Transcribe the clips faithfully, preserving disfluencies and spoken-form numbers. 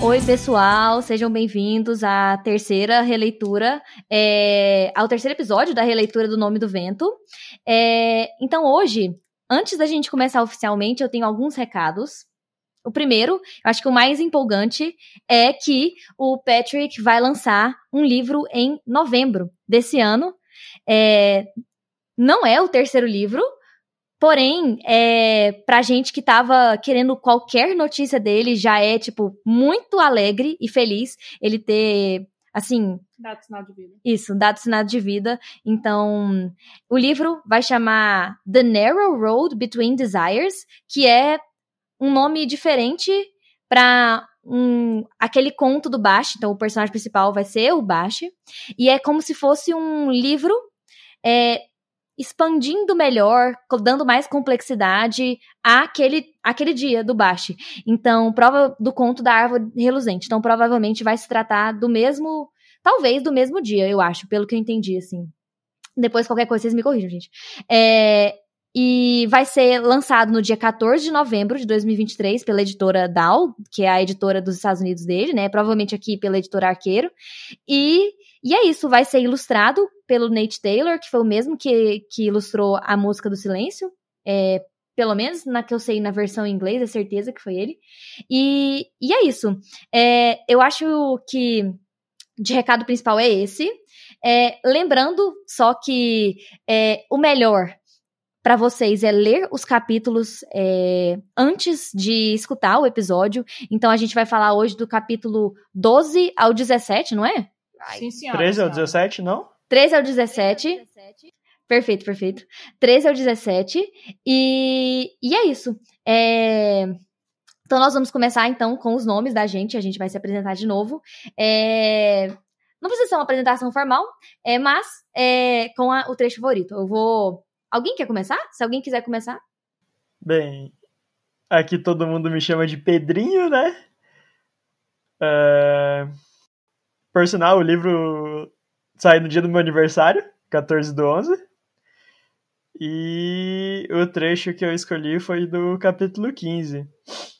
Oi, pessoal, sejam bem-vindos à terceira releitura, é, ao terceiro episódio da releitura do Nome do Vento. É, então, hoje, antes da gente começar oficialmente, eu tenho alguns recados. O primeiro, eu acho que o mais empolgante, é que o Patrick vai lançar um livro em novembro desse ano. É, não é o terceiro livro, porém, é, pra gente que tava querendo qualquer notícia dele, já é, tipo, muito alegre e feliz ele ter, assim... Dado sinal de vida. Isso, dado sinal de vida. Então, o livro vai chamar The Narrow Road Between Desires, que é um nome diferente pra um, aquele conto do Bash. Então, o personagem principal vai ser o Bash. E é como se fosse um livro... É, expandindo melhor, dando mais complexidade àquele, àquele dia do Bash. Então, prova do conto da árvore reluzente. Então, provavelmente vai se tratar do mesmo, talvez do mesmo dia, eu acho, pelo que eu entendi, assim. Depois, qualquer coisa, vocês me corrijam, gente. É, e vai ser lançado no dia quatorze de novembro de dois mil e vinte e três pela editora Dow, que é a editora dos Estados Unidos dele, né? Provavelmente aqui pela editora Arqueiro. E, e é isso, vai ser ilustrado pelo Nate Taylor, que foi o mesmo que, que ilustrou a Música do Silêncio. É, pelo menos na que eu sei na versão em inglês, é certeza que foi ele. E, e é isso. É, eu acho que de recado principal é esse. É, lembrando só que é, o melhor para vocês é ler os capítulos é, antes de escutar o episódio. Então a gente vai falar hoje do capítulo doze ao dezessete, não é? Sim, senhora. treze ao dezessete, não? treze ao dezessete. Perfeito, perfeito. treze ao dezessete. E, e é isso. É... Então nós vamos começar então com os nomes da gente. A gente vai se apresentar de novo. É... Não precisa ser uma apresentação formal, é, mas é, com a, o trecho favorito. Eu vou... Alguém quer começar? Se alguém quiser começar. Bem, aqui todo mundo me chama de Pedrinho, né? É... Por sinal, o livro sai no dia do meu aniversário, quatorze do onze. E o trecho que eu escolhi foi do capítulo quinze.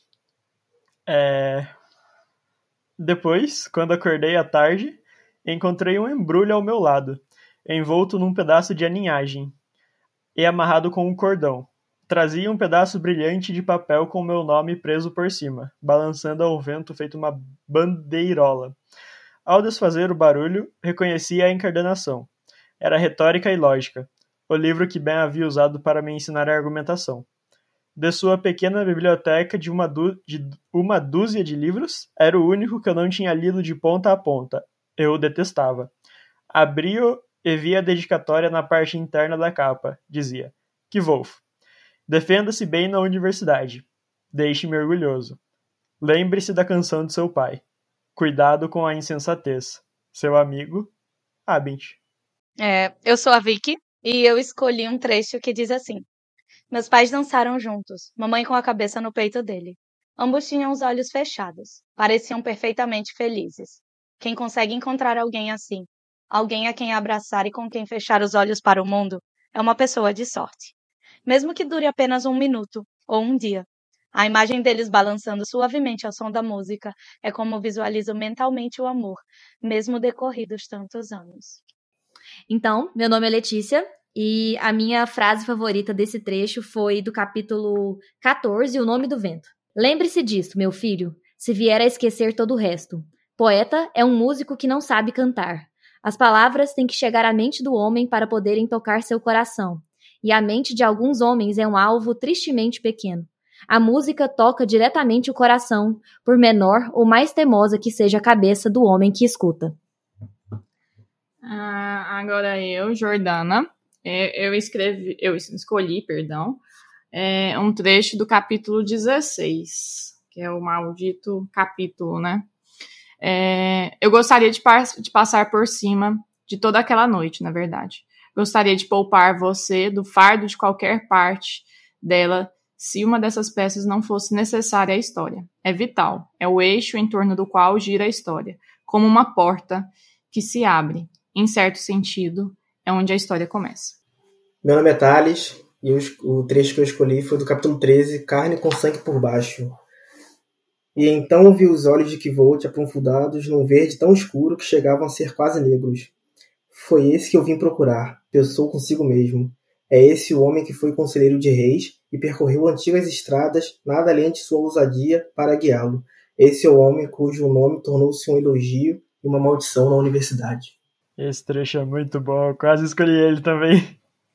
É... Depois, quando acordei à tarde, encontrei um embrulho ao meu lado, envolto num pedaço de aninhagem e amarrado com um cordão. Trazia um pedaço brilhante de papel com meu nome preso por cima, balançando ao vento feito uma bandeirola. Ao desfazer o barulho, reconheci a encadernação. Era retórica e lógica, o livro que Ben havia usado para me ensinar a argumentação. De sua pequena biblioteca de uma, du- de uma dúzia de livros, era o único que eu não tinha lido de ponta a ponta. Eu o detestava. Abri-o e vi a dedicatória na parte interna da capa. Dizia: Que Wolf. Defenda-se bem na universidade. Deixe-me orgulhoso. Lembre-se da canção de seu pai. Cuidado com a insensatez. Seu amigo, Abint. É, eu sou a Vicky e eu escolhi um trecho que diz assim: Meus pais dançaram juntos, mamãe com a cabeça no peito dele. Ambos tinham os olhos fechados, pareciam perfeitamente felizes. Quem consegue encontrar alguém assim, alguém a quem abraçar e com quem fechar os olhos para o mundo, é uma pessoa de sorte. Mesmo que dure apenas um minuto ou um dia. A imagem deles balançando suavemente ao som da música é como visualizo mentalmente o amor, mesmo decorridos tantos anos. Então, meu nome é Letícia e a minha frase favorita desse trecho foi do capítulo quatorze, O Nome do Vento. Lembre-se disso, meu filho, se vier a esquecer todo o resto. Poeta é um músico que não sabe cantar. As palavras têm que chegar à mente do homem para poderem tocar seu coração. E a mente de alguns homens é um alvo tristemente pequeno. A música toca diretamente o coração, por menor ou mais teimosa que seja a cabeça do homem que escuta. Ah, agora eu, Jordana, eu, escrevi, eu escolhi, perdão, é, um trecho do capítulo dezesseis, que é o maldito capítulo, né? É, eu gostaria de, par- de passar por cima de toda aquela noite, na verdade. Gostaria de poupar você do fardo de qualquer parte dela se uma dessas peças não fosse necessária à história. É vital, é o eixo em torno do qual gira a história, como uma porta que se abre. Em certo sentido, é onde a história começa. Meu nome é Thales e eu, o trecho que eu escolhi foi do capítulo treze, Carne com Sangue por Baixo. E então vi os olhos de Kvolt aprofundados num verde tão escuro que chegavam a ser quase negros. Foi esse que eu vim procurar, pensou consigo mesmo. É esse o homem que foi conselheiro de reis e percorreu antigas estradas, nada além de sua ousadia, para guiá-lo. Esse é o homem cujo nome tornou-se um elogio e uma maldição na universidade. Esse trecho é muito bom, eu quase escolhi ele também.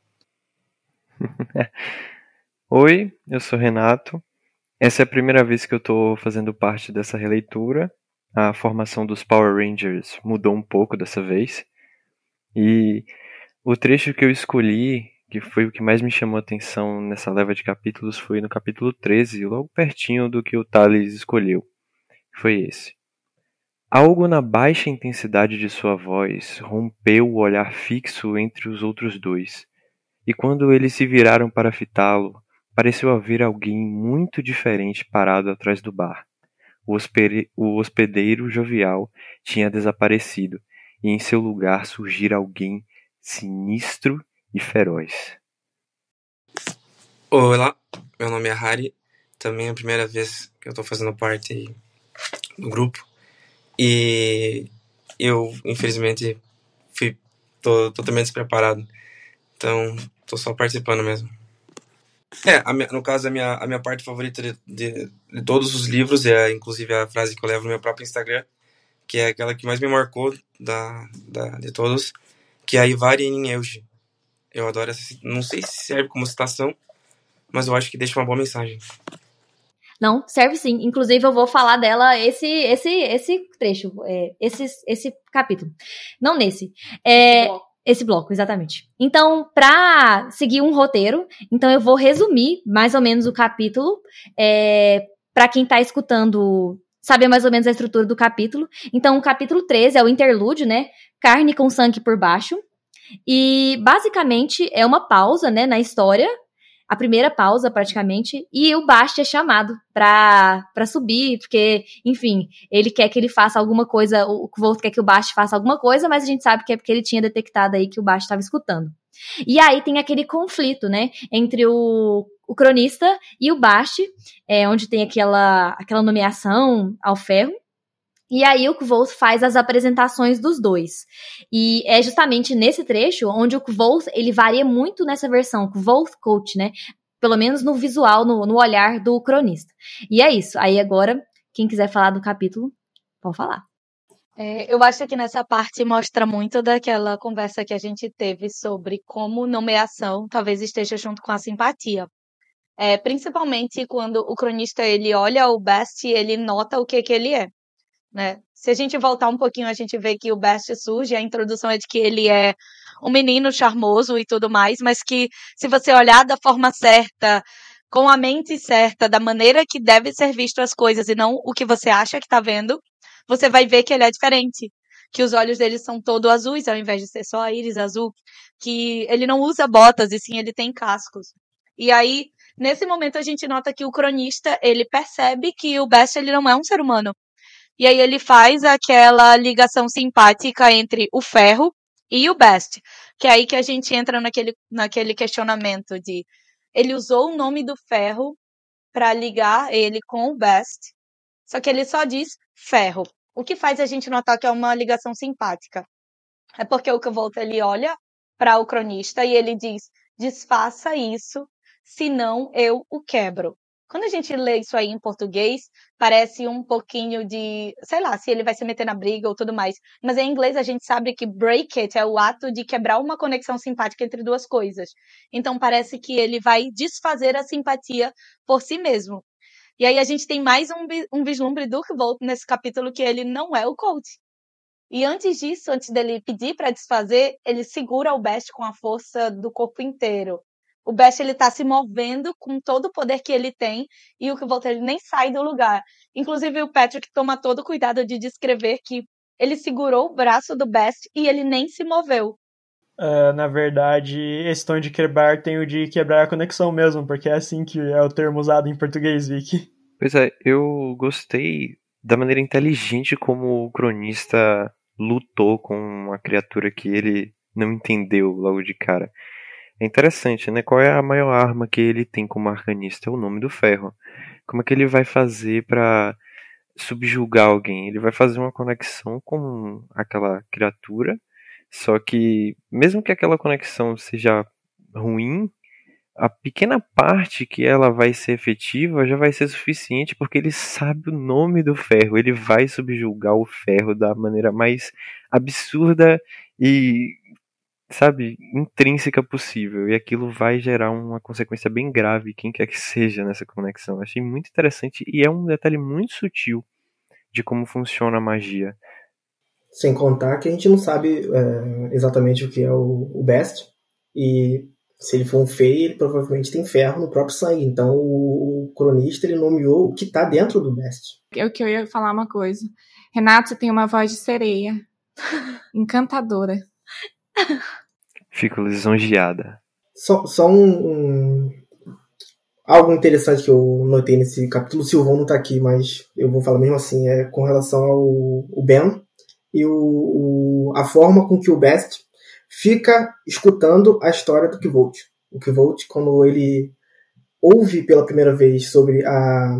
Oi, eu sou Renato. Essa é a primeira vez que eu estou fazendo parte dessa releitura. A formação dos Power Rangers mudou um pouco dessa vez. E o trecho que eu escolhi, que foi o que mais me chamou a atenção nessa leva de capítulos, foi no capítulo treze, logo pertinho do que o Thales escolheu. Foi esse. Algo na baixa intensidade de sua voz rompeu o olhar fixo entre os outros dois. E quando eles se viraram para fitá-lo, pareceu haver alguém muito diferente parado atrás do bar. O, hospede- o hospedeiro jovial tinha desaparecido, e em seu lugar surgira alguém sinistro e feroz. Olá, meu nome é Harry. Também é a primeira vez que eu estou fazendo parte do grupo. E eu, infelizmente, fui tô totalmente despreparado. Então, tô só participando mesmo. É, a minha- no caso, a minha, a minha parte favorita de, de, de todos os livros é, inclusive, a frase que eu levo no meu próprio Instagram, que é aquela que mais me marcou da, da, de todos, que é a Ivari Nineuji. Eu adoro essa. Não sei se serve como citação, mas eu acho que deixa uma boa mensagem. Não, serve sim. Inclusive, eu vou falar dela esse esse esse trecho, é, esse, esse capítulo. Não nesse. É, Bloco. esse bloco, exatamente. Então, pra seguir um roteiro, então eu vou resumir mais ou menos o capítulo, é, pra quem tá escutando saber mais ou menos a estrutura do capítulo. Então, o capítulo treze é o interlúdio, né? Carne com sangue por baixo. E, basicamente, é uma pausa, né, na história, a primeira pausa, praticamente, e o Bast é chamado pra, pra subir, porque, enfim, ele quer que ele faça alguma coisa, o Kvolt quer que o Bast faça alguma coisa, mas a gente sabe que é porque ele tinha detectado aí que o Bast estava escutando. E aí tem aquele conflito, né, entre o, o cronista e o Bast, é, onde tem aquela, aquela nomeação ao ferro. E aí o Kvolt faz as apresentações dos dois. E é justamente nesse trecho onde o Kvolt, ele varia muito nessa versão, Kvolt Coach, né? Pelo menos no visual, no, no olhar do cronista. E é isso. Aí agora, quem quiser falar do capítulo, pode falar. É, eu acho que nessa parte mostra muito daquela conversa que a gente teve sobre como nomeação talvez esteja junto com a simpatia. É, principalmente quando o cronista ele olha o Bast e ele nota o que, que ele é. Né? Se a gente voltar um pouquinho, a gente vê que o Bast surge, a introdução é de que ele é um menino charmoso e tudo mais, mas que se você olhar da forma certa, com a mente certa, da maneira que deve ser visto as coisas e não o que você acha que está vendo, você vai ver que ele é diferente. Que os olhos dele são todo azuis, ao invés de ser só a íris azul. Que ele não usa botas, e sim ele tem cascos. E aí, nesse momento, a gente nota que o cronista, ele percebe que o Bast ele não é um ser humano. E aí ele faz aquela ligação simpática entre o ferro e o Bast. Que é aí que a gente entra naquele, naquele questionamento de... Ele usou o nome do ferro para ligar ele com o Bast. Só que ele só diz ferro. O que faz a gente notar que é uma ligação simpática. É porque o Kvolt ele olha para o cronista e ele diz, desfaça isso, senão eu o quebro. Quando a gente lê isso aí em português, parece um pouquinho de, sei lá, se ele vai se meter na briga ou tudo mais. Mas em inglês a gente sabe que break it é o ato de quebrar uma conexão simpática entre duas coisas. Então parece que ele vai desfazer a simpatia por si mesmo. E aí a gente tem mais um, um vislumbre do Kvolt nesse capítulo que ele não é o Colt. E antes disso, antes dele pedir para desfazer, ele segura o Bast com a força do corpo inteiro. O Bast ele tá se movendo com todo o poder que ele tem e o Kvolt ele nem sai do lugar. Inclusive o Patrick toma todo o cuidado de descrever que ele segurou o braço do Bast e ele nem se moveu. Uh, na verdade, esse tom de quebrar tem o de quebrar a conexão mesmo, porque é assim que é o termo usado em português, Vicky. Pois é, eu gostei da maneira inteligente como o cronista lutou com uma criatura que ele não entendeu logo de cara. É interessante, né? Qual é a maior arma que ele tem como arcanista? É o nome do ferro. Como é que ele vai fazer pra subjugar alguém, ele vai fazer uma conexão com aquela criatura, só que mesmo que aquela conexão seja ruim, a pequena parte que ela vai ser efetiva já vai ser suficiente, porque ele sabe o nome do ferro, ele vai subjugar o ferro da maneira mais absurda e, sabe, intrínseca possível, e aquilo vai gerar uma consequência bem grave, quem quer que seja nessa conexão. Achei muito interessante e é um detalhe muito sutil de como funciona a magia. Sem contar que a gente não sabe é, exatamente o que é o, o Best, e se ele for um Fey, ele provavelmente tem ferro no próprio sangue, então o, o cronista ele nomeou o que está dentro do Best. É o que eu ia falar uma coisa. Renato, você tem uma voz de sereia. Encantadora. Fico lisonjeada. Só, só um, um... algo interessante que eu notei nesse capítulo, o Silvão não tá aqui, mas eu vou falar mesmo assim, é com relação ao o Ben e o, o, a forma com que o Best fica escutando a história do Kvolt. O Kvolt, quando ele ouve pela primeira vez sobre a,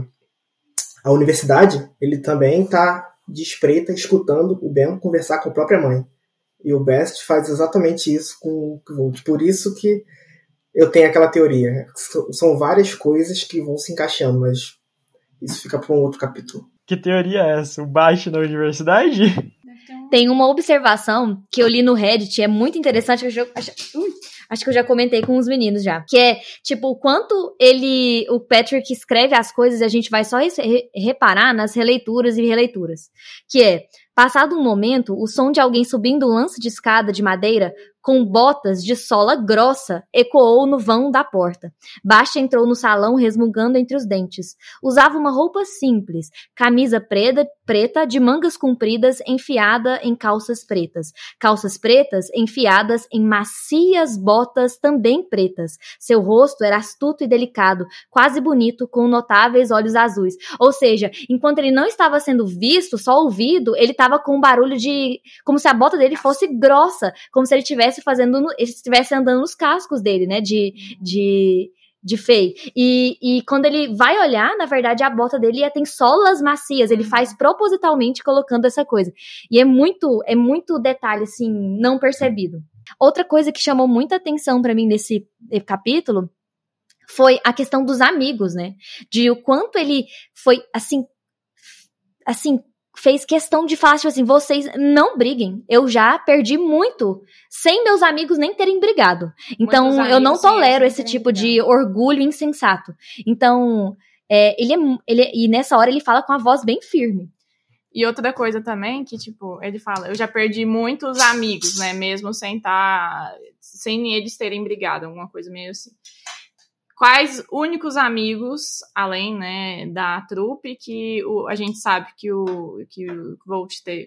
a universidade, ele também tá de espreita escutando o Ben conversar com a própria mãe. E o Best faz exatamente isso com o Kvolt. Por isso que eu tenho aquela teoria. São várias coisas que vão se encaixando, mas isso fica para um outro capítulo. Que teoria é essa? O baixo na universidade? Tem uma observação que eu li no Reddit, é muito interessante, eu já, acho, ui, acho que eu já comentei com os meninos já, que é, tipo, o quanto ele, o Patrick escreve as coisas e a gente vai só re- reparar nas releituras e releituras, que é, passado um momento, o som de alguém subindo um lance de escada de madeira com botas de sola grossa ecoou no vão da porta. Baixa entrou no salão resmungando entre os dentes. Usava uma roupa simples, camisa preta, preta de mangas compridas enfiada em calças pretas. Calças pretas enfiadas em macias botas também pretas. Seu rosto era astuto e delicado, quase bonito, com notáveis olhos azuis. Ou seja, enquanto ele não estava sendo visto, só ouvido, ele estava com um barulho de... como se a bota dele fosse grossa, como se ele tivesse fazendo, no, ele estivesse andando nos cascos dele, né, de, de, de Fey. E, e quando ele vai olhar, na verdade, a bota dele tem solas macias, ele faz propositalmente colocando essa coisa. E é muito, é muito detalhe, assim, não percebido. Outra coisa que chamou muita atenção pra mim nesse capítulo foi a questão dos amigos, né, de o quanto ele foi, assim, assim, fez questão de falar, tipo assim, vocês não briguem. Eu já perdi muito sem meus amigos nem terem brigado. Então, amigos, eu não tolero sim, esse tipo brigado. de orgulho insensato. Então, é, ele, é, ele é, e nessa hora ele fala com a voz bem firme. E outra coisa também, que, tipo, ele fala, eu já perdi muitos amigos, né, mesmo sem estar, sem eles terem brigado, alguma coisa meio assim. Quais únicos amigos, além, né, da trupe, que o, a gente sabe que o, que o Kvolt teve?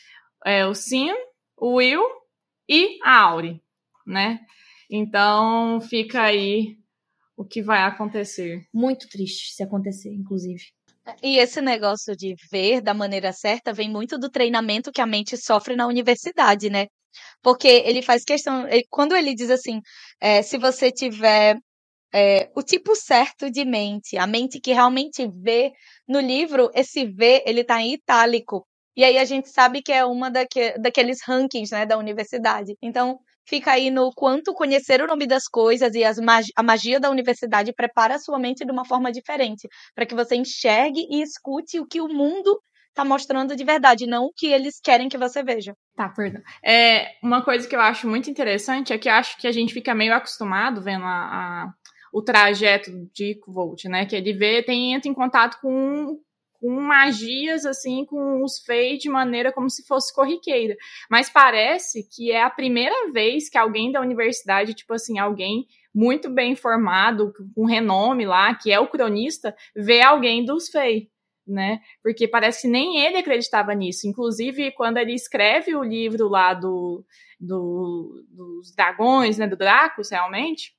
É o Sim, o Will e a Auri, né? Então, fica aí o que vai acontecer. Muito triste se acontecer, inclusive. E esse negócio de ver da maneira certa vem muito do treinamento que a mente sofre na universidade, né? Porque ele faz questão... Ele, quando ele diz assim, é, se você tiver... É, o tipo certo de mente, a mente que realmente vê, no livro, esse ver, ele tá em itálico, e aí a gente sabe que é uma daque, daqueles rankings, né, da universidade, então fica aí no quanto conhecer o nome das coisas e as mag- a magia da universidade prepara a sua mente de uma forma diferente, para que você enxergue e escute o que o mundo tá mostrando de verdade, não o que eles querem que você veja. Tá, perdão. É, uma coisa que eu acho muito interessante é que eu acho que a gente fica meio acostumado vendo a... a o trajeto de Kvolt, né, que ele vê, tem, entra em contato com, com magias, assim, com os Fey de maneira como se fosse corriqueira, mas parece que é a primeira vez que alguém da universidade, tipo assim, alguém muito bem formado, com renome lá, que é o cronista, vê alguém dos Fey, né, porque parece que nem ele acreditava nisso, inclusive quando ele escreve o livro lá do, do, dos dragões, né, do Dracos, realmente,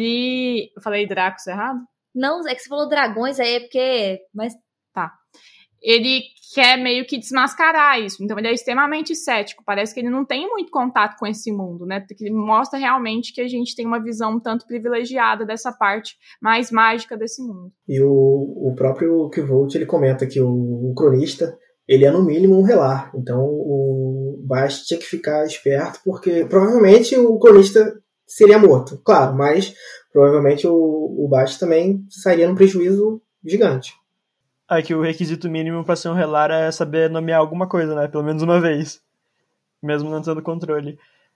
ele... Eu falei Dracos errado? Não, é que você falou dragões aí, é porque... Mas... Tá. ele quer meio que desmascarar isso. Então ele é extremamente cético. Parece que ele não tem muito contato com esse mundo, né? Porque ele mostra realmente que a gente tem uma visão um tanto privilegiada dessa parte mais mágica desse mundo. E o, o próprio Kvolt, ele comenta que o, o cronista, ele é no mínimo um relar. Então o Bast tinha que ficar esperto, porque provavelmente o cronista seria morto, claro, mas provavelmente o, o Bast também sairia num prejuízo gigante. É que o requisito mínimo para ser um relar é saber nomear alguma coisa, né? Pelo menos uma vez. Mesmo não tendo controle.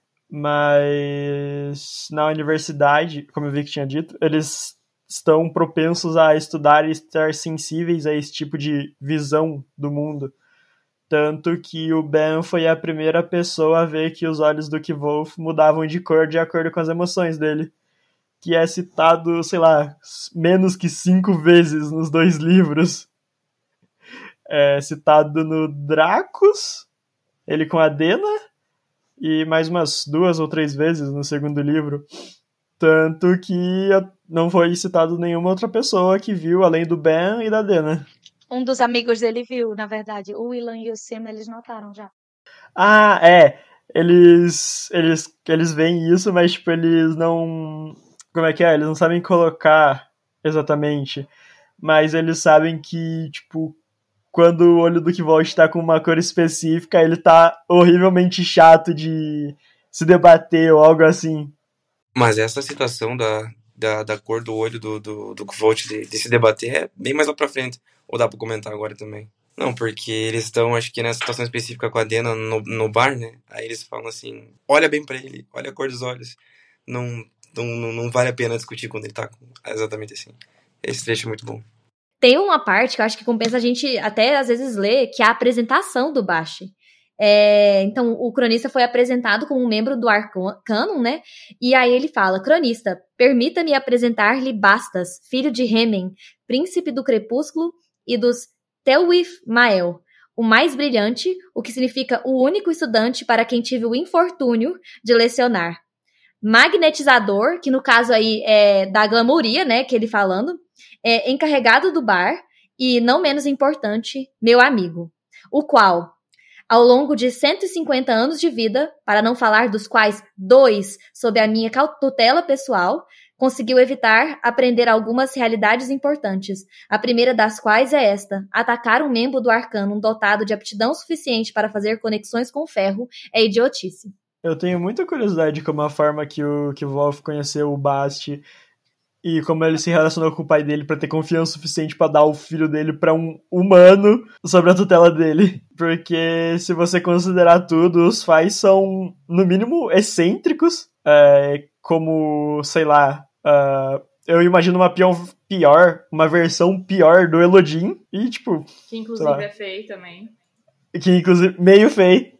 Mas na universidade, como eu vi que tinha dito, eles estão propensos a estudar e estar sensíveis a esse tipo de visão do mundo. Tanto que o Ben foi a primeira pessoa a ver que os olhos do Kvolf mudavam de cor de acordo com as emoções dele. Que é citado, sei lá, menos que cinco vezes nos dois livros. É citado no Dracos, ele com a Dena, e mais umas duas ou três vezes no segundo livro. Tanto que não foi citado nenhuma outra pessoa que viu, além do Ben e da Dena. Um dos amigos dele viu, na verdade. O Willan e o Sim, eles notaram já. Ah, é. Eles, eles, eles veem isso, mas tipo, eles não... Como é que é? Eles não sabem colocar exatamente. Mas eles sabem que, tipo, quando o olho do Kvolt tá com uma cor específica, ele tá horrivelmente chato de se debater ou algo assim. Mas essa situação da, da, da cor do olho do, do, do Kvolt de, de se debater é bem mais lá pra frente. Ou dá pra comentar agora também? Não, porque eles estão, acho que nessa situação específica com a Dena no, no bar, né? Aí eles falam assim, olha bem pra ele, olha a cor dos olhos. Não, não, não vale a pena discutir quando ele tá com... exatamente assim. Esse trecho é muito bom. Tem uma parte que eu acho que compensa a gente até às vezes ler, que é a apresentação do Bast. É, então, o cronista foi apresentado como um membro do Arcanum, né? E aí ele fala, cronista, permita-me apresentar-lhe Bastas, filho de Hemen, príncipe do crepúsculo e dos Telwith Mael, o mais brilhante, o que significa o único estudante para quem tive o infortúnio de lecionar. Magnetizador, que no caso aí é da glamouria, né, que ele falando, é encarregado do bar e, não menos importante, meu amigo, o qual, ao longo de cento e cinquenta anos de vida, para não falar dos quais dois sob a minha tutela pessoal, conseguiu evitar aprender algumas realidades importantes, a primeira das quais é esta: atacar um membro do Arcanum dotado de aptidão suficiente para fazer conexões com o ferro é idiotice. Eu tenho muita curiosidade como a forma que o Kvolf conheceu o Bast e como ele se relacionou com o pai dele pra ter confiança suficiente pra dar o filho dele pra um humano sobre a tutela dele. Porque se você considerar tudo, os Fais são, no mínimo, excêntricos. É, como, sei lá, uh, eu imagino uma pior, pior, uma versão pior do Elodin. E, tipo... Que inclusive é feio também. Que inclusive, meio feio.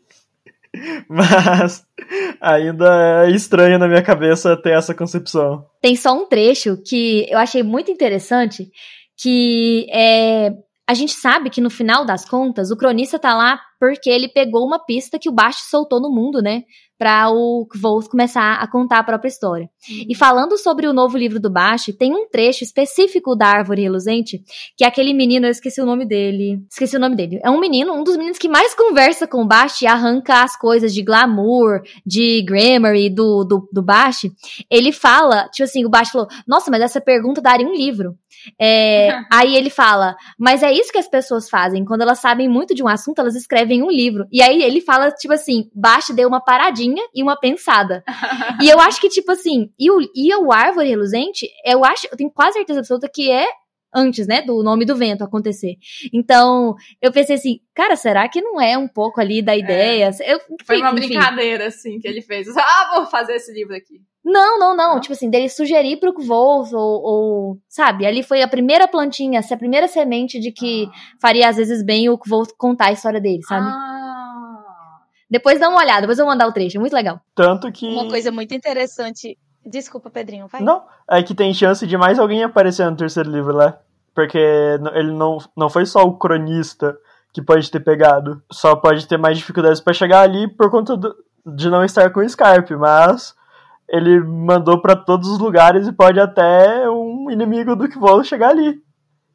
Mas ainda é estranho na minha cabeça ter essa concepção. Tem só um trecho que eu achei muito interessante, que é, a gente sabe que no final das contas o cronista tá lá porque ele pegou uma pista que o Bast soltou no mundo, né? Pra o Kvolt começar a contar a própria história. Uhum. E falando sobre o novo livro do Bast, tem um trecho específico da Árvore Reluzente, que é aquele menino, eu esqueci o nome dele. Esqueci o nome dele. É um menino, um dos meninos que mais conversa com o Bast e arranca as coisas de glamour, de grammar do, do, do Bast. Ele fala, tipo assim, o Bast falou, nossa, mas essa pergunta daria um livro. É, aí ele fala, mas é isso que as pessoas fazem, quando elas sabem muito de um assunto, elas escrevem um livro. E aí ele fala, tipo assim, Bast deu uma paradinha e uma pensada. E eu acho que, tipo assim, e o, e o Árvore Reluzente, eu acho, eu tenho quase certeza absoluta que é antes, né, do Nome do Vento acontecer. Então, eu pensei assim, cara, será que não é um pouco ali da ideia? É. Eu, enfim, Foi uma enfim. brincadeira, assim, que ele fez. Ah, vou fazer esse livro aqui. Não, não, não, não. Tipo assim, dele sugerir pro Kvolf, ou, ou, sabe, ali foi a primeira plantinha, a primeira semente de que ah. faria às vezes bem o Kvolf contar a história dele, sabe? Ah. Depois dá uma olhada, depois eu vou mandar o trecho, é muito legal. Tanto que... Uma coisa muito interessante... Desculpa, Pedrinho, vai. Não, é que tem chance de mais alguém aparecer no terceiro livro lá. Porque ele não, não foi só o cronista que pode ter pegado. Só pode ter mais dificuldades pra chegar ali por conta do, de não estar com o Scarpe, mas... ele mandou pra todos os lugares e pode até um inimigo do Kvolf chegar ali.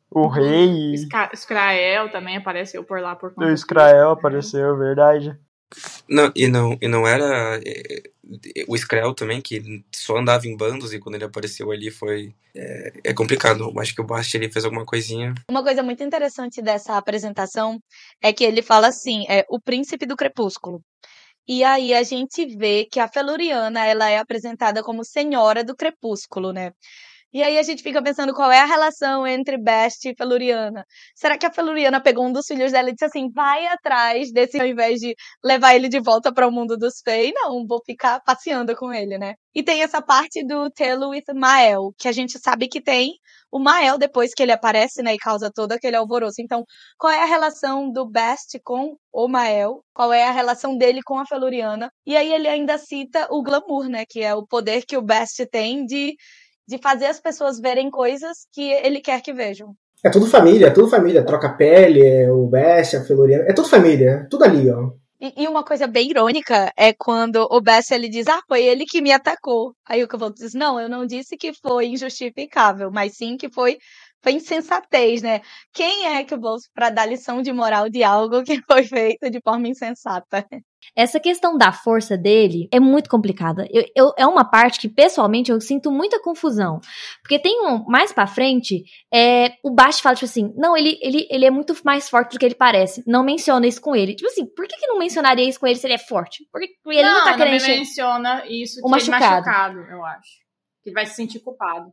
O rei. Sca- Scrael também apareceu por lá por conta O disso, Scrael né? apareceu, verdade. Não, e não, e não era é, o Skrell também, que só andava em bandos e quando ele apareceu ali foi... É, é complicado. Eu acho que o Bast ele fez alguma coisinha. Uma coisa muito interessante dessa apresentação é que ele fala assim, é o príncipe do crepúsculo. E aí a gente vê que a Feluriana, ela é apresentada como senhora do crepúsculo, né? E aí a gente fica pensando qual é a relação entre Bast e Feluriana. Será que a Feluriana pegou um dos filhos dela e disse assim, vai atrás desse, ao invés de levar ele de volta para o mundo dos Fey? Não, vou ficar passeando com ele, né? E tem essa parte do Tale with Mael, que a gente sabe que tem o Mael depois que ele aparece, né, e causa todo aquele alvoroço. Então, qual é a relação do Bast com o Mael? Qual é a relação dele com a Feluriana? E aí ele ainda cita o glamour, né, que é o poder que o Bast tem de de fazer as pessoas verem coisas que ele quer que vejam. É tudo família, é tudo família. Troca pele, é o Bast, a Feluriana. É tudo família, é tudo ali, ó. E, e uma coisa bem irônica é quando o Bast ele diz, ah, foi ele que me atacou. Aí o Kvolt diz, não, eu não disse que foi injustificável, mas sim que foi, foi insensatez, né? Quem é Kvolt para dar lição de moral de algo que foi feito de forma insensata? Essa questão da força dele é muito complicada. Eu, eu, é uma parte que, pessoalmente, eu sinto muita confusão. Porque tem um, mais pra frente, é, o Bast fala, tipo assim, não, ele, ele, ele é muito mais forte do que ele parece. Não menciona isso com ele. Tipo assim, por que, que não mencionaria isso com ele se ele é forte? Porque ele não, não tá querendo... Não, não menciona isso o que machucado. ele machucado, eu acho. Que ele vai se sentir culpado.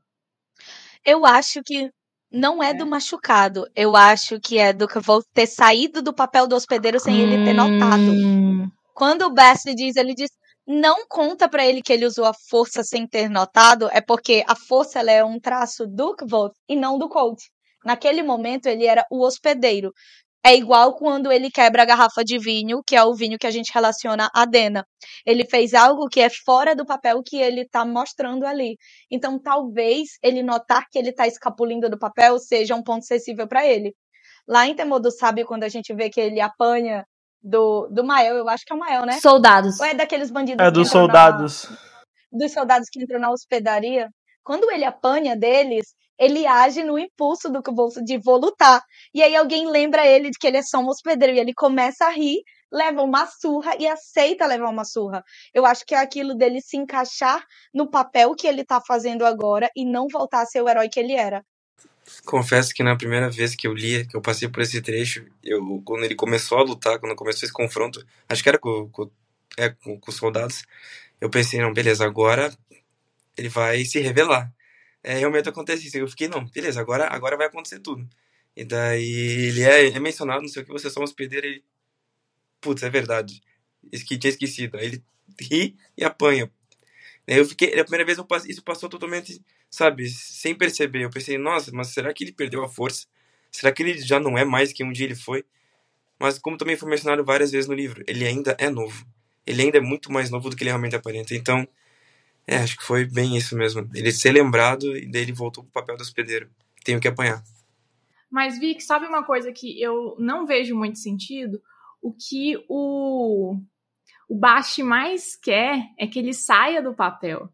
Eu acho que não é, é do machucado. Eu acho que é do que eu vou ter saído do papel do hospedeiro sem hum... ele ter notado. Quando o Bast diz, ele diz, não conta pra ele que ele usou a força sem ter notado, é porque a força ela é um traço do Kvolt e não do Colt. Naquele momento ele era o hospedeiro. É igual quando ele quebra a garrafa de vinho, que é o vinho que a gente relaciona a Dena. Ele fez algo que é fora do papel que ele tá mostrando ali. Então talvez ele notar que ele tá escapulindo do papel seja um ponto sensível pra ele. Lá em Temor do Sábio, quando a gente vê que ele apanha Do, do Mael, eu acho que é o Mael, né? Soldados. Ou é daqueles bandidos É que dos soldados. Na, dos soldados que entram na hospedaria. Quando ele apanha deles, ele age no impulso do Kvolt de vou lutar. E aí alguém lembra ele de que ele é só um hospedeiro. E ele começa a rir, leva uma surra e aceita levar uma surra. Eu acho que é aquilo dele se encaixar no papel que ele tá fazendo agora e não voltar a ser o herói que ele era. Confesso que na primeira vez que eu li, que eu passei por esse trecho, eu, quando ele começou a lutar, quando começou esse confronto, acho que era com, com, é, com, com os soldados, eu pensei, não, beleza, agora ele vai se revelar. É, realmente acontece isso. Eu fiquei, não, beleza, agora, agora vai acontecer tudo. E daí ele é, é mencionado, não sei o que, você é só um hospedeiro, e putz, é verdade. Isso que tinha esquecido. Aí ele ri e apanha. Eu fiquei, a primeira vez eu passei, isso passou totalmente, sabe, sem perceber. Eu pensei, nossa, mas será que ele perdeu a força? Será que ele já não é mais quem um dia ele foi? Mas como também foi mencionado várias vezes no livro, ele ainda é novo. Ele ainda é muito mais novo do que ele realmente aparenta. Então, é, acho que foi bem isso mesmo. Ele ser lembrado e daí ele voltou pro papel do hospedeiro. Tenho que apanhar. Mas, Vic, sabe uma coisa que eu não vejo muito sentido? O que o... o Bast mais quer é que ele saia do papel.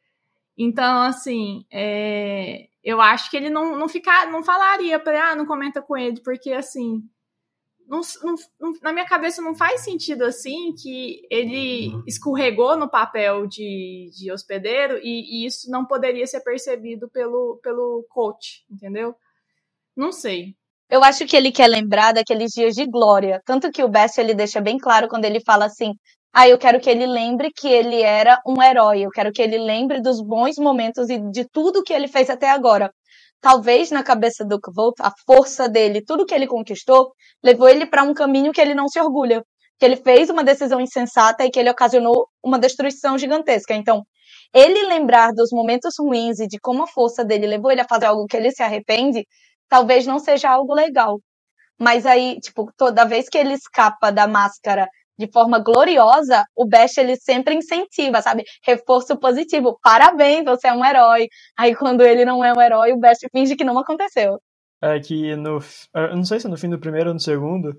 Então, assim, é, eu acho que ele não, não, ficar, não falaria para ele, ah, não comenta com ele, porque, assim, não, não, na minha cabeça não faz sentido, assim, que ele escorregou no papel de, de hospedeiro e, e isso não poderia ser percebido pelo, pelo coach, entendeu? Não sei. Eu acho que ele quer lembrar daqueles dias de glória. Tanto que o Bast, ele deixa bem claro quando ele fala assim, ah, eu quero que ele lembre que ele era um herói, eu quero que ele lembre dos bons momentos e de tudo que ele fez até agora. Talvez na cabeça do Kvolt, a força dele, tudo que ele conquistou, levou ele para um caminho que ele não se orgulha. Que ele fez uma decisão insensata e que ele ocasionou uma destruição gigantesca. Então, ele lembrar dos momentos ruins e de como a força dele levou ele a fazer algo que ele se arrepende, talvez não seja algo legal. Mas aí, tipo, toda vez que ele escapa da máscara de forma gloriosa, o Bast, ele sempre incentiva, sabe? Reforço positivo. Parabéns, você é um herói. Aí, quando ele não é um herói, o Bast finge que não aconteceu. É que no... Eu não sei se é no fim do primeiro ou no segundo,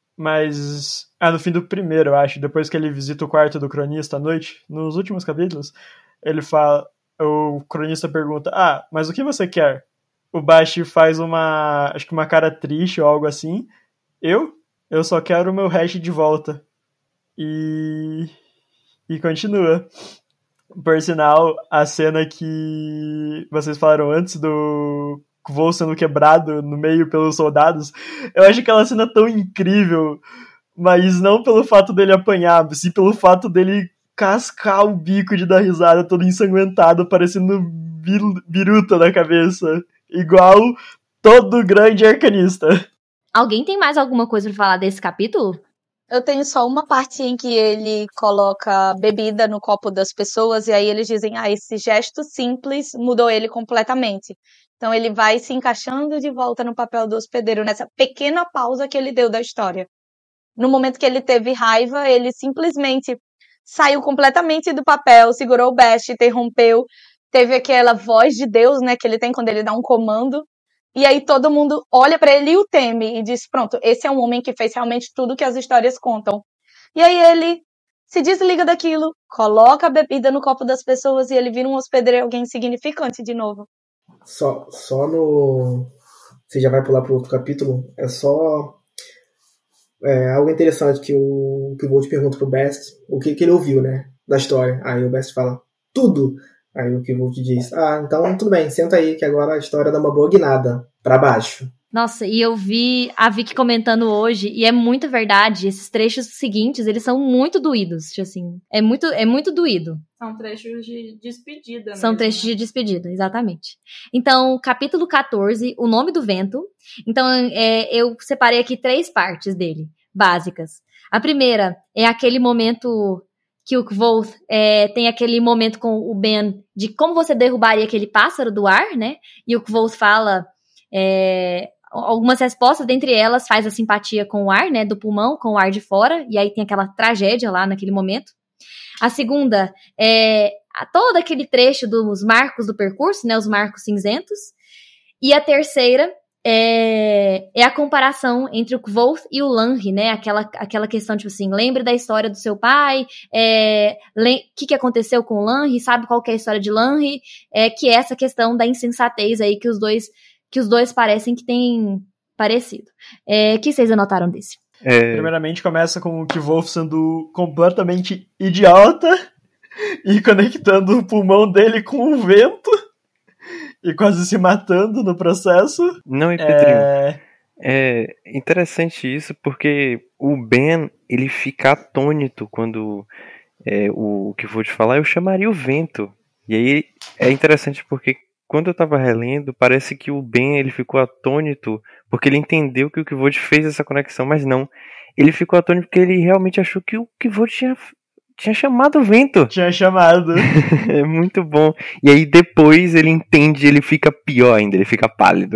mas... Ah, no fim do primeiro, eu acho. Depois que ele visita o quarto do cronista à noite, nos últimos capítulos, ele fala... O cronista pergunta, ah, mas o que você quer? o Basti faz uma, acho que uma cara triste ou algo assim. Eu? Eu só quero o meu hash de volta. E... E continua. Por sinal, a cena que vocês falaram antes do voo sendo quebrado no meio pelos soldados, eu acho aquela cena tão incrível, mas não pelo fato dele apanhar, sim pelo fato dele cascar o bico de dar risada todo ensanguentado, parecendo biruta na cabeça, igual todo grande arcanista. Alguém tem mais alguma coisa pra falar desse capítulo? Eu tenho só uma parte em que ele coloca bebida no copo das pessoas e aí eles dizem, ah, esse gesto simples mudou ele completamente. Então ele vai se encaixando de volta no papel do hospedeiro, nessa pequena pausa que ele deu da história. No momento que ele teve raiva, ele simplesmente saiu completamente do papel, segurou o Bast, interrompeu, teve aquela voz de Deus, né, que ele tem quando ele dá um comando. E aí todo mundo olha pra ele e o teme e diz, pronto, esse é um homem que fez realmente tudo que as histórias contam. E aí ele se desliga daquilo, coloca a bebida no copo das pessoas e ele vira um hospedeiro, alguém insignificante de novo. Só, só no... Você já vai pular pro outro capítulo? É só... É, algo interessante que o Pivot pergunta pro Bast o que, que ele ouviu, né, da história. Aí o Bast fala, tudo! Aí o Pivot diz, ah, então tudo bem, senta aí que agora a história dá uma boa guinada pra baixo. Nossa, e eu vi a Vicky comentando hoje, e é muito verdade, esses trechos seguintes, eles são muito doídos, assim, é muito, é muito doído. São trechos de despedida São mesmo, trechos né? de despedida, exatamente. Então, capítulo quatorze, O Nome do Vento. Então, é, eu separei aqui três partes dele, básicas. A primeira é aquele momento que o Kvothe é, tem aquele momento com o Ben de como você derrubaria aquele pássaro do ar, né? E o Kvothe fala é, algumas respostas, dentre elas faz a simpatia com o ar, né? Do pulmão, com o ar de fora, e aí tem aquela tragédia lá naquele momento. A segunda é todo aquele trecho dos marcos do percurso, né? Os marcos cinzentos. E a terceira É, é a comparação entre o Kvothe e o Lanri, né? Aquela, aquela questão, tipo assim, lembre da história do seu pai, o é, que, que aconteceu com o Lanri, sabe qual que é a história de Lanri, é, que é essa questão da insensatez aí que os dois, que os dois parecem que têm parecido. É, o que vocês anotaram desse? É... Primeiramente começa com o Kvothe sendo completamente idiota e conectando o pulmão dele com o vento. E quase se matando no processo. Não, e Pedrinho, é... é interessante isso porque o Ben, ele fica atônito quando é, o, o que eu vou te falar, eu chamaria o vento. E aí é interessante porque quando eu tava relendo, parece que o Ben, ele ficou atônito porque ele entendeu que o Kvothe fez essa conexão, mas não. Ele ficou atônito porque ele realmente achou que o Kvothe tinha... Tinha chamado o vento. Tinha chamado. É muito bom. E aí depois ele entende, ele fica pior ainda, ele fica pálido.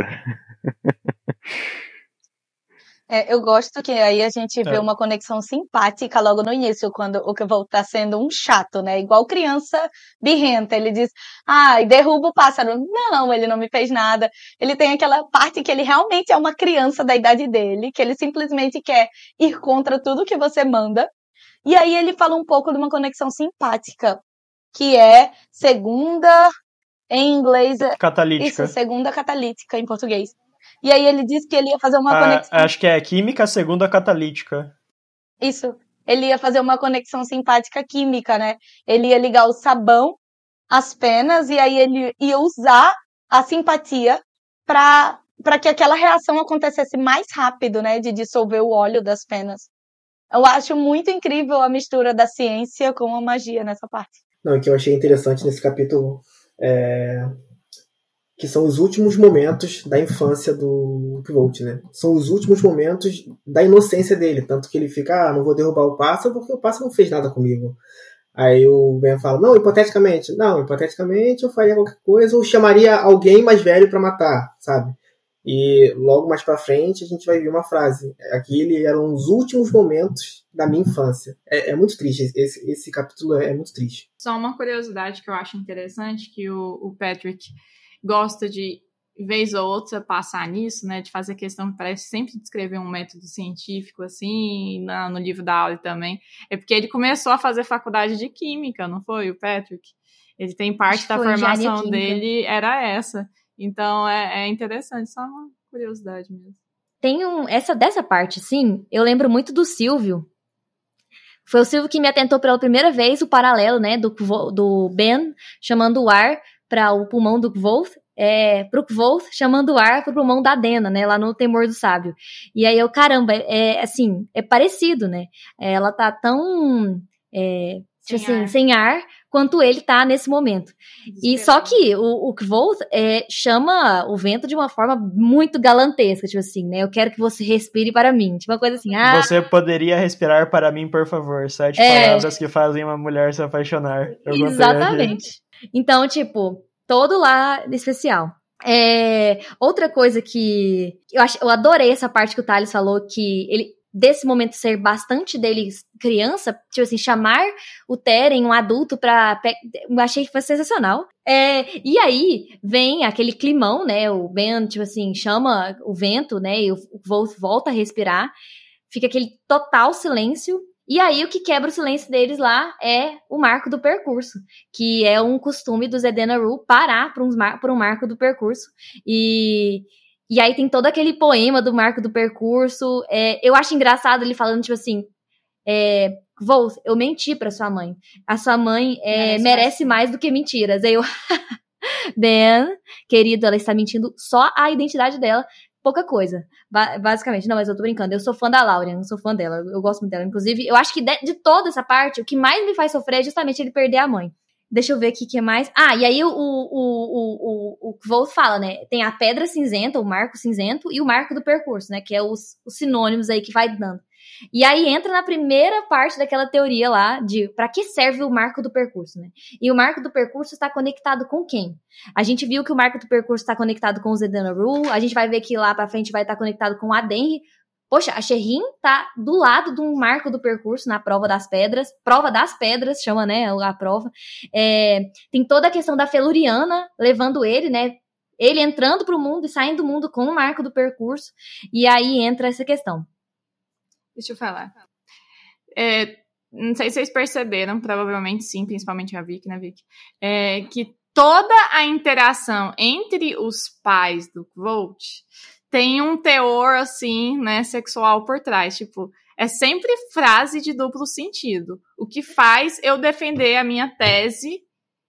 É, eu gosto que aí a gente vê é. uma conexão simpática logo no início, quando o Kvothe tá sendo um chato, né? Igual criança birrenta. Ele diz, ai, ah, derruba o pássaro. Não, ele não me fez nada. Ele tem aquela parte que ele realmente é uma criança da idade dele, que ele simplesmente quer ir contra tudo que você manda. E aí ele fala um pouco de uma conexão simpática, que é segunda em inglês... Catalítica. Isso, segunda catalítica em português. E aí ele disse que ele ia fazer uma ah, conexão... Acho que é química segunda catalítica. Isso. Ele ia fazer uma conexão simpática química, né? Ele ia ligar o sabão às penas e aí ele ia usar a simpatia para para que aquela reação acontecesse mais rápido, né? De dissolver o óleo das penas. Eu acho muito incrível a mistura da ciência com a magia nessa parte. Não, o que eu achei interessante nesse capítulo é que são os últimos momentos da infância do Kvothe, né? São os últimos momentos da inocência dele, tanto que ele fica, ah, não vou derrubar o pássaro porque o pássaro não fez nada comigo. Aí o Ben fala, não, hipoteticamente, não, hipoteticamente eu faria qualquer coisa ou chamaria alguém mais velho pra matar, sabe? E logo mais pra frente a gente vai ver uma frase. Aquele eram os últimos momentos da minha infância. É, é muito triste. Esse, esse capítulo é muito triste. Só uma curiosidade que eu acho interessante, que o, o Patrick gosta de, vez ou outra, passar nisso, né? De fazer questão que parece sempre descrever um método científico, assim, na, no livro da aula também. É porque ele começou a fazer faculdade de Química, não foi, o Patrick? Ele tem parte da formação dele, era essa. Então é, é interessante, só uma curiosidade mesmo. Tem um, essa dessa parte, sim, eu lembro muito do Silvio. Foi o Silvio que me atentou pela primeira vez o paralelo, né, do, do Ben chamando o ar para o pulmão do Kvoth, é, pro Kvoth chamando o ar pro pulmão da Dena, né, lá no Temor do Sábio. E aí eu, caramba, é assim, é parecido, né, ela tá tão, é, tipo Sem assim, ar. sem ar, quanto ele tá nesse momento. E só que o, o Kvoth é, chama o vento de uma forma muito galantesca, tipo assim, né? Eu quero que você respire para mim. Tipo uma coisa assim, ah... Você poderia respirar para mim, por favor. Sete É. palavras que fazem uma mulher se apaixonar. Eu contei aqui. Exatamente. Então, tipo, todo lá especial. É, outra coisa que... Eu, ach, eu adorei essa parte que o Thales falou, que ele... desse momento ser bastante dele criança, tipo assim, chamar o Teren, um adulto, pra... Eu achei que foi sensacional. É, e aí, vem aquele climão, né, o Ben, tipo assim, chama o vento, né, e o Kvoth volta a respirar, fica aquele total silêncio, e aí o que quebra o silêncio deles lá é o marco do percurso, que é um costume dos Edenaru parar por um, por um marco do percurso, e... E aí tem todo aquele poema do marco do percurso. É, eu acho engraçado ele falando, tipo assim, é, Kvoth, eu menti pra sua mãe. A sua mãe é, merece, merece mais. mais do que mentiras. Aí eu, Ben, querido, ela está mentindo só a identidade dela. Pouca coisa, ba- basicamente. Não, mas eu tô brincando. Eu sou fã da Laurian, eu sou fã dela. Eu gosto muito dela. Inclusive, eu acho que de, de toda essa parte, o que mais me faz sofrer é justamente ele perder a mãe. Deixa eu ver aqui o que é mais. Ah, e aí o, o, o, o, o Kvoth fala, né? Tem a pedra cinzenta, o marco cinzento, e o marco do percurso, né? Que é os, os sinônimos aí que vai dando. E aí entra na primeira parte daquela teoria lá de pra que serve o marco do percurso, né? E o marco do percurso está conectado com quem? A gente viu que o marco do percurso está conectado com os Edenaru, a gente vai ver que lá pra frente vai estar conectado com o Adenri. Poxa, a Shireen tá do lado de um marco do percurso na prova das pedras. Prova das pedras, chama, né, a prova. É, tem toda a questão da Feluriana levando ele, né, ele entrando pro mundo e saindo do mundo com o marco do percurso. E aí entra essa questão. Deixa eu falar. É, não sei se vocês perceberam, provavelmente sim, principalmente a Vicky, né, Vicky? É, que toda a interação entre os pais do Kvoth tem um teor, assim, né, sexual por trás. Tipo, é sempre frase de duplo sentido. O que faz eu defender a minha tese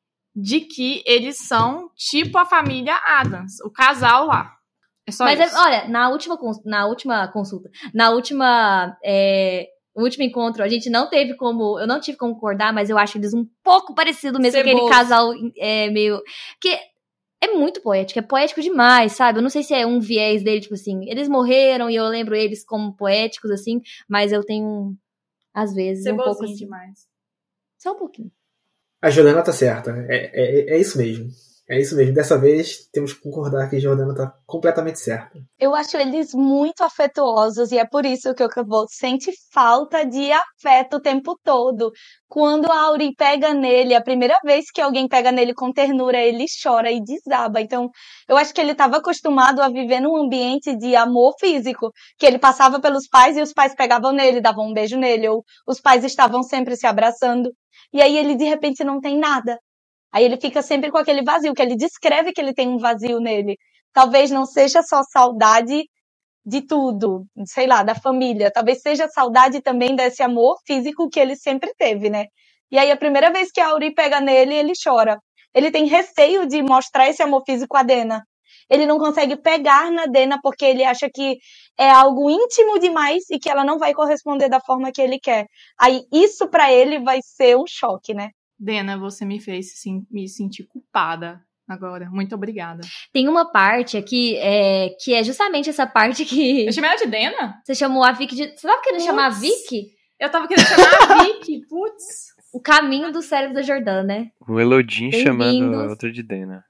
de que eles são tipo a família Addams, o casal lá. É só Mas, isso. É, olha, na última, na última consulta, na última... É... O último encontro, a gente não teve como... Eu não tive como concordar, mas eu acho eles um pouco parecidos mesmo. Ceboso. Aquele casal é, meio... Que é muito poético, é poético demais, sabe? Eu não sei se é um viés dele, tipo assim... Eles morreram e eu lembro eles como poéticos, assim. Mas eu tenho, às vezes, um pouco assim. Demais. Só um pouquinho. A Jordana tá certa. É, é, é isso mesmo. É isso mesmo. Dessa vez, temos que concordar que a Jordana tá completamente certa. Eu acho eles muito afetuosos e é por isso que o Kvoth sente falta de afeto o tempo todo. Quando a Auri pega nele, a primeira vez que alguém pega nele com ternura, ele chora e desaba. Então, eu acho que ele estava acostumado a viver num ambiente de amor físico, que ele passava pelos pais e os pais pegavam nele, davam um beijo nele, ou os pais estavam sempre se abraçando. E aí ele, de repente, não tem nada. Aí ele fica sempre com aquele vazio, que ele descreve que ele tem um vazio nele. Talvez não seja só saudade de tudo, sei lá, da família. Talvez seja saudade também desse amor físico que ele sempre teve, né? E aí a primeira vez que a Auri pega nele, ele chora. Ele tem receio de mostrar esse amor físico a Dena. Ele não consegue pegar na Dena porque ele acha que é algo íntimo demais e que ela não vai corresponder da forma que ele quer. Aí isso pra ele vai ser um choque, né? Dena, você me fez sim, me sentir culpada agora. Muito obrigada. Tem uma parte aqui é, que é justamente essa parte que... Eu chamei ela de Dena? Você chamou a Vicky de... Você tava querendo Putz. chamar a Vicky? Eu tava querendo chamar a Vicky. Putz. O caminho do cérebro da Jordana, né? O Elodin chamando Bem-vindos. a outra de Dena.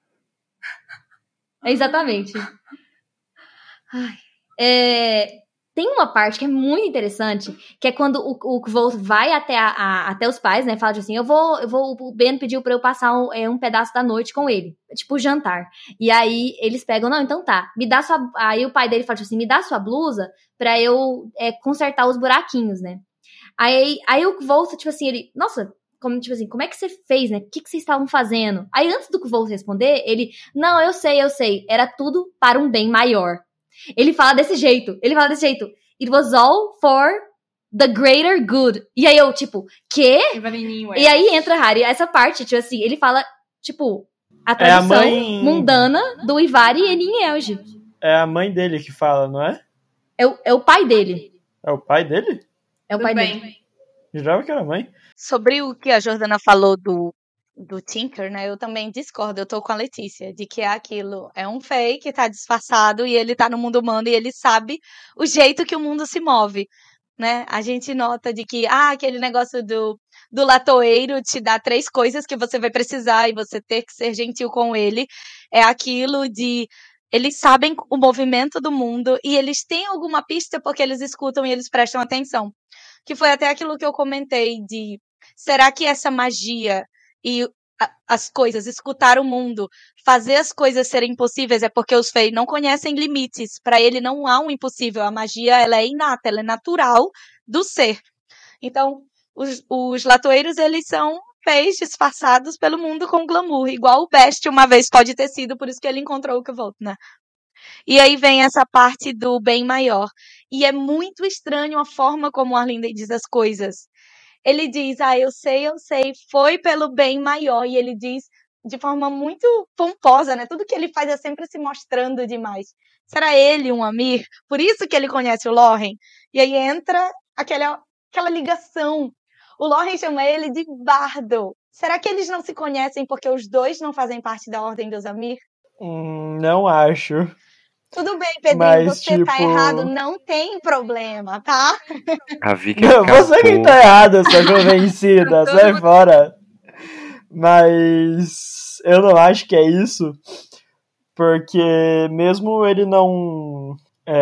É exatamente. Ai. É... Tem uma parte que é muito interessante, que é quando o, o Kvoth vai até, a, a, até os pais, né? Fala tipo assim, eu vou, eu vou, o Ben pediu pra eu passar um, é, um pedaço da noite com ele. Tipo, jantar. E aí, eles pegam, não, então tá, me dá sua... Aí o pai dele fala tipo assim, me dá sua blusa pra eu é, consertar os buraquinhos, né? Aí, aí o Kvoth, tipo assim, ele, nossa, como, tipo assim, como é que você fez, né? O que, que vocês estavam fazendo? Aí, antes do Kvolt responder, ele, não, eu sei, eu sei. Era tudo para um bem maior. Ele fala desse jeito. Ele fala desse jeito. It was all for the greater good. E aí eu, tipo, quê? E aí entra, Harry, essa parte, tipo assim, ele fala, tipo, a tradução é a mãe... mundana do Ivari Eninelge. É a mãe dele que fala, não é? É o, é o pai dele. É o pai dele? É o pai bem. dele. Jurava que era a mãe. Sobre o que a Jordana falou do, do Tinker, né? Eu também discordo, eu tô com a Letícia, de que é aquilo, é um fake que tá disfarçado e ele tá no mundo humano e ele sabe o jeito que o mundo se move, né? A gente nota de que, ah, aquele negócio do, do latoeiro te dá três coisas que você vai precisar e você ter que ser gentil com ele, é aquilo de... Eles sabem o movimento do mundo e eles têm alguma pista porque eles escutam e eles prestam atenção. Que foi até aquilo que eu comentei de, será que essa magia e a, as coisas, escutar o mundo, fazer as coisas serem possíveis é porque os Fey não conhecem limites. Para ele não há um impossível. A magia, ela é inata, ela é natural do ser. Então, os, os latoeiros, eles são Feys disfarçados pelo mundo com glamour. Igual o Best uma vez pode ter sido, por isso que ele encontrou o Kvolt, né? E aí vem essa parte do bem maior. E é muito estranho a forma como o Arlinden diz as coisas. Ele diz, ah, eu sei, eu sei, foi pelo bem maior. E ele diz de forma muito pomposa, né? Tudo que ele faz é sempre se mostrando demais. Será ele um Amir? Por isso que ele conhece o Lórien? E aí entra aquela, aquela ligação. O Lórien chama ele de Bardo. Será que eles não se conhecem porque os dois não fazem parte da Ordem dos Amir? Hum, não acho. Tudo bem, Pedrinho, Mas, você tipo... tá errado, não tem problema, tá? A Vicky não, acabou. você que tá errada, sua convencida, sai fora. Mas eu não acho que é isso, porque mesmo ele não...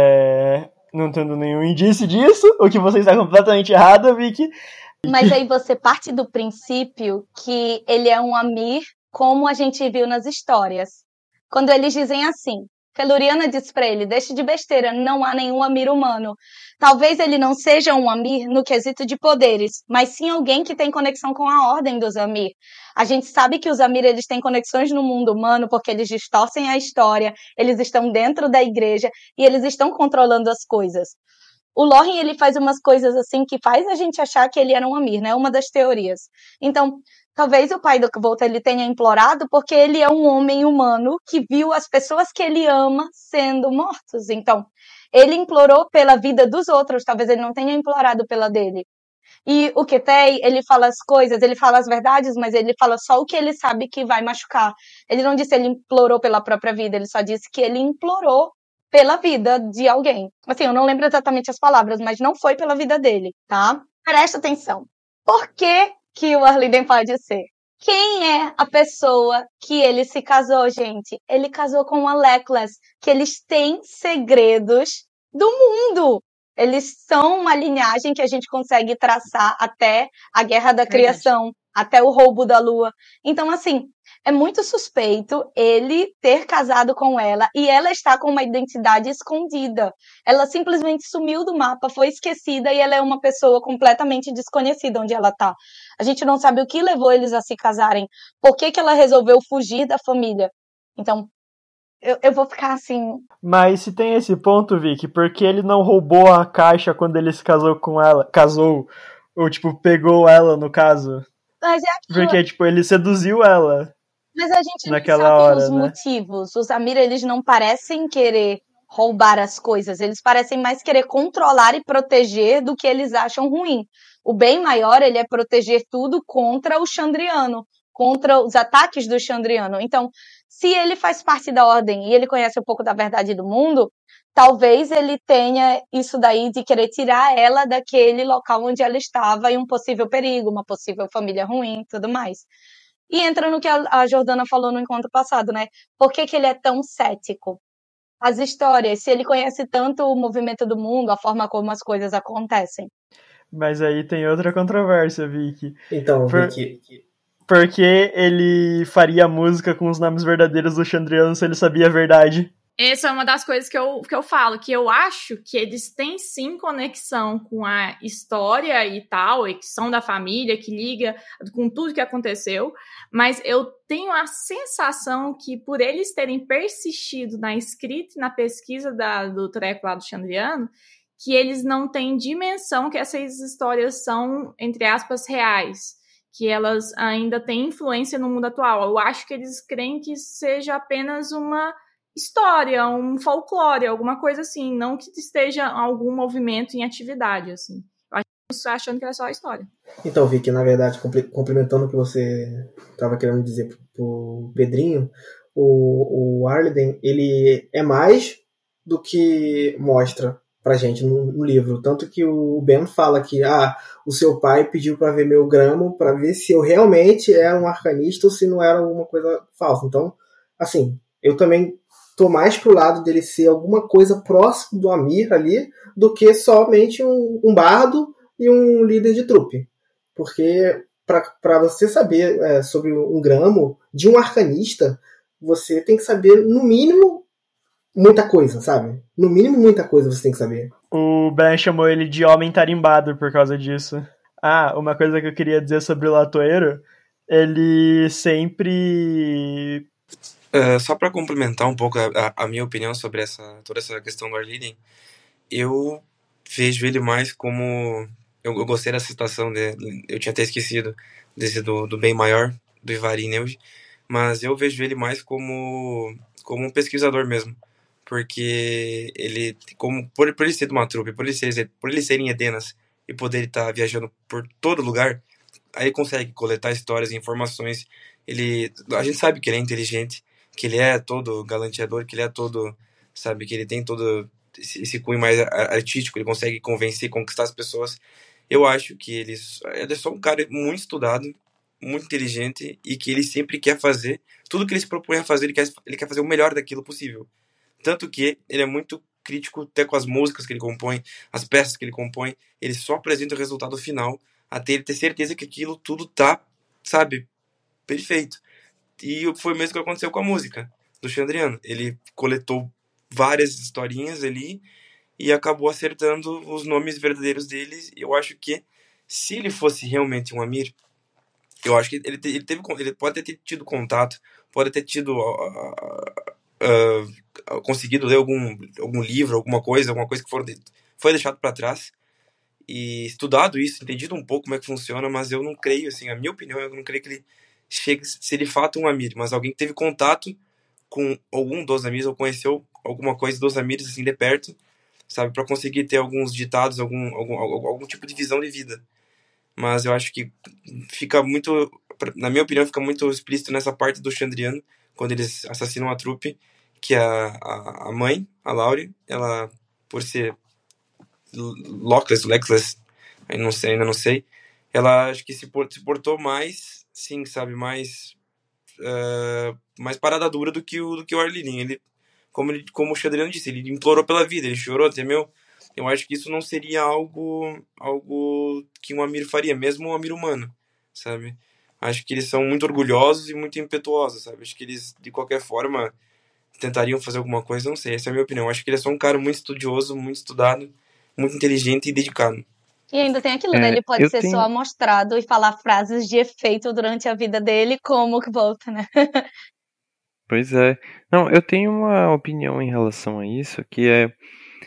É, não tendo nenhum indício disso, o que você está completamente errada, Vicky. Mas aí você parte do princípio que ele é um Amir, como a gente viu nas histórias. Quando eles dizem assim, Feluriana diz pra ele, deixe de besteira, não há nenhum Amir humano. Talvez ele não seja um Amir no quesito de poderes, mas sim alguém que tem conexão com a ordem dos Amir. A gente sabe que os Amir, eles têm conexões no mundo humano porque eles distorcem a história, eles estão dentro da igreja e eles estão controlando as coisas. O Lórien, ele faz umas coisas assim que faz a gente achar que ele era um Amir, né? Uma das teorias. Então, talvez o pai do Kvolt ele tenha implorado porque ele é um homem humano que viu as pessoas que ele ama sendo mortos. Então, ele implorou pela vida dos outros, talvez ele não tenha implorado pela dele. E o Ketei, ele fala as coisas, ele fala as verdades, mas ele fala só o que ele sabe que vai machucar. Ele não disse que ele implorou pela própria vida, ele só disse que ele implorou pela vida de alguém. Assim, eu não lembro exatamente as palavras, mas não foi pela vida dele, tá? Presta atenção. Por que que o Arlinden pode ser? Quem é a pessoa que ele se casou, gente? Ele casou com a Leklas, que eles têm segredos do mundo. Eles são uma linhagem que a gente consegue traçar até a Guerra da Criação, até o roubo da Lua. Então, assim, é muito suspeito ele ter casado com ela e ela está com uma identidade escondida. Ela simplesmente sumiu do mapa, foi esquecida e ela é uma pessoa completamente desconhecida onde ela está. A gente não sabe o que levou eles a se casarem, por que que ela resolveu fugir da família. Então, eu, eu vou ficar assim... Mas se tem esse ponto, Vicky, por que ele não roubou a caixa quando ele se casou com ela? Casou, ou tipo, pegou ela no caso? Mas é aquilo... Porque, tipo, ele seduziu ela. Mas a gente naquela não sabe hora, os né? motivos. Os Amir, eles não parecem querer roubar as coisas. Eles parecem mais querer controlar e proteger do que eles acham ruim. O bem maior, ele é proteger tudo contra o Chandriano, contra os ataques do Chandriano. Então, se ele faz parte da ordem e ele conhece um pouco da verdade do mundo, talvez ele tenha isso daí de querer tirar ela daquele local onde ela estava e um possível perigo, uma possível família ruim e tudo mais. E entra no que a Jordana falou no encontro passado, né? Por que que ele é tão cético? As histórias, se ele conhece tanto o movimento do mundo, a forma como as coisas acontecem. Mas aí tem outra controvérsia, Vicky. Então, Por... Vicky... Porque ele faria música com os nomes verdadeiros do Chandriano se ele sabia a verdade? essa é uma das coisas que eu, que eu falo, que eu acho que eles têm sim conexão com a história e tal, e que são da família, que liga com tudo que aconteceu, mas eu tenho a sensação que por eles terem persistido na escrita e na pesquisa da, do treco lá do Chandriano, que eles não têm dimensão que essas histórias são, entre aspas, reais, que elas ainda têm influência no mundo atual. Eu acho que eles creem que seja apenas uma história, um folclore, alguma coisa assim, não que esteja algum movimento em atividade, assim. Eu acho achando que era só a história. Então, Vicky, na verdade, complementando o que você estava querendo dizer pro Pedrinho, o, o Arliden, ele é mais do que mostra pra gente no, no livro. Tanto que o Ben fala que ah, o seu pai pediu para ver meu gramo para ver se eu realmente era um arcanista ou se não era alguma coisa falsa. Então, assim, eu também tô mais pro lado dele ser alguma coisa próximo do Amir ali do que somente um, um bardo e um líder de trupe. Porque para você saber é, sobre um gramo de um arcanista, você tem que saber, no mínimo, muita coisa, sabe? No mínimo, muita coisa você tem que saber. O Ben chamou ele de homem tarimbado por causa disso. Ah, uma coisa que eu queria dizer sobre o Latoeiro, ele sempre... Uh, só para complementar um pouco a, a, a minha opinião sobre essa, toda essa questão do Arliden, eu vejo ele mais como... Eu, eu gostei da citação dele, eu tinha até esquecido desse do, do bem maior, do Ivari Neuge, mas eu vejo ele mais como, como um pesquisador mesmo, porque ele, como, por, por ele ser de uma trupe, por ele, ser, por ele ser em Edenas e poder estar viajando por todo lugar, aí ele consegue coletar histórias e informações. Ele, a gente sabe que ele é inteligente, que ele é todo galanteador, que ele é todo, sabe, que ele tem todo esse, esse cunho mais artístico, ele consegue convencer, conquistar as pessoas. Eu acho que ele, ele é só um cara muito estudado, muito inteligente, e que ele sempre quer fazer, tudo que ele se propõe a fazer, ele quer, ele quer fazer o melhor daquilo possível. Tanto que ele é muito crítico até com as músicas que ele compõe, as peças que ele compõe, ele só apresenta o resultado final, até ele ter certeza que aquilo tudo tá, sabe, perfeito. E foi mesmo que aconteceu com a música do Chandriano. Ele coletou várias historinhas ali e acabou acertando os nomes verdadeiros deles. E eu acho que se ele fosse realmente um Amir, eu acho que ele, te, ele, teve, ele pode ter tido contato, pode ter tido uh, uh, uh, conseguido ler algum, algum livro, alguma coisa, alguma coisa que for de, foi deixado para trás e estudado isso, entendido um pouco como é que funciona, mas eu não creio, assim, a minha opinião, eu não creio que ele chegue a ser de fato um Amir, mas alguém que teve contato com algum dos Amirs ou conheceu alguma coisa dos Amirs assim de perto, sabe, para conseguir ter alguns ditados, algum, algum, algum tipo de visão de vida. Mas eu acho que fica muito, na minha opinião, fica muito explícito nessa parte do Chandriano, quando eles assassinam a trupe, que a, a, a mãe, a Laurie, ela, por ser lockless, lexless, ainda não sei, ainda não sei, ela acho que se, se portou mais, sim, sabe, mais uh, mais parada dura do que o, do que o Arliden. Ele, como, ele, como o Chandriano disse, ele implorou pela vida, ele chorou, temeu. Eu acho que isso não seria algo, algo que um Amir faria, mesmo um Amir humano, sabe? Acho que eles são muito orgulhosos e muito impetuosos, sabe? Acho que eles, de qualquer forma, tentariam fazer alguma coisa, não sei, essa é a minha opinião. Acho que ele é só um cara muito estudioso, muito estudado, muito inteligente e dedicado. E ainda tem aquilo, É, né? Ele pode eu ser tenho- só amostrado e falar frases de efeito durante a vida dele, como que volta, né? Pois é. Não, eu tenho uma opinião em relação a isso, que é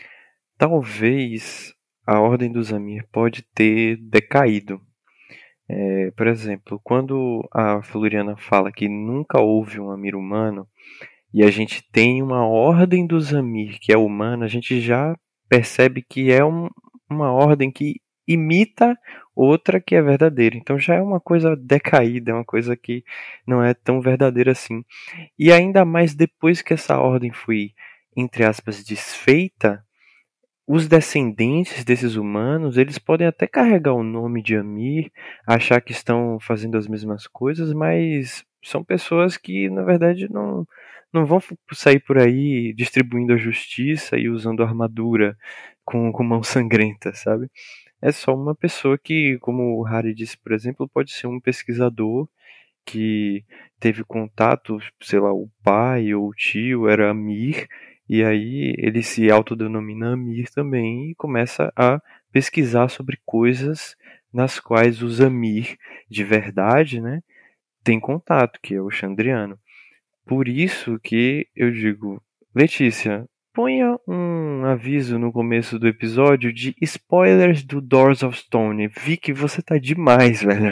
talvez a Ordem dos Amir pode ter decaído. É, por exemplo, quando a Floriana fala que nunca houve um Amir humano e a gente tem uma Ordem dos Amir que é humana, a gente já percebe que é um, uma ordem que imita outra que é verdadeira. Então já é uma coisa decaída, é uma coisa que não é tão verdadeira assim. E ainda mais depois que essa ordem foi, entre aspas, desfeita, os descendentes desses humanos, eles podem até carregar o nome de Amir, achar que estão fazendo as mesmas coisas, mas são pessoas que, na verdade, não, não vão sair por aí distribuindo a justiça e usando armadura com, com mão sangrenta, sabe? É só uma pessoa que, como o Harry disse, por exemplo, pode ser um pesquisador que teve contato, sei lá, o pai ou o tio era Amir, E aí ele se autodenomina Amir também e começa a pesquisar sobre coisas nas quais os Amir de verdade, né, têm contato, que é o Chandriano. Por isso que eu digo, Letícia, ponha um aviso no começo do episódio de spoilers do Doors of Stone. Vi que você tá demais, velho.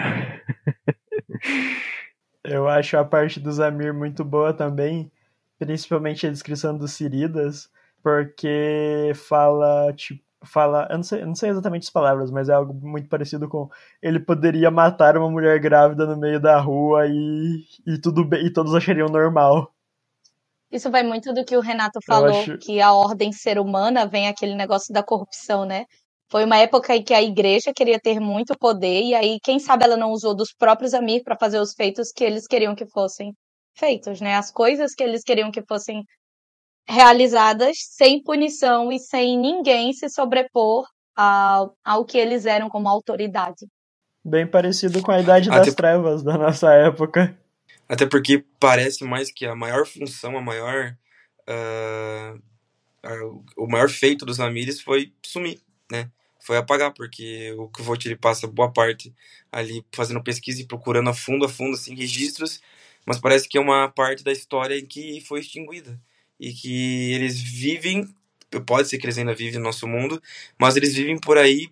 Eu acho a parte dos Amir muito boa também, principalmente a descrição dos Siridas, porque fala, tipo, fala, eu não sei, eu não sei exatamente as palavras, mas é algo muito parecido com ele poderia matar uma mulher grávida no meio da rua e, e tudo bem, e todos achariam normal. Isso vai muito do que o Renato falou, acho... que a ordem ser humana vem aquele negócio da corrupção, né? Foi uma época em que a igreja queria ter muito poder, e aí, quem sabe ela não usou dos próprios Amir para fazer os feitos que eles queriam que fossem feitos, né? As coisas que eles queriam que fossem realizadas sem punição e sem ninguém se sobrepor ao, ao que eles eram como autoridade. Bem parecido com a Idade Até... das Trevas da nossa época. Até porque parece mais que a maior função, a maior... Uh, uh, o maior feito dos Amires foi sumir, né? Foi apagar, porque o Kvothe ele passa boa parte ali fazendo pesquisa e procurando a fundo, a fundo, assim, registros, mas parece que é uma parte da história em que foi extinguida. E que eles vivem, pode ser que eles ainda vivem no nosso mundo, mas eles vivem por aí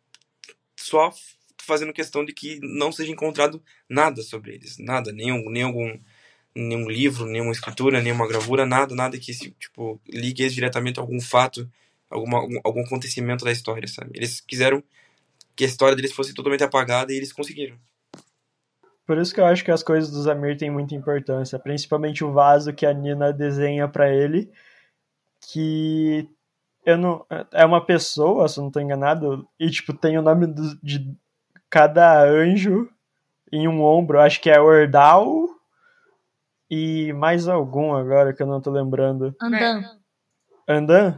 só fazendo questão de que não seja encontrado nada sobre eles, nada, nenhum, nem algum, nenhum livro, nenhuma escritura, nenhuma gravura, nada, nada que tipo, ligue eles diretamente a algum fato, alguma, algum, algum acontecimento da história, sabe? Eles quiseram que a história deles fosse totalmente apagada e eles conseguiram. Por isso que eu acho que as coisas dos Amir têm muita importância, principalmente o vaso que a Nina desenha pra ele, que eu não, é uma pessoa, se eu não tô enganado, e tipo, tem o nome do, de cada anjo em um ombro, acho que é Ordal e mais algum agora que eu não tô lembrando. Andan. Andan?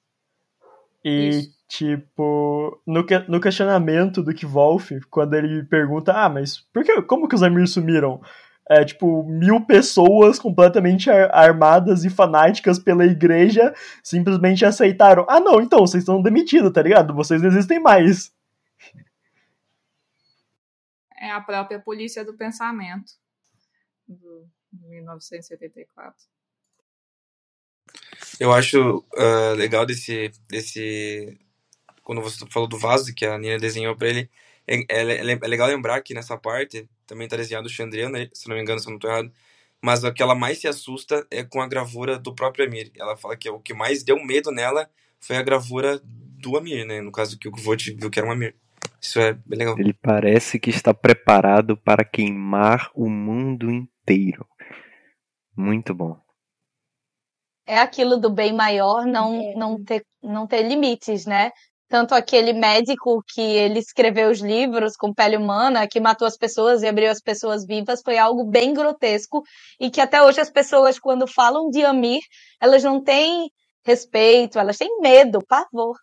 E Isso. tipo, no, que, no questionamento do Kvolf, quando ele pergunta, ah, mas por que, como que os Amir sumiram? É, tipo, mil pessoas completamente ar- armadas e fanáticas pela igreja simplesmente aceitaram. Ah, não, então, vocês estão demitidos, tá ligado? Vocês não existem mais. É a própria polícia do pensamento, do mil novecentos e setenta e quatro. Eu acho uh, legal desse, desse... Quando você falou do vaso que a Nina desenhou pra ele, é, é, é legal lembrar que nessa parte também tá desenhado o Chandriano, se não me engano, se eu não tô errado, mas o que ela mais se assusta é com a gravura do próprio Amir. Ela fala que o que mais deu medo nela foi a gravura do Amir, né? No caso que o Kvothe viu que era um Amir. Isso é bem legal. Ele parece que está preparado para queimar o mundo inteiro. Muito bom. É aquilo do bem maior não, não, ter, não ter limites, né? Tanto aquele médico que ele escreveu os livros com pele humana, que matou as pessoas e abriu as pessoas vivas, foi algo bem grotesco e que até hoje as pessoas, quando falam de Amir, elas não têm respeito, elas têm medo, pavor.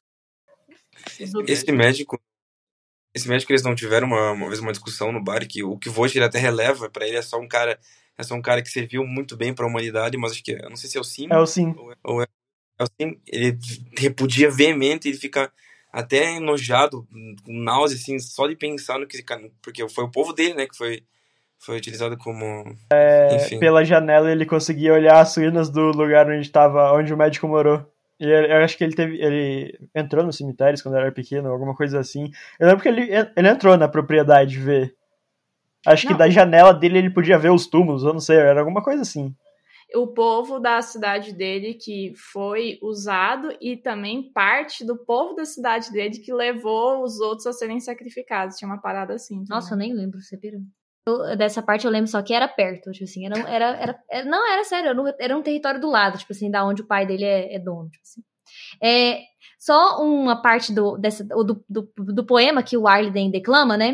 Esse médico, esse médico eles não tiveram uma, uma vez uma discussão no bar que o Kvothe ele até releva, pra ele é só um cara, é só um cara que serviu muito bem pra humanidade, mas acho que, eu não sei se é o Sim. É o Sim. Ou é, ou é, é o Sim, ele repudia veemente, ele fica até enojado, com náusea, assim, só de pensar no que... Porque foi o povo dele, né, que foi, foi utilizado como... É, enfim. pela janela ele conseguia olhar as ruínas do lugar onde, tava, onde o médico morou. E ele, eu acho que ele teve. Ele entrou nos cemitérios quando era pequeno, alguma coisa assim. Eu lembro que ele, ele entrou na propriedade ver. Acho Não. que da janela dele ele podia ver os túmulos, eu não sei, era alguma coisa assim. O povo da cidade dele que foi usado e também parte do povo da cidade dele que levou os outros a serem sacrificados. Tinha uma parada assim. Também. Nossa, eu nem lembro, você pirou. Eu, dessa parte eu lembro só que era perto, tipo assim, era, era, era, era não, era sério, era, era um território do lado, tipo assim, da onde o pai dele é, é dono, tipo assim. É, só uma parte do, dessa, do, do, do poema que o Arliden declama, né,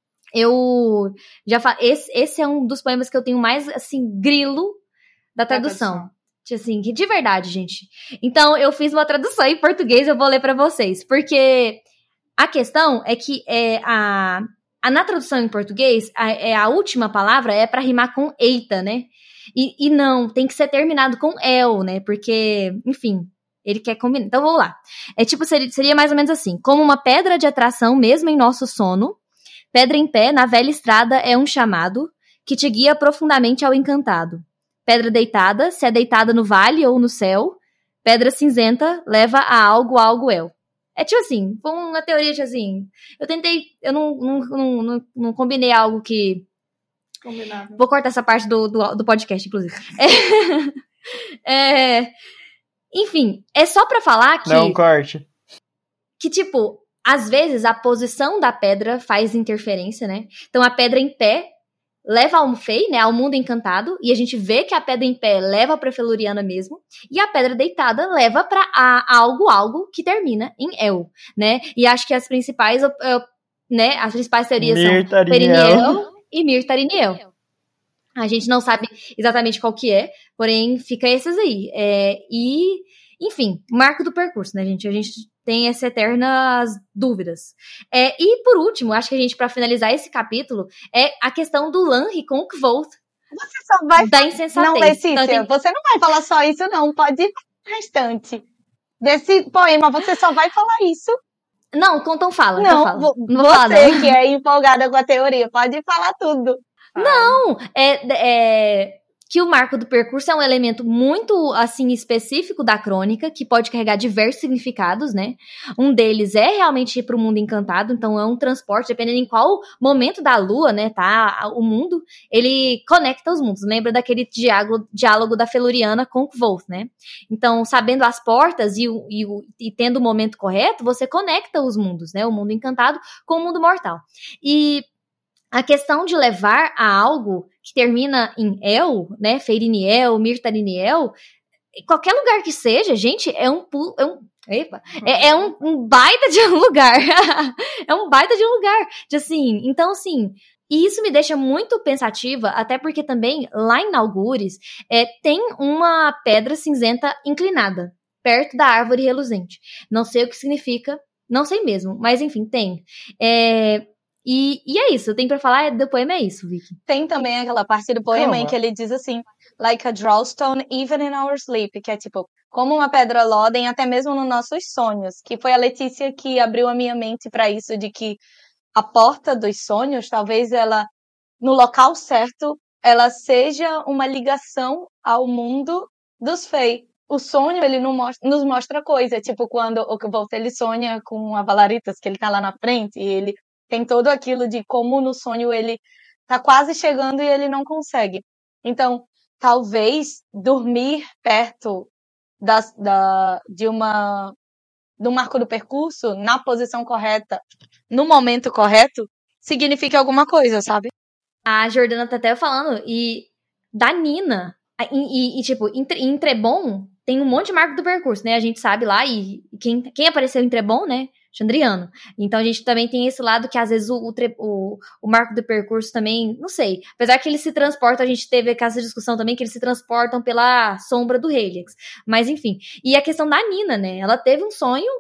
eu já falo, esse, esse é um dos poemas que eu tenho mais, assim, grilo da tradução. Da tradução. Assim, de verdade, gente. Então, eu fiz uma tradução em português, eu vou ler pra vocês, porque a questão é que é, a... A, na tradução em português, a, a última palavra é para rimar com eita, né? E, e não, tem que ser terminado com El, né? Porque, enfim, ele quer combinar. Então, vamos lá. É tipo, seria, seria mais ou menos assim. Como uma pedra de atração, mesmo em nosso sono, pedra em pé, na velha estrada, é um chamado que te guia profundamente ao encantado. Pedra deitada, se é deitada no vale ou no céu, pedra cinzenta leva a algo, algo El. É tipo assim, foi uma teoria de assim, eu tentei, eu não, não, não, não, não combinei algo que... Combinado. Vou cortar essa parte do, do, do podcast, inclusive. É, é, enfim, é só pra falar que... Não corte. Que, tipo, às vezes a posição da pedra faz interferência, né? Então a pedra em pé leva ao Fey, né, ao mundo encantado, e a gente vê que a pedra em pé leva pra Feluriana mesmo, e a pedra deitada leva pra a, algo, algo que termina em El, né? E acho que as principais, uh, né, as principais teorias são Periniel e Mirtariniel. A gente não sabe exatamente qual que é, porém fica esses aí. É, e, enfim, marco do percurso, né, gente? A gente tem essas eternas dúvidas. É, e, por último, acho que a gente, pra finalizar esse capítulo, é a questão do Lanri com o Kvolt. Você só vai... Da insensatez. Não, Letícia, então, tem... você não vai falar só isso, não. Pode ir pro restante. Desse poema, você só vai falar isso. Não, então fala. Não, então fala. vo- não você fala, não. que é empolgada com a teoria, pode falar tudo. Não, é, é que o marco do percurso é um elemento muito, assim, específico da crônica, que pode carregar diversos significados, né? Um deles é realmente ir para o mundo encantado, então é um transporte, dependendo em qual momento da lua, né, tá o mundo, ele conecta os mundos. Lembra daquele diálogo, diálogo da Feluriana com Kvoth, né? Então, sabendo as portas e, o, e, o, e tendo o momento correto, você conecta os mundos, né? O mundo encantado com o mundo mortal. E a questão de levar a algo que termina em El, né, Feiriniel, Mirtariniel, qualquer lugar que seja, gente, é um, é um, epa, é, é um, um baita de um lugar. É um baita de um lugar. De, assim, então, assim, e isso me deixa muito pensativa, até porque também, lá em Algures, é, tem uma pedra cinzenta inclinada, perto da árvore reluzente. Não sei o que significa, não sei mesmo, mas enfim, tem. É... E, e é isso, eu tenho pra falar do poema, é isso, Vicky. Tem também aquela parte do poema Calma. em que ele diz assim, like a drawstone even in our sleep, que é tipo, como uma pedra lodem até mesmo nos nossos sonhos, que foi a Letícia que abriu a minha mente pra isso, de que a porta dos sonhos, talvez ela, no local certo, ela seja uma ligação ao mundo dos Fey. O sonho, ele não mostra, nos mostra coisa, tipo quando o Kvoth, ele sonha com a Valaritas, que ele tá lá na frente, e ele tem todo aquilo de como no sonho ele tá quase chegando e ele não consegue. Então, talvez dormir perto da, da, de uma do marco do percurso, na posição correta, no momento correto, signifique alguma coisa, sabe? A Jordana tá até falando, e da Nina, e, e, e tipo, em, em Trebon tem um monte de marco do percurso, né? A gente sabe lá, e quem, quem apareceu em Trebon, né? Chandriano. Então a gente também tem esse lado que às vezes o, o, o, o marco do percurso também, não sei, apesar que eles se transportam, a gente teve essa discussão também que eles se transportam pela sombra do Helix, mas enfim, e a questão da Nina, né, ela teve um sonho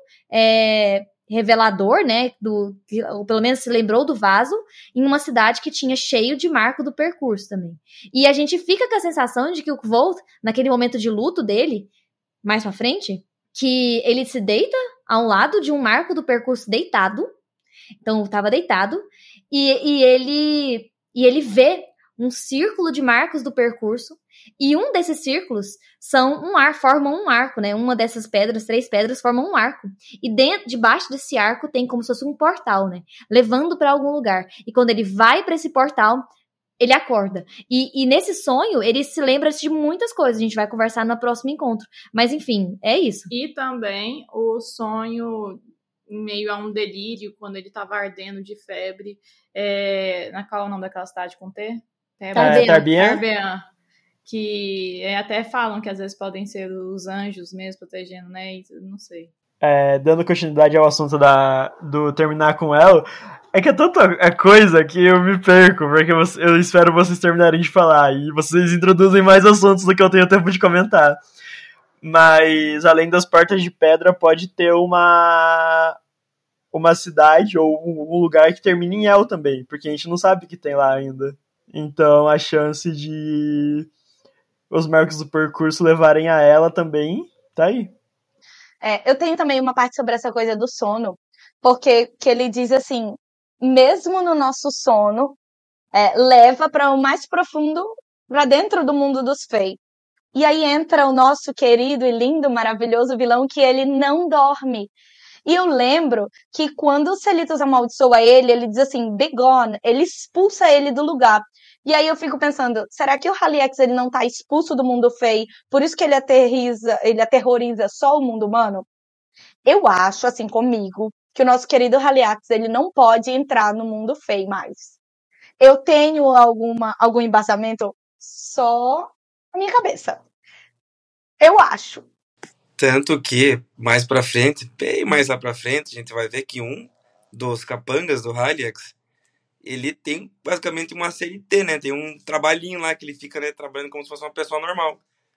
é, revelador, né, do, ou pelo menos se lembrou do vaso, em uma cidade que tinha cheio de marco do percurso também, e a gente fica com a sensação de que o Kvoth, naquele momento de luto dele, mais pra frente, que ele se deita ao lado de um marco do percurso deitado, então estava deitado, e, e, ele, e ele vê um círculo de marcos do percurso, e um desses círculos são um ar, formam um arco, né? Uma dessas pedras, três pedras, formam um arco. E dentro, debaixo desse arco tem como se fosse um portal, né? Levando para algum lugar. E quando ele vai para esse portal, ele acorda. E, e nesse sonho, ele se lembra de muitas coisas. A gente vai conversar no próximo encontro. Mas, enfim, é isso. E também o sonho em meio a um delírio, quando ele estava ardendo de febre. É, na qual é o nome daquela cidade com T? Tarbean. Tarbean. Que é, até falam que às vezes podem ser os anjos mesmo protegendo, né? E, não sei. É, dando continuidade ao assunto da, do terminar com ela, é que é tanta coisa que eu me perco, porque eu, eu espero vocês terminarem de falar, e vocês introduzem mais assuntos do que eu tenho tempo de comentar. Mas, além das portas de pedra, pode ter uma, uma cidade ou um lugar que termine em El também, porque a gente não sabe o que tem lá ainda. Então, a chance de, os marcos do percurso levarem a ela também, tá aí. É, eu tenho também uma parte sobre essa coisa do sono, porque que ele diz assim, mesmo no nosso sono, é, leva para o mais profundo, para dentro do mundo dos Fey. E aí entra o nosso querido e lindo, maravilhoso vilão, que ele não dorme. E eu lembro que quando o Selitos amaldiçoa ele, ele diz assim, be gone, ele expulsa ele do lugar. E aí eu fico pensando, será que o Haliax ele não tá expulso do mundo Fey, por isso que ele aterriza, ele aterroriza só o mundo humano? Eu acho, assim comigo, que o nosso querido Haliax ele não pode entrar no mundo Fey mais. Eu tenho alguma, algum embasamento só na minha cabeça. Eu acho. Tanto que, mais pra frente, bem mais lá pra frente, a gente vai ver que um dos capangas do Haliax, ele tem basicamente uma C L T, né? Tem um trabalhinho lá que ele fica, né, trabalhando como se fosse uma pessoa normal.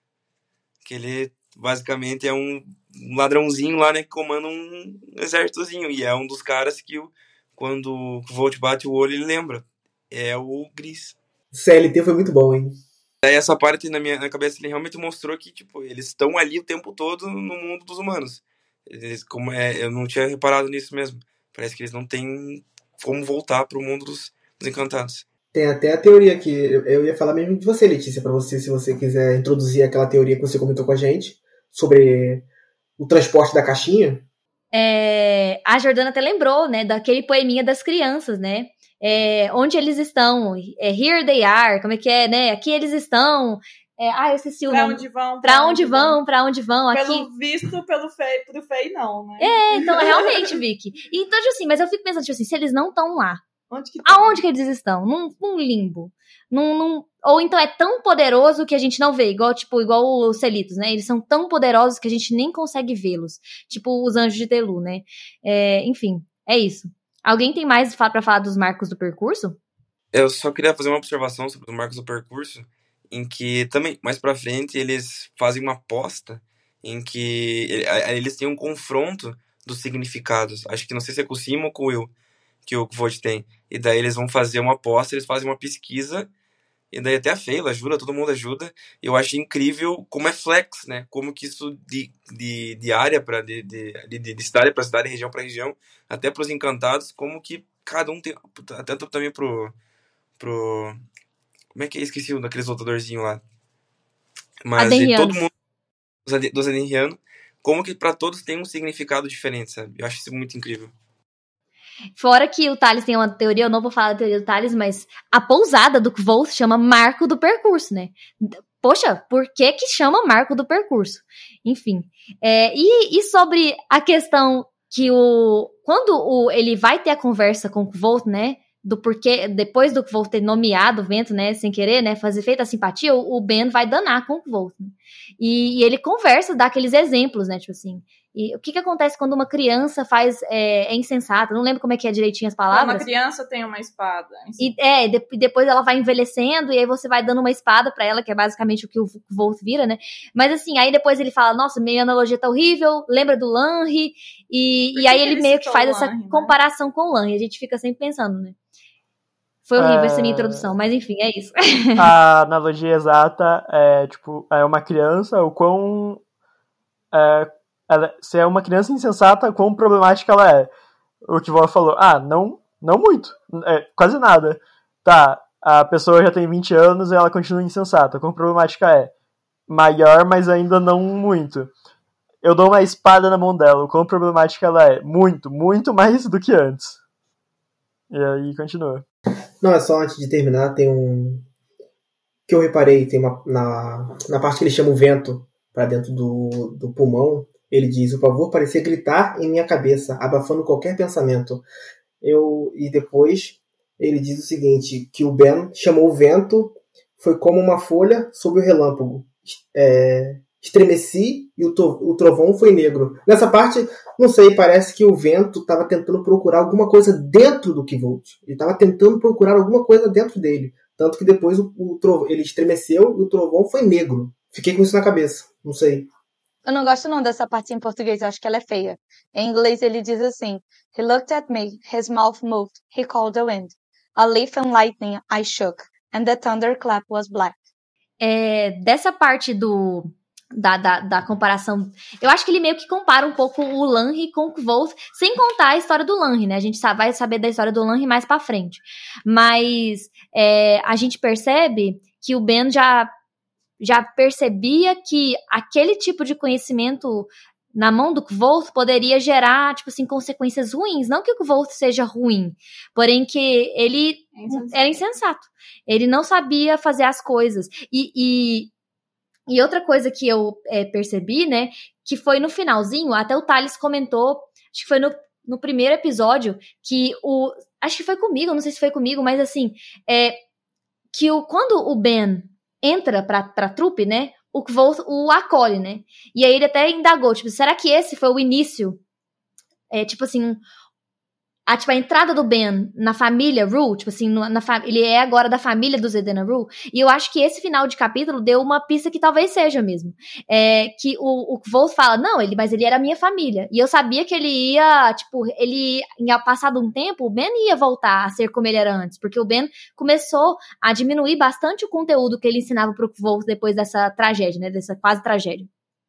Que ele, basicamente, é um ladrãozinho lá, né, que comanda um exércitozinho. E é um dos caras que, quando o Volt bate o olho, ele lembra. É o Gris. C L T foi muito bom, hein? Daí essa parte na minha na cabeça ele realmente mostrou que tipo eles estão ali o tempo todo no mundo dos humanos. Eles, como é, eu não tinha reparado nisso mesmo. Parece que eles não têm como voltar pro mundo dos, dos encantados. Tem até a teoria que eu, eu ia falar mesmo de você, Letícia, para você, se você quiser introduzir aquela teoria que você comentou com a gente sobre o transporte da caixinha. É, a Jordana até lembrou, né, daquele poeminha das crianças, né? É, onde eles estão, é, here they are, como é que é, né? Aqui eles estão. É, ah, eu esqueci o pra nome. Onde vão, pra, pra onde vão, vão, pra onde vão. Aqui... Pelo visto, pelo Fey, pro Fey não, né? É, então, realmente, Vicky. Então, tipo assim, mas eu fico pensando, tipo assim, se eles não estão lá, onde que tá? aonde que eles estão? Num, num limbo. Num, num... Ou então é tão poderoso que a gente não vê, igual, tipo, igual os Selitos, né? Eles são tão poderosos que a gente nem consegue vê-los. Tipo os Anjos de Telu, né? É, enfim, é isso. Alguém tem mais pra falar dos marcos do percurso? Eu só queria fazer uma observação sobre os marcos do percurso, em que também, mais pra frente, eles fazem uma aposta em que eles têm um confronto dos significados. Acho que não sei se é com o Simo ou com o Will, que o Volt tem. E daí eles vão fazer uma aposta, eles fazem uma pesquisa, e daí até a Feyla ajuda, todo mundo ajuda. E eu acho incrível como é flex, né? Como que isso de, de, de área para de, de, de, de cidade para cidade, região para região, até pros encantados, como que cada um tem, tanto também pro pro como é que é? Esqueci um daqueles lutadorzinhos lá. Mas de todo mundo dos Adenrianos, como que para todos tem um significado diferente, sabe? Eu acho isso muito incrível. Fora que o Thales tem uma teoria, eu não vou falar da teoria do Thales, mas a pousada do Kvoth chama Marco do Percurso, né? Poxa, por que que chama Marco do Percurso? Enfim. É, e, e sobre a questão que o... Quando o, ele vai ter a conversa com o Kvoth, né? Do porquê, depois do Kvoth ter nomeado o vento, né? Sem querer, né? Fazer feita a simpatia, o, o Ben vai danar com o Kvoth, né? E, e ele conversa, dá aqueles exemplos, né? Tipo assim... E o que que acontece quando uma criança faz é, é insensata? Não lembro como é que é direitinho as palavras. Quando uma criança tem uma espada. E, é, de, depois ela vai envelhecendo e aí você vai dando uma espada pra ela, que é basicamente o que o Volt vira, né? Mas assim, aí depois ele fala, nossa, minha analogia tá horrível, lembra do Lanri, e, e aí ele, ele meio que faz essa Lanri, comparação, né, com o Lanri. A gente fica sempre pensando, né? Foi horrível é... essa minha introdução, mas enfim, é isso. A analogia exata é, tipo, é uma criança, o quão... É, ela, se é uma criança insensata, quão problemática ela é. O que o Vó falou, ah, não, não muito, é, quase nada. Tá, a pessoa já tem vinte anos e ela continua insensata. Quão problemática é? Maior, mas ainda não muito. Eu dou uma espada na mão dela, o quão problemática ela é? Muito, muito mais do que antes. E aí continua. Não, é só antes de terminar, tem um... que eu reparei, tem uma... na, na parte que ele chama o vento pra dentro do, do pulmão, ele diz, o pavor parecia gritar em minha cabeça, abafando qualquer pensamento. Eu, e depois ele diz o seguinte, que o Ben chamou o vento, foi como uma folha sob o relâmpago. É, estremeci e o, to, o trovão foi negro. Nessa parte, não sei, parece que o vento estava tentando procurar alguma coisa dentro do Kvoth. Ele estava tentando procurar alguma coisa dentro dele. Tanto que depois o, o trovão, ele estremeceu e o trovão foi negro. Fiquei com isso na cabeça, não sei. Eu não gosto não dessa parte em português, eu acho que ela é feia. Em inglês ele diz assim, he looked at me, his mouth moved, he called the wind. A leaf and lightning I shook, and the thunderclap was black. é, dessa parte do... Da, da, da comparação, eu acho que ele meio que compara um pouco o Lanry com o Kvoth, sem contar a história do Lanry, né? A gente vai saber da história do Lanry mais pra frente. Mas é, a gente percebe que o Ben já, já percebia que aquele tipo de conhecimento na mão do Kvoth poderia gerar, tipo assim, consequências ruins. Não que o Kvoth seja ruim, porém que ele é insensato. era insensato. Ele não sabia fazer as coisas. E... e E outra coisa que eu é, percebi, né, que foi no finalzinho, até o Thales comentou, acho que foi no, no primeiro episódio, que o... Acho que foi comigo, não sei se foi comigo, mas assim, é, que o, quando o Ben entra pra, pra trupe, né, o Kvoth o acolhe, né, e aí ele até indagou, tipo, será que esse foi o início, é, tipo assim... A, tipo, a entrada do Ben na família Rue, tipo assim, na, na, ele é agora da família do Zedena Rue, e eu acho que esse final de capítulo deu uma pista que talvez seja mesmo. É, que o, o Kvoth fala, não, ele, mas ele era minha família, e eu sabia que ele ia, tipo, ele, ao passado um tempo, o Ben ia voltar a ser como ele era antes, porque o Ben começou a diminuir bastante o conteúdo que ele ensinava pro Kvoth depois dessa tragédia, né, dessa quase tragédia.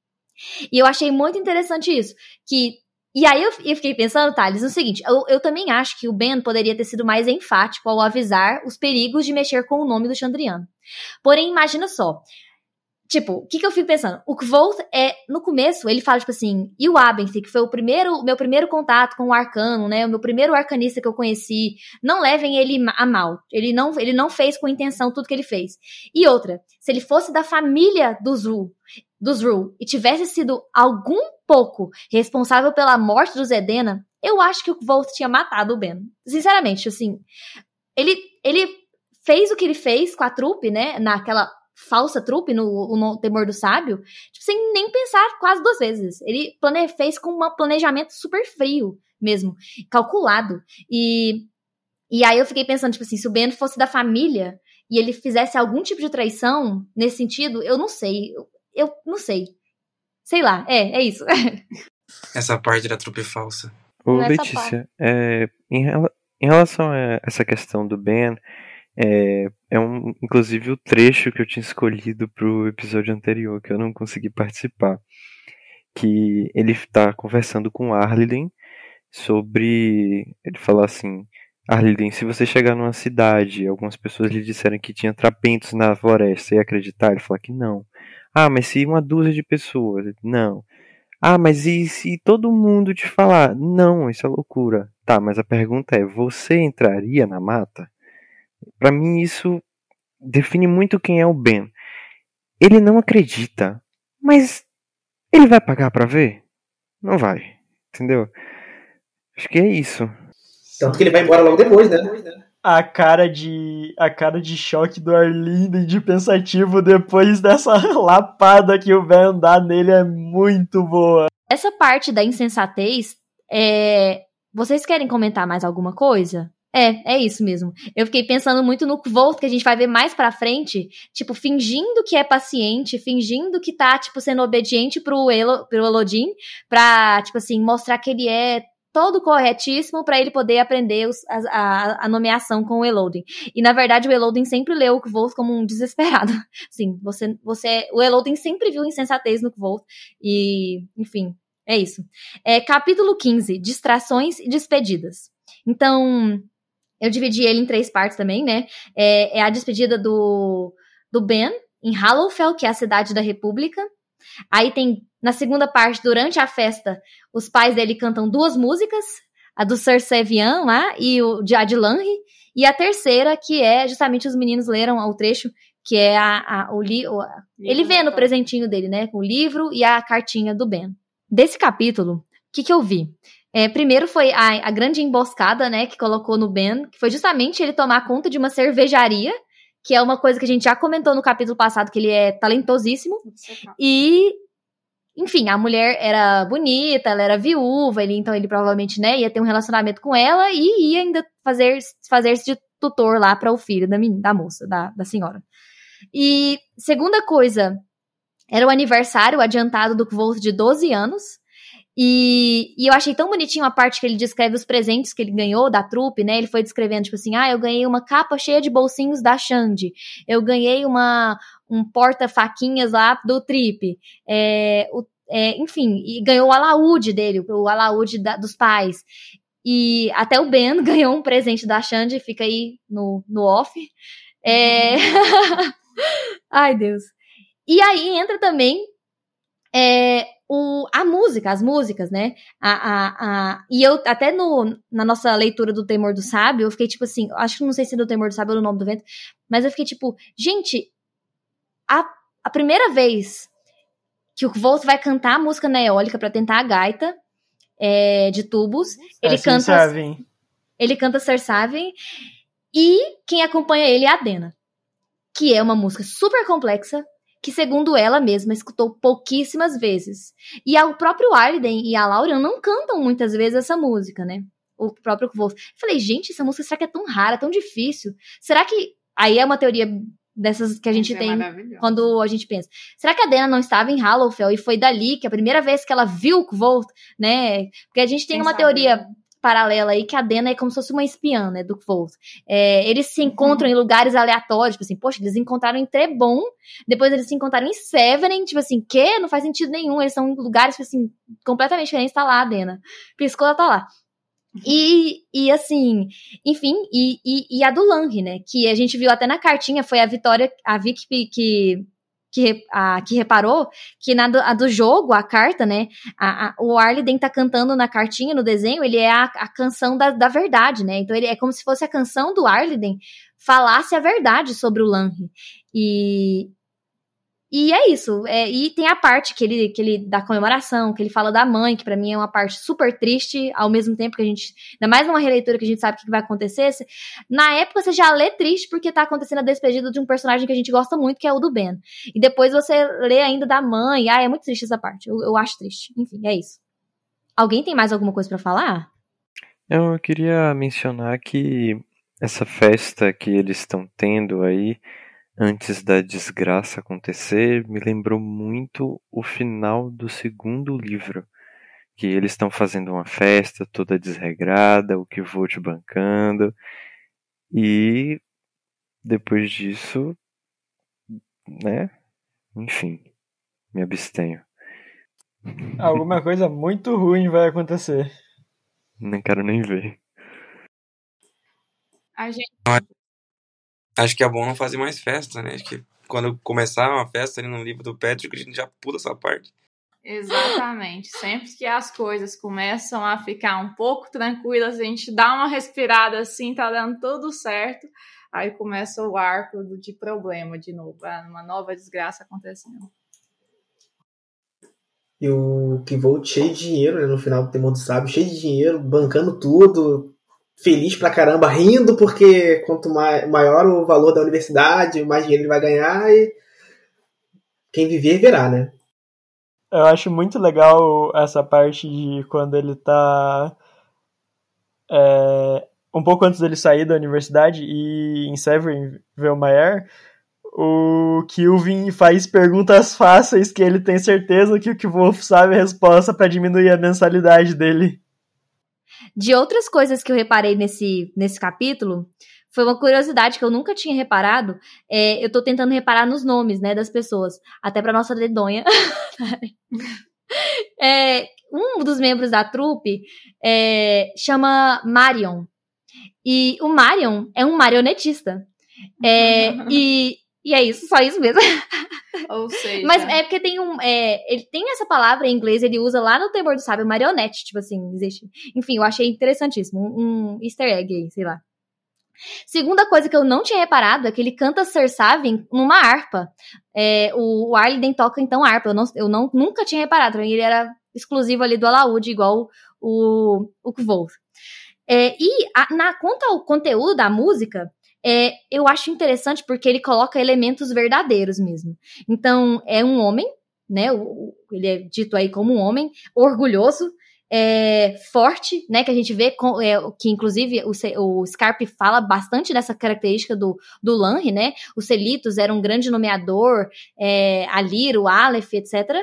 E eu achei muito interessante isso, que E aí eu, eu fiquei pensando, Thales, no seguinte, eu, eu também acho que o Ben poderia ter sido mais enfático ao avisar os perigos de mexer com o nome do Chandriano. Porém, imagina só, tipo, o que que eu fico pensando? O Kvoth é, no começo, ele fala, tipo assim, e o Abenthy, que foi o primeiro, meu primeiro contato com o arcano, né, o meu primeiro arcanista que eu conheci, não levem ele a mal, ele não, ele não fez com intenção tudo que ele fez. E outra, se ele fosse da família dos Rue, dos Rue, e tivesse sido algum pouco responsável pela morte do Zedena, eu acho que o Kvoth tinha matado o Ben. Sinceramente, assim, ele, ele fez o que ele fez com a trupe, né, naquela falsa trupe, no, no Temor do Sábio, tipo, sem nem pensar quase duas vezes. Ele plane, fez com um planejamento super frio mesmo, calculado. E, e aí eu fiquei pensando, tipo assim, se o Ben fosse da família e ele fizesse algum tipo de traição nesse sentido, eu não sei, eu, eu não sei. Sei lá, é, é isso. Essa parte da trupe falsa. Ô, Nessa Letícia, é, em, rela- em relação a essa questão do Ben, é, é um, inclusive o trecho que eu tinha escolhido pro episódio anterior, que eu não consegui participar, que ele está conversando com Arliden sobre, ele fala assim, Arliden, se você chegar numa cidade, algumas pessoas lhe disseram que tinha trapentos na floresta, você ia acreditar? Ele fala que não. Ah, mas se uma dúzia de pessoas, não. Ah, mas e se todo mundo te falar? Não, isso é loucura. Tá, mas a pergunta é, você entraria na mata? Pra mim isso define muito quem é o Ben. Ele não acredita, mas ele vai pagar pra ver? Não vai, entendeu? Acho que é isso. Tanto que ele vai embora logo depois, né? A cara de a cara de choque do Arlinden, de pensativo depois dessa lapada que o Ben dá nele é muito boa. Essa parte da insensatez, é... vocês querem comentar mais alguma coisa? É, é isso mesmo. Eu fiquei pensando muito no Kvoth, que a gente vai ver mais pra frente, tipo, fingindo que é paciente, fingindo que tá, tipo, sendo obediente pro, Elo, pro Elodin, pra, tipo assim, mostrar que ele é todo corretíssimo pra ele poder aprender os, a, a, a nomeação com o Elodin. E, na verdade, o Elodin sempre leu o Kvoth como um desesperado. Assim, você, você, o Elodin sempre viu insensatez no Kvoth. E, enfim, é isso. É, capítulo quinze, distrações e despedidas. Então, eu dividi ele em três partes também, né? É, é a despedida do, do Ben em Hallowfell, que é a cidade da República. Aí tem, na segunda parte, durante a festa, os pais dele cantam duas músicas, a do Sir Sevian lá e o de Adlanri, e a terceira, que é, justamente os meninos leram o trecho, que é a, a, o li, o, ele vendo o presentinho dele, né? Com o livro e a cartinha do Ben. Desse capítulo, o que, que eu vi? É, primeiro foi a, a grande emboscada, né, que colocou no Ben, que foi justamente ele tomar conta de uma cervejaria, que é uma coisa que a gente já comentou no capítulo passado, que ele é talentosíssimo. E, enfim, a mulher era bonita, ela era viúva, ele, então ele provavelmente, né, ia ter um relacionamento com ela e ia ainda fazer, fazer-se de tutor lá para o filho da, da moça, da, da senhora. E segunda coisa, era o aniversário adiantado do Kvoth de doze anos, E, e eu achei tão bonitinho a parte que ele descreve os presentes que ele ganhou da trupe, né? Ele foi descrevendo, tipo assim, ah, eu ganhei uma capa cheia de bolsinhos da Xande. Eu ganhei uma, um porta-faquinhas lá do Trip. É, o, é, enfim, e ganhou o alaúde dele, o alaúde da, dos pais. E até o Ben ganhou um presente da Xande, fica aí no, no off. É... Ai, Deus. E aí entra também... É, o, a música, as músicas, né? A, a, a, e eu, até no, na nossa leitura do Temor do Sábio, eu fiquei tipo assim, acho que não sei se é do Temor do Sábio ou do Nome do Vento, mas eu fiquei tipo, gente, a, a primeira vez que o Kvolt vai cantar a música na eólica pra tentar a gaita é, de tubos, ele é, canta Sarsavin. ele canta Sarsavin, e quem acompanha ele é a Dena, que é uma música super complexa, que, segundo ela mesma, escutou pouquíssimas vezes. E o próprio Arliden e a Laurian não cantam muitas vezes essa música, né? O próprio Kvolt. Falei, gente, essa música será que é tão rara, tão difícil? Será que... Aí é uma teoria dessas que a gente Isso tem é quando a gente pensa. Será que a Dena não estava em Hallowfell e foi dali que a primeira vez que ela viu o Kvolt, né? Porque a gente tem Quem uma sabe, teoria... né? paralela aí, que a Dena é como se fosse uma espiã, né, do Kvolt. É, eles se encontram uhum. em lugares aleatórios, tipo assim, poxa, eles encontraram em Trebon, depois eles se encontraram em Severen, tipo assim, que? Não faz sentido nenhum, eles são em lugares, tipo assim, completamente diferentes, tá lá a Dena. Piscou, ela tá lá. E, e assim, enfim, e, e, e a do Lanri, né, que a gente viu até na cartinha, foi a Vitória, a Vicky que... Que, a, que reparou que na do, a do jogo, a carta, né, a, a, o Arliden tá cantando na cartinha, no desenho, ele é a, a canção da, da verdade, né, então ele é como se fosse a canção do Arliden falasse a verdade sobre o Lanri, e e é isso, é, e tem a parte que ele, que ele da comemoração, que ele fala da mãe, que pra mim é uma parte super triste, ao mesmo tempo que a gente, ainda mais numa releitura que a gente sabe o que vai acontecer, se, na época você já lê triste porque tá acontecendo a despedida de um personagem que a gente gosta muito, que é o do Ben, e depois você lê ainda da mãe, ah, é muito triste essa parte, eu, eu acho triste, enfim, é isso. Alguém tem mais alguma coisa pra falar? Eu queria mencionar que essa festa que eles estão tendo aí, antes da desgraça acontecer, me lembrou muito o final do segundo livro, que eles estão fazendo uma festa toda desregrada, o Kvolt bancando, e depois disso, né, enfim, me abstenho. Alguma coisa muito ruim vai acontecer. Não quero nem ver. A gente... Acho que é bom não fazer mais festa, né? Acho que quando começar uma festa ali no livro do Patrick, a gente já pula essa parte. Exatamente. Sempre que as coisas começam a ficar um pouco tranquilas, a gente dá uma respirada assim, tá dando tudo certo, aí começa o arco de problema de novo, uma nova desgraça acontecendo. E o Kvolt cheio de dinheiro, né, no final do Temor do Sábio, cheio de dinheiro, bancando tudo, feliz pra caramba, rindo, porque quanto mai- maior o valor da universidade, mais dinheiro ele vai ganhar, e quem viver, verá, né? Eu acho muito legal essa parte de quando ele tá é, um pouco antes dele sair da universidade e em Severin Velmaer, o Kilvin faz perguntas fáceis que ele tem certeza que o Kvolf sabe a resposta pra diminuir a mensalidade dele. De outras coisas que eu reparei nesse, nesse capítulo, foi uma curiosidade que eu nunca tinha reparado. É, eu tô tentando reparar nos nomes, né, das pessoas. Até pra nossa dedonha. é, um dos membros da trupe é, chama Marion. E o Marion é um marionetista. É, e, e é isso, só isso mesmo. Ou seja... Mas é porque tem um... É, ele tem essa palavra em inglês, ele usa lá no Temor do Sábio, marionete, tipo assim, existe. Enfim, eu achei interessantíssimo. Um, um easter egg aí, sei lá. Segunda coisa que eu não tinha reparado é que ele canta Sarsavin numa harpa. É, o, o Arliden toca, então, harpa. Eu, não, eu não, nunca tinha reparado. Pra mim, ele era exclusivo ali do alaúde, igual o, o Kvolf. É, e a, na, quanto ao conteúdo da música... É, eu acho interessante porque ele coloca elementos verdadeiros mesmo. Então, é um homem, né? O, ele é dito aí como um homem, orgulhoso, é, forte, né? Que a gente vê, com, é, que inclusive o, o Scarpe fala bastante dessa característica do, do Lanri, né? O Selitos era um grande nomeador, é, a Lyra, o Aleph, etcétera.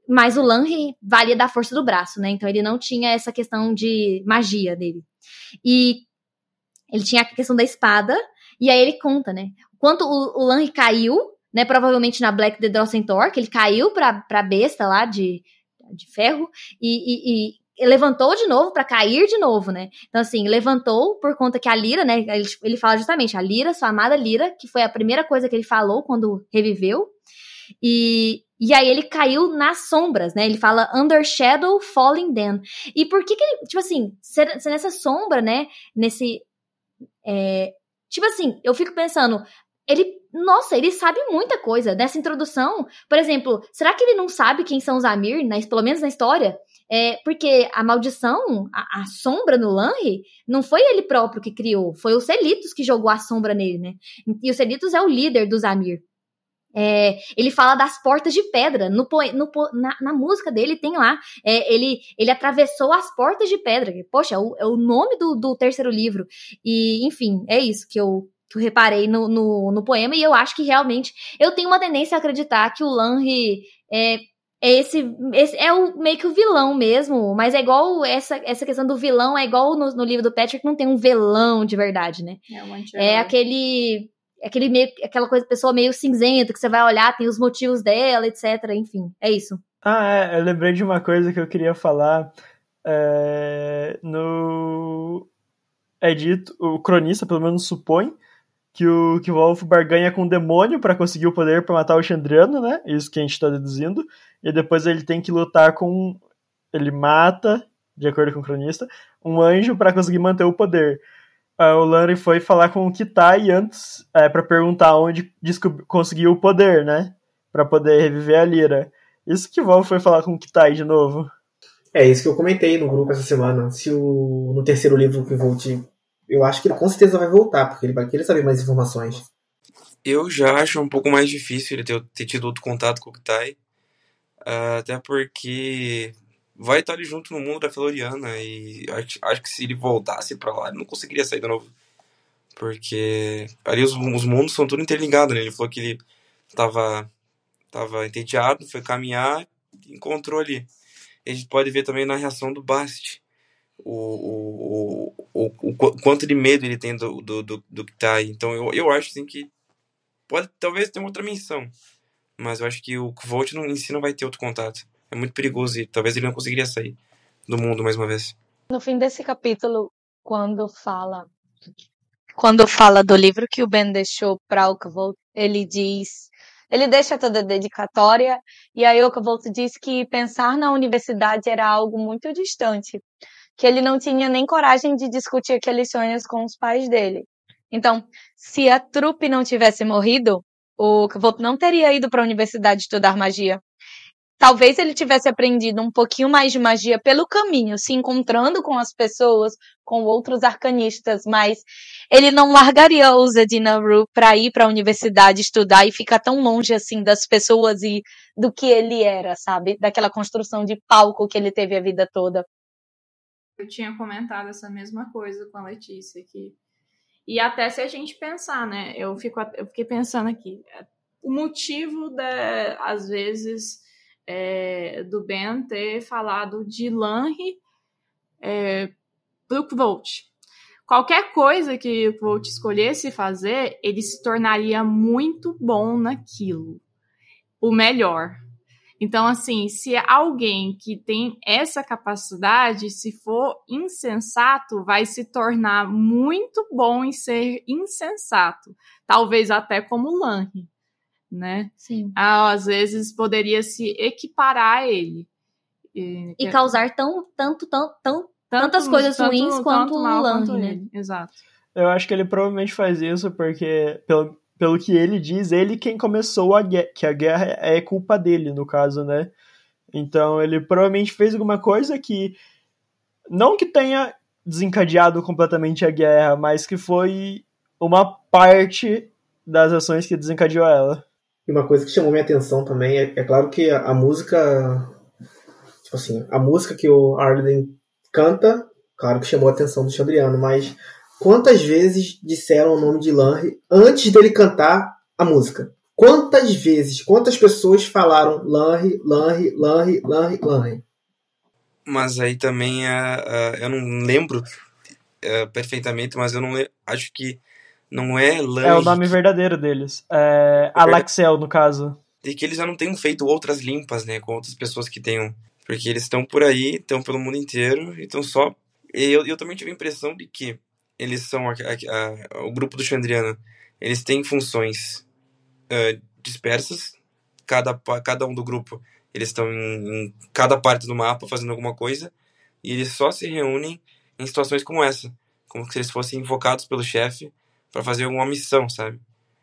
mas o Lanry valia da força do braço, né? Então ele não tinha essa questão de magia dele. E ele tinha a questão da espada, e aí ele conta, né? Quanto o, o Lanry caiu, né? Provavelmente na Black the Drossentor, que ele caiu pra, pra besta lá de, de ferro, e, e, e levantou de novo pra cair de novo, né? Então, assim, levantou por conta que a Lyra, né? Ele, ele fala justamente, a Lyra, sua amada Lyra, que foi a primeira coisa que ele falou quando reviveu. E, e aí ele caiu nas sombras, né? Ele fala under shadow falling down. E por que que ele, tipo assim, ser, ser nessa sombra, né? Nesse, é, tipo assim, eu fico pensando, ele, nossa, ele sabe muita coisa nessa introdução. Por exemplo, será que ele não sabe quem são os Amir, né, pelo menos na história? É, porque a maldição, a, a sombra no Lanry, não foi ele próprio que criou, foi o Celitos que jogou a sombra nele, né? E o Celitos é o líder dos Amir. É, ele fala das portas de pedra no, no, na, na música dele tem lá, é, ele, ele atravessou as portas de pedra. Poxa, é o, é o nome do, do terceiro livro. E enfim, é isso que eu, que eu reparei no, no, no poema. E eu acho que realmente eu tenho uma tendência a acreditar que o Lanry é, é esse, esse é o, meio que o vilão mesmo. Mas é igual essa, essa questão do vilão, é igual no, no livro do Patrick, não tem um vilão de verdade, né? É, um é aquele Aquele meio, aquela coisa, pessoa meio cinzenta, que você vai olhar, tem os motivos dela, etcétera. Enfim, é isso. Ah, é, eu lembrei de uma coisa que eu queria falar. É, no... É dito, o cronista pelo menos supõe, que o, que o Wolf barganha com o demônio pra conseguir o poder pra matar o Chandriano, né? Isso que a gente tá deduzindo. E depois ele tem que lutar com... Ele mata, de acordo com o cronista, um anjo pra conseguir manter o poder. Uh, o Lanry foi falar com o Kitai antes, é, pra perguntar onde conseguiu o poder, né? Pra poder reviver a Lyra. Isso que o Wolf foi falar com o Kitai de novo. É isso que eu comentei no grupo essa semana. Se o, no terceiro livro que volte, eu acho que ele com certeza vai voltar, porque ele vai querer saber mais informações. Eu já acho um pouco mais difícil ele ter, ter tido outro contato com o Kitai. Uh, até porque vai estar ali junto no mundo da Feloriana, e acho, acho que se ele voltasse pra lá, ele não conseguiria sair de novo. Porque ali os, os mundos são tudo interligados, né? Ele falou que ele tava, tava entediado, foi caminhar, encontrou ali. A gente pode ver também na reação do Bast o, o, o, o, o quanto de medo ele tem do, do, do, do que tá aí. Então eu, eu acho assim, que pode talvez ter uma outra menção, mas eu acho que o Kvolt em si não vai ter outro contato. É muito perigoso e talvez ele não conseguiria sair do mundo mais uma vez. No fim desse capítulo, quando fala quando fala do livro que o Ben deixou para o Kvolt, ele diz, ele deixa toda a dedicatória, e aí o Kvolt diz que pensar na universidade era algo muito distante, que ele não tinha nem coragem de discutir aqueles sonhos com os pais dele. Então, se a trupe não tivesse morrido, o Kvolt não teria ido para a universidade estudar magia. Talvez ele tivesse aprendido um pouquinho mais de magia pelo caminho, se encontrando com as pessoas, com outros arcanistas, mas ele não largaria o Zedina Rue para ir para a universidade estudar e ficar tão longe assim das pessoas e do que ele era, sabe? Daquela construção de palco que ele teve a vida toda. Eu tinha comentado essa mesma coisa com a Letícia aqui. E até se a gente pensar, né? Eu, fico, eu fiquei pensando aqui. O motivo, da, às vezes... É, do Ben ter falado de Lanry é, pro Kvolt. Qualquer coisa que o Kvolt escolhesse fazer, ele se tornaria muito bom naquilo. O melhor. Então, assim, se alguém que tem essa capacidade, se for insensato, vai se tornar muito bom em ser insensato. Talvez até como Lanry. Né? Sim. Ah, às vezes poderia se equiparar a ele. E, e causar tão, tanto, tão, tão, tanto, tantas coisas tanto, ruins tanto quanto o Lanry, né? Ele. Exato. Eu acho que ele provavelmente faz isso porque, pelo, pelo que ele diz, ele quem começou a guerra, que a guerra é culpa dele, no caso, né? Então ele provavelmente fez alguma coisa que, não que tenha desencadeado completamente a guerra, mas que foi uma parte das ações que desencadeou ela. E uma coisa que chamou minha atenção também é, é claro que a, a música, tipo assim, a música que o Arlen canta, claro que chamou a atenção do Chandriano, mas quantas vezes disseram o nome de Lanry antes dele cantar a música? Quantas vezes, quantas pessoas falaram Lanry, Lanry, Lanry, Lanry, Lanry? Mas aí também, uh, uh, eu não lembro uh, perfeitamente, mas eu não le- acho que não é Lanry. É o nome verdadeiro deles. É Alaxel, no caso. E que eles já não tenham feito outras limpas, né, com outras pessoas que tenham. Porque eles estão por aí, estão pelo mundo inteiro, então só. Eu, eu também tive a impressão de que eles são a, a, a, o grupo do Chandriano. Eles têm funções uh, dispersas, cada, cada um do grupo. Eles estão em, em cada parte do mapa fazendo alguma coisa, e eles só se reúnem em situações como essa, como se eles fossem invocados pelo chefe para fazer alguma missão, sabe?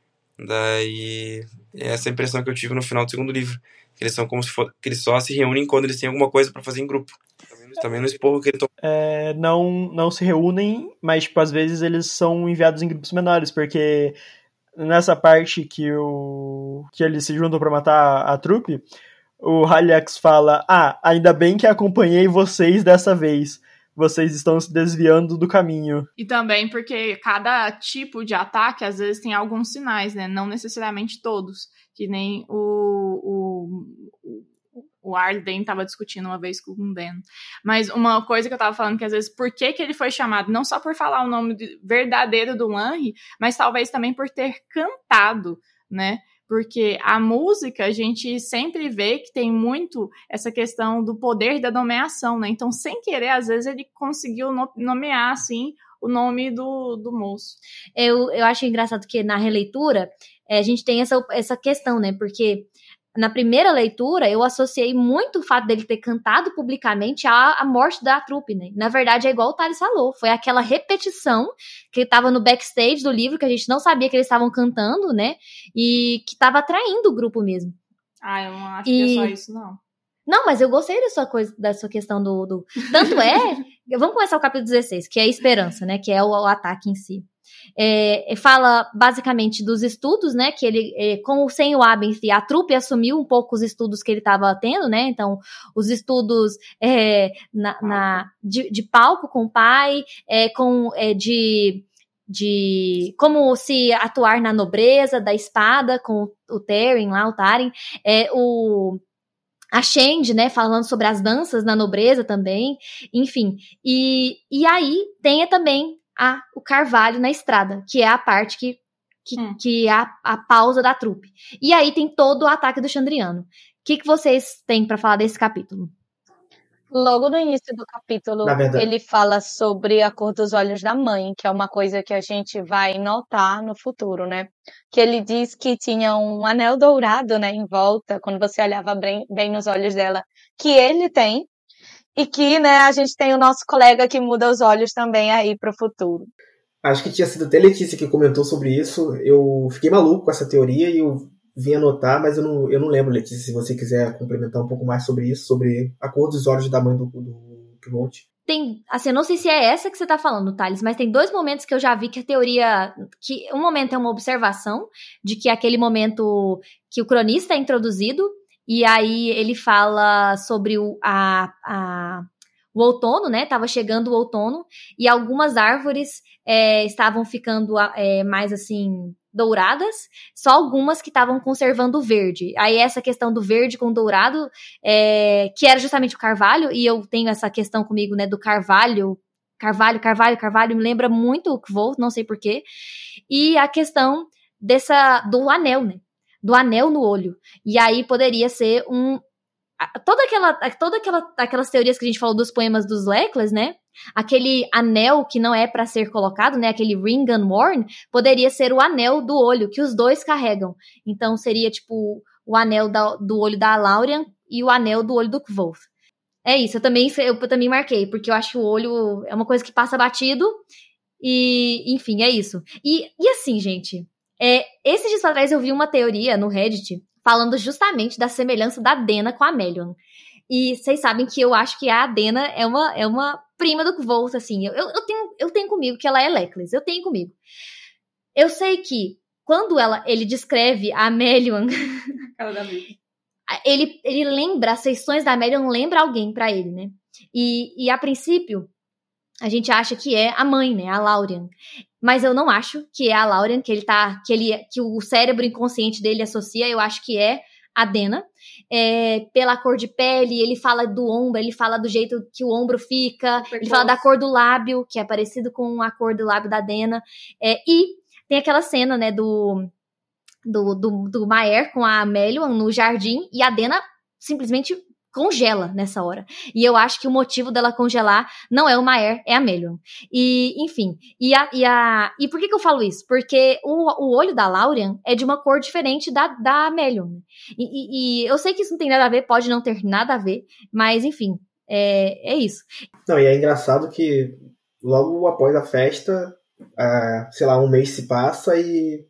Daí, essa é a impressão que eu tive no final do segundo livro, que eles são como se for, que eles só se reúnem quando eles têm alguma coisa para fazer em grupo. Também no esporro que ele toma. É, não, não se reúnem, mas tipo, às vezes eles são enviados em grupos menores, porque nessa parte que, o, que eles se juntam para matar a, a trupe, o Haliax fala: ah, ainda bem que acompanhei vocês dessa vez. Vocês estão se desviando do caminho. E também porque cada tipo de ataque, às vezes, tem alguns sinais, né? Não necessariamente todos. Que nem o, o, o Arden estava discutindo uma vez com o Ben. Mas uma coisa que eu estava falando, que às vezes, por que, que ele foi chamado? Não só por falar o nome verdadeiro do Lanry, mas talvez também por ter cantado, né? Porque a música, a gente sempre vê que tem muito essa questão do poder da nomeação, né? Então, sem querer, às vezes, ele conseguiu nomear, assim, o nome do, do moço. Eu, eu acho engraçado que na releitura, é, a gente tem essa, essa questão, né? Porque na primeira leitura, eu associei muito o fato dele ter cantado publicamente à, à morte da trupe, né? Na verdade, é igual o Thales falou. Foi aquela repetição que estava no backstage do livro, que a gente não sabia que eles estavam cantando, né? E que estava atraindo o grupo mesmo. Ah, eu não acho e... que é só isso, não. Não, mas eu gostei da sua, coisa, da sua questão do... do... Tanto é... Vamos começar o capítulo dezesseis, que é a esperança, né? Que é o, o ataque em si. É, fala basicamente dos estudos, né, que ele, é, com ou sem o Abernth, a trupe assumiu um pouco os estudos que ele estava tendo, né, então os estudos é, na, na, de, de palco com o pai, é, com, é, de, de como se atuar na nobreza da espada com o Teren lá, o Taren, é, o a Shand, né, falando sobre as danças na nobreza também, enfim, e, e aí tem também a, o carvalho na estrada, que é a parte que, que, hum. que é a, a pausa da trupe. E aí tem todo o ataque do Chandriano. O que, que vocês têm para falar desse capítulo? Logo no início do capítulo, ele fala sobre a cor dos olhos da mãe, que é uma coisa que a gente vai notar no futuro, né? Que ele diz que tinha um anel dourado, né, em volta, quando você olhava bem, bem nos olhos dela, que ele tem, e que, né, a gente tem o nosso colega que muda os olhos também aí pro futuro. Acho que tinha sido até Letícia que comentou sobre isso. Eu fiquei maluco com essa teoria e eu vim anotar, mas eu não, eu não lembro, Letícia, se você quiser complementar um pouco mais sobre isso, sobre a cor dos olhos da mãe do, do Kvolt. Tem, assim, eu não sei se é essa que você tá falando, Thales, mas tem dois momentos que eu já vi que a teoria, que um momento é uma observação de que é aquele momento que o cronista é introduzido, e aí ele fala sobre o, a, a, o outono, né? Tava chegando o outono, e algumas árvores é, estavam ficando é, mais assim douradas, só algumas que estavam conservando o verde. Aí essa questão do verde com dourado, é, que era justamente o carvalho, e eu tenho essa questão comigo, né, do carvalho, carvalho, carvalho, carvalho, me lembra muito o Kvolt, não sei porquê, e a questão dessa, do anel, né, do anel no olho, e aí poderia ser um, toda aquela, toda aquela, aquelas teorias que a gente falou dos poemas dos Leclerc, né, aquele anel que não é para ser colocado, né, aquele ring unworn, poderia ser o anel do olho, que os dois carregam, então seria tipo o anel da, do olho da Laurian e o anel do olho do Kvolt. É isso, eu também, eu, eu também marquei, porque eu acho que o olho é uma coisa que passa batido, e enfim, é isso. E, e assim, gente, é, esses dias atrás eu vi uma teoria no Reddit falando justamente da semelhança da Dena com a Melion. E vocês sabem que eu acho que a Dena é uma, é uma prima do Kvolt, assim. Eu, eu, tenho, eu tenho comigo que ela é Leclerc. Eu tenho comigo. Eu sei que quando ela, ele descreve a Melion, ele, ele lembra, as feições da Melion lembra alguém pra ele, né? E, e a princípio, a gente acha que é a mãe, né, a Laurian. Mas eu não acho que é a Laurian, que ele tá, que ele, que o cérebro inconsciente dele associa. Eu acho que é a Dena. É, pela cor de pele, ele fala do ombro, ele fala do jeito que o ombro fica, Super ele close. Fala da cor do lábio, que é parecido com a cor do lábio da Dena. É, e tem aquela cena, né, do, do, do, do Maer com a Melian no jardim, e a Dena simplesmente congela nessa hora. E eu acho que o motivo dela congelar não é o Maer, é a Melian. E, enfim, e, a, e, a, e por que que eu falo isso? Porque o, o olho da Laurian é de uma cor diferente da, da Melian. E, e, e eu sei que isso não tem nada a ver, pode não ter nada a ver, mas enfim, é, é isso. Não, e é engraçado que logo após a festa, uh, sei lá, um mês se passa e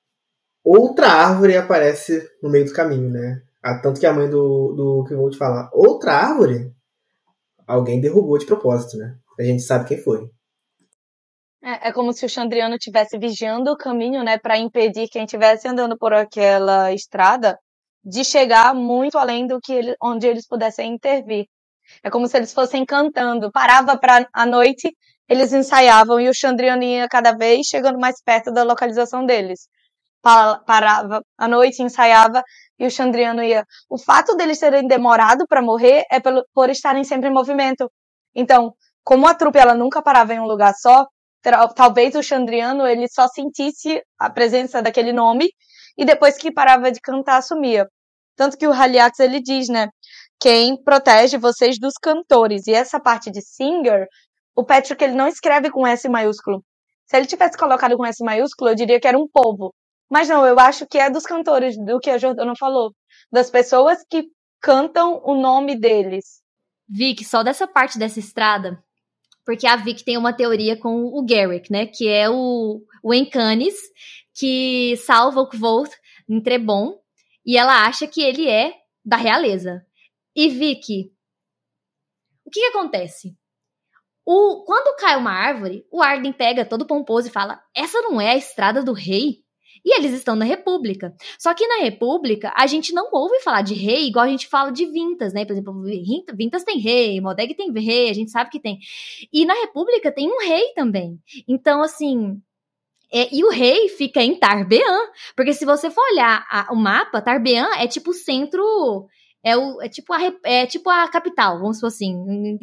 outra árvore aparece no meio do caminho, né? Ah, tanto que a mãe do, do que eu vou te falar, outra árvore, alguém derrubou de propósito, né? A gente sabe quem foi. É, é como se o Chandriano estivesse vigiando o caminho, né, para impedir quem estivesse andando por aquela estrada de chegar muito além do que ele, onde eles pudessem intervir. É como se eles fossem cantando. Parava para a noite, eles ensaiavam e o Chandriano ia cada vez chegando mais perto da localização deles. Parava à noite, ensaiava e o Chandriano ia. O fato deles terem demorado para morrer é pelo, por estarem sempre em movimento. Então, como a trupe ela nunca parava em um lugar só, talvez o Chandriano ele só sentisse a presença daquele nome e depois que parava de cantar, sumia. Tanto que o Haliax ele diz, né? Quem protege vocês dos cantores. E essa parte de singer, o Patrick ele não escreve com S maiúsculo. Se ele tivesse colocado com S maiúsculo, eu diria que era um povo. Mas não, eu acho que é dos cantores, do que a Jordana falou. Das pessoas que cantam o nome deles. Vic, só dessa parte dessa estrada, porque a Vic tem uma teoria com o Garrick, né? Que é o, o Encanis, que salva o Kvothe em Trebon, e ela acha que ele é da realeza. E Vic, o que, que acontece? O, quando cai uma árvore, o Arden pega todo pomposo e fala, essa não é a estrada do rei? E eles estão na República. Só que na República, a gente não ouve falar de rei igual a gente fala de Vintas, né? Por exemplo, Vintas tem rei, Modeg tem rei, a gente sabe que tem. E na República tem um rei também. Então, assim... É, e o rei fica em Tar-Bean. Porque se você for olhar a, o mapa, Tar-Bean é tipo o centro... É, o, é, tipo a, é tipo a capital, vamos supor assim.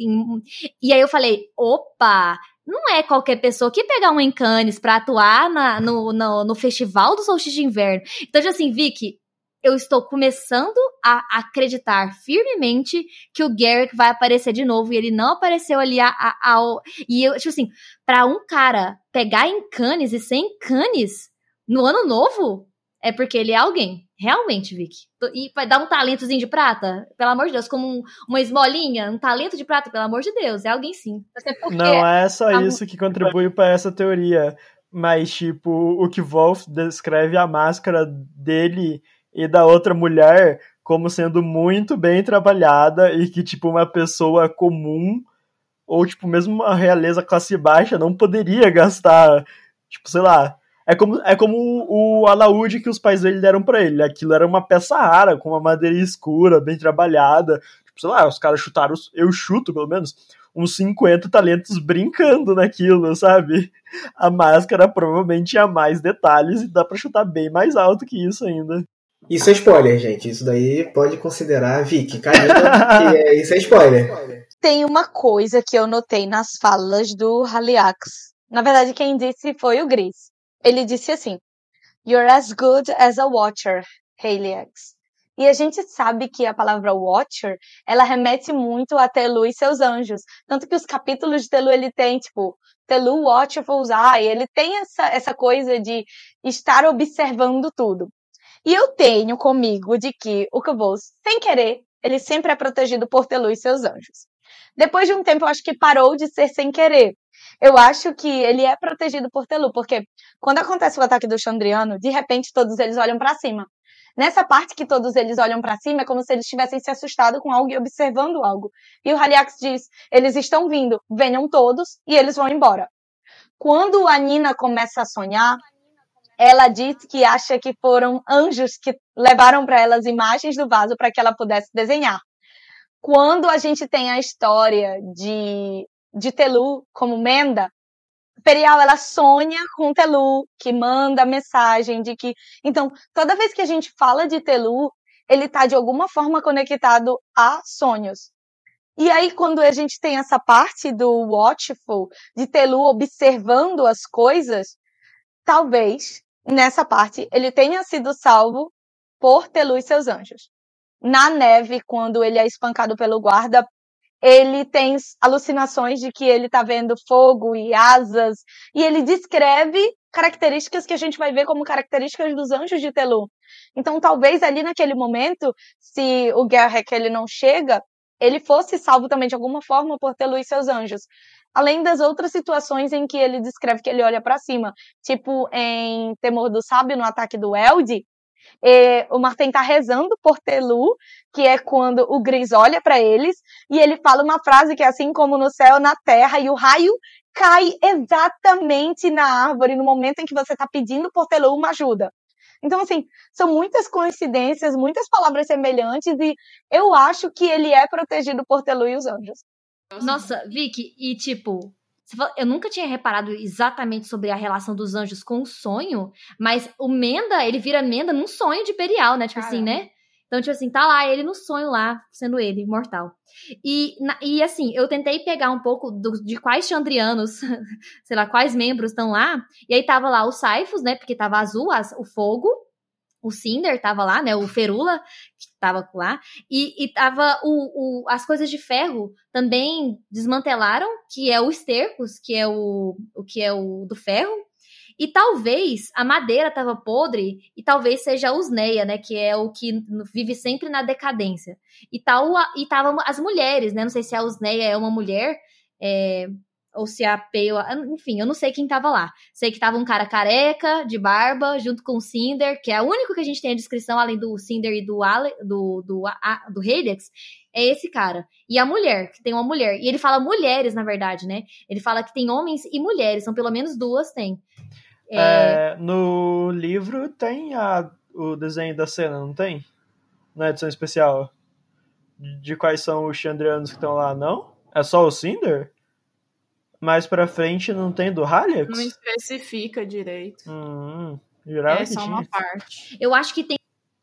E aí eu falei, opa... Não é qualquer pessoa que pegar um Encanis pra atuar na, no, no, no festival do solstício de inverno. Então, assim, Vicky, eu estou começando a acreditar firmemente que o Garrick vai aparecer de novo e ele não apareceu ali a, a, ao... E eu, tipo assim, pra um cara pegar Encanis e ser Encanis no ano novo, é porque ele é alguém. Realmente, Vicky. E vai dar um talentozinho de prata? Pelo amor de Deus, como um, uma esmolinha, um talento de prata, pelo amor de Deus, é alguém sim. Não é só isso que contribui para essa teoria, mas, tipo, o que Wolf descreve a máscara dele e da outra mulher como sendo muito bem trabalhada e que, tipo, uma pessoa comum ou, tipo, mesmo uma realeza classe baixa não poderia gastar, tipo, sei lá... É como, é como o alaúde que os pais dele deram pra ele. Aquilo era uma peça rara, com uma madeira escura, bem trabalhada. Tipo, sei lá, os caras chutaram, eu chuto pelo menos, uns cinquenta talentos brincando naquilo, sabe? A máscara provavelmente tinha mais detalhes e dá pra chutar bem mais alto que isso ainda. Isso é spoiler, gente. Isso daí pode considerar, Vicky, carinho, que é, isso é spoiler. Tem uma coisa que eu notei nas falas do Haliax. Na verdade, quem disse foi o Gris. Ele disse assim, You're as good as a watcher, Haliax. E a gente sabe que a palavra watcher, ela remete muito a Telu e seus anjos. Tanto que os capítulos de Telu, ele tem, tipo, Telu Watchful Eye, ele tem essa, essa coisa de estar observando tudo. E eu tenho comigo de que o Kvothe, sem querer, ele sempre é protegido por Telu e seus anjos. Depois de um tempo, eu acho que parou de ser sem querer. Eu acho que ele é protegido por Telu, porque quando acontece o ataque do Chandriano, de repente todos eles olham pra cima. Nessa parte que todos eles olham pra cima, é como se eles tivessem se assustado com algo e observando algo. E o Haliax diz, eles estão vindo, venham todos, e eles vão embora. Quando a Nina começa a sonhar, ela diz que acha que foram anjos que levaram para ela as imagens do vaso para que ela pudesse desenhar. Quando a gente tem a história de... de Telu como Menda, Perial, ela sonha com Telu, que manda a mensagem de que... Então, toda vez que a gente fala de Telu, ele tá de alguma forma conectado a sonhos. E aí, quando a gente tem essa parte do Watchful, de Telu observando as coisas, talvez, nessa parte, ele tenha sido salvo por Telu e seus anjos. Na neve, quando ele é espancado pelo guarda, ele tem alucinações de que ele tá vendo fogo e asas, e ele descreve características que a gente vai ver como características dos anjos de Telu. Então, talvez ali naquele momento, se o Gerhek ele não chega, ele fosse salvo também de alguma forma por Telu e seus anjos. Além das outras situações em que ele descreve que ele olha para cima, tipo em Temor do Sábio, no ataque do Eld, E, o Martin tá rezando por Telu, que é quando o Gris olha para eles, e ele fala uma frase que é assim como no céu, na terra, e o raio cai exatamente na árvore, no momento em que você tá pedindo por Telu uma ajuda. Então, assim, são muitas coincidências, muitas palavras semelhantes, e eu acho que ele é protegido por Telu e os anjos. Nossa, Vicky, e tipo... Eu nunca tinha reparado exatamente sobre a relação dos anjos com o sonho, mas o Menda, ele vira Menda num sonho de Perial, né? Tipo Caramba. assim, né? Então, tipo assim, tá lá ele no sonho lá, sendo ele, imortal. E, na, e assim, eu tentei pegar um pouco do, de quais Chandrianos, sei lá, quais membros estão lá, e aí tava lá o Saifus, né? Porque tava azul, as, o fogo, o Cinder tava lá, né? O Ferula, que tava lá. E, e tava o, o, as coisas de ferro também desmantelaram, que é o Estercos, que é o, o que é o do ferro. E talvez a madeira tava podre, e talvez seja a Usneia, né? Que é o que vive sempre na decadência. E, tal, e tava as mulheres, né? Não sei se a Usneia é uma mulher... É, ou se a Pale... Enfim, eu não sei quem tava lá. Sei que tava um cara careca, de barba, junto com o Cinder, que é o único que a gente tem a descrição, além do Cinder e do Ale, do, do, a, do Helix, é esse cara. E a mulher, que tem uma mulher. E ele fala mulheres, na verdade, né? Ele fala que tem homens e mulheres, são pelo menos duas, tem. É... É, no livro tem a, o desenho da cena, não tem? Na edição especial. De quais são os Chandrianos que estão lá, não? É só o Cinder? Mais pra frente não tem do Hallex? Não especifica direito. Hum, jurava é que só tinha. uma parte. Eu acho que tem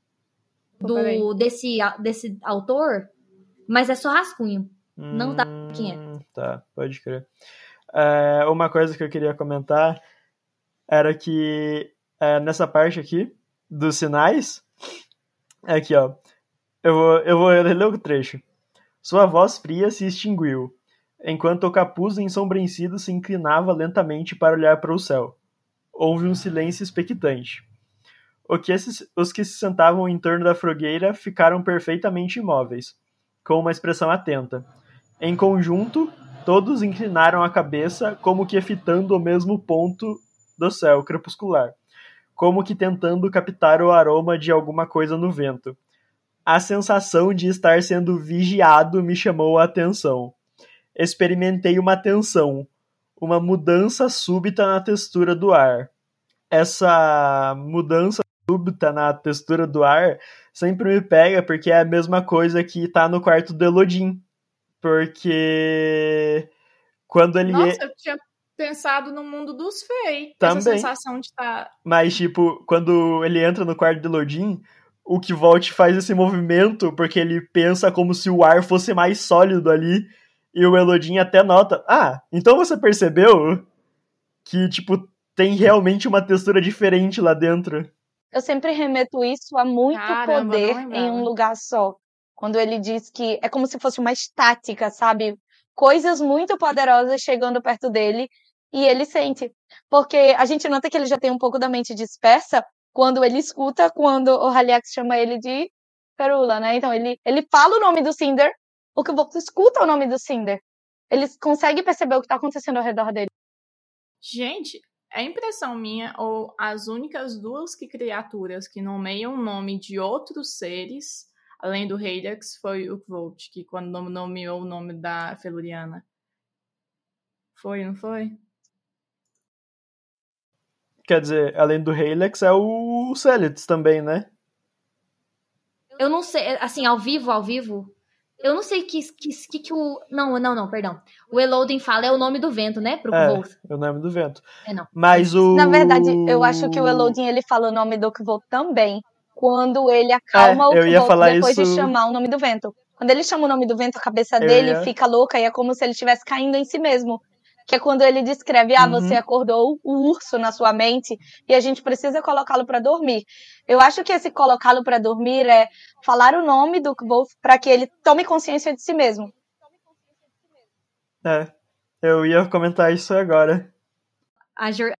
do, desse, desse autor, mas é só rascunho. Hum, não dá quem é. Tá, pode crer. É, uma coisa que eu queria comentar era que é, nessa parte aqui dos sinais, é aqui, ó. Eu vou, eu vou ler o trecho. Sua voz fria se extinguiu, enquanto o capuz ensombrecido se inclinava lentamente para olhar para o céu. Houve um silêncio expectante. O que esses, os que se sentavam em torno da fogueira ficaram perfeitamente imóveis, com uma expressão atenta. Em conjunto, todos inclinaram a cabeça, como que fitando o mesmo ponto do céu crepuscular, como que tentando captar o aroma de alguma coisa no vento. A sensação de estar sendo vigiado me chamou a atenção. Experimentei uma tensão, uma mudança súbita na textura do ar. Essa mudança súbita na textura do ar sempre me pega, porque é a mesma coisa que tá no quarto do Elodin. Porque quando ele... Nossa, eu tinha pensado no mundo dos Fey. Também. Essa sensação de estar... Tá... Mas, tipo, quando ele entra no quarto do Elodin, o Kvolt faz esse movimento porque ele pensa como se o ar fosse mais sólido ali. E o Elodin até nota, ah, então você percebeu que, tipo, tem realmente uma textura diferente lá dentro? Eu sempre remeto isso a muito Caramba, poder em um lugar só. Quando ele diz que é como se fosse uma estática, sabe? Coisas muito poderosas chegando perto dele e ele sente. Porque a gente nota que ele já tem um pouco da mente dispersa quando ele escuta, quando o Haliax chama ele de Ferula, né? Então ele, ele fala o nome do Cinder, o Kvolt escuta o nome do Cinder. Ele consegue perceber o que está acontecendo ao redor dele. Gente, é impressão minha, ou as únicas duas que criaturas que nomeiam o nome de outros seres, além do Helix, foi o Kvolt, que quando nomeou o nome da Feluriana. Foi, não foi? Quer dizer, além do Helix, é o Celitz também, né? Eu não sei, assim, ao vivo, ao vivo... Eu não sei que que, que, que o... Não, não, não, perdão. O Elodin fala é o nome do vento, né? Pro É, Kvolt. é o nome do vento. É, não. Mas o... Na verdade, eu acho que o Elodin, ele fala o nome do Kvolt também, quando ele acalma É, o eu ia Kvolt falar depois isso- de chamar o nome do vento. Quando ele chama o nome do vento, a cabeça Eu dele ia- fica louca e é como se ele estivesse caindo em si mesmo. Que é quando ele descreve, ah, Uhum. você acordou o urso na sua mente e a gente precisa colocá-lo para dormir. Eu acho que esse colocá-lo para dormir é falar o nome do Kvolt para que ele tome consciência de si mesmo. É, eu ia comentar isso agora. A, Jor...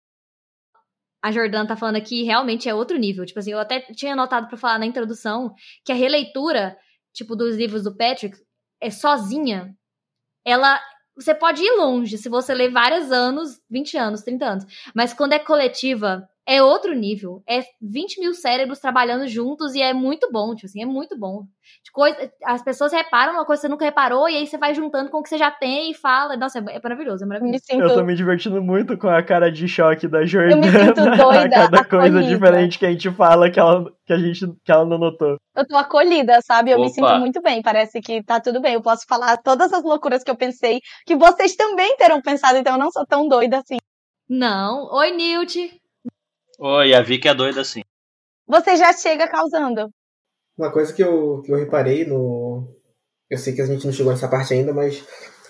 a Jordana tá falando aqui, realmente é outro nível. Tipo assim, eu até tinha anotado pra falar na introdução que a releitura, tipo, dos livros do Patrick, é sozinha. Ela... Você pode ir longe se você ler vários anos, vinte anos, trinta anos. Mas quando é coletiva, é outro nível. É vinte mil cérebros trabalhando juntos e é muito bom, tipo assim, é muito bom. Coisa, as pessoas reparam uma coisa que você nunca reparou e aí você vai juntando com o que você já tem e fala. Nossa, é maravilhoso, é maravilhoso. Me sinto, Eu tô me divertindo muito com a cara de choque da Jordana. eu me sinto doida, a cada coisa acolhida. diferente que a gente fala que ela, que a gente, que ela não notou. Eu tô acolhida, sabe? Eu me Opa. sinto muito bem. Parece que tá tudo bem. Eu posso falar todas as loucuras que eu pensei, que vocês também terão pensado, então eu não sou tão doida assim. Não. Oi, Newt. Oi, a Vicky é doida assim. Você já chega causando. Uma coisa que eu, que eu reparei no... Eu sei que a gente não chegou nessa parte ainda, mas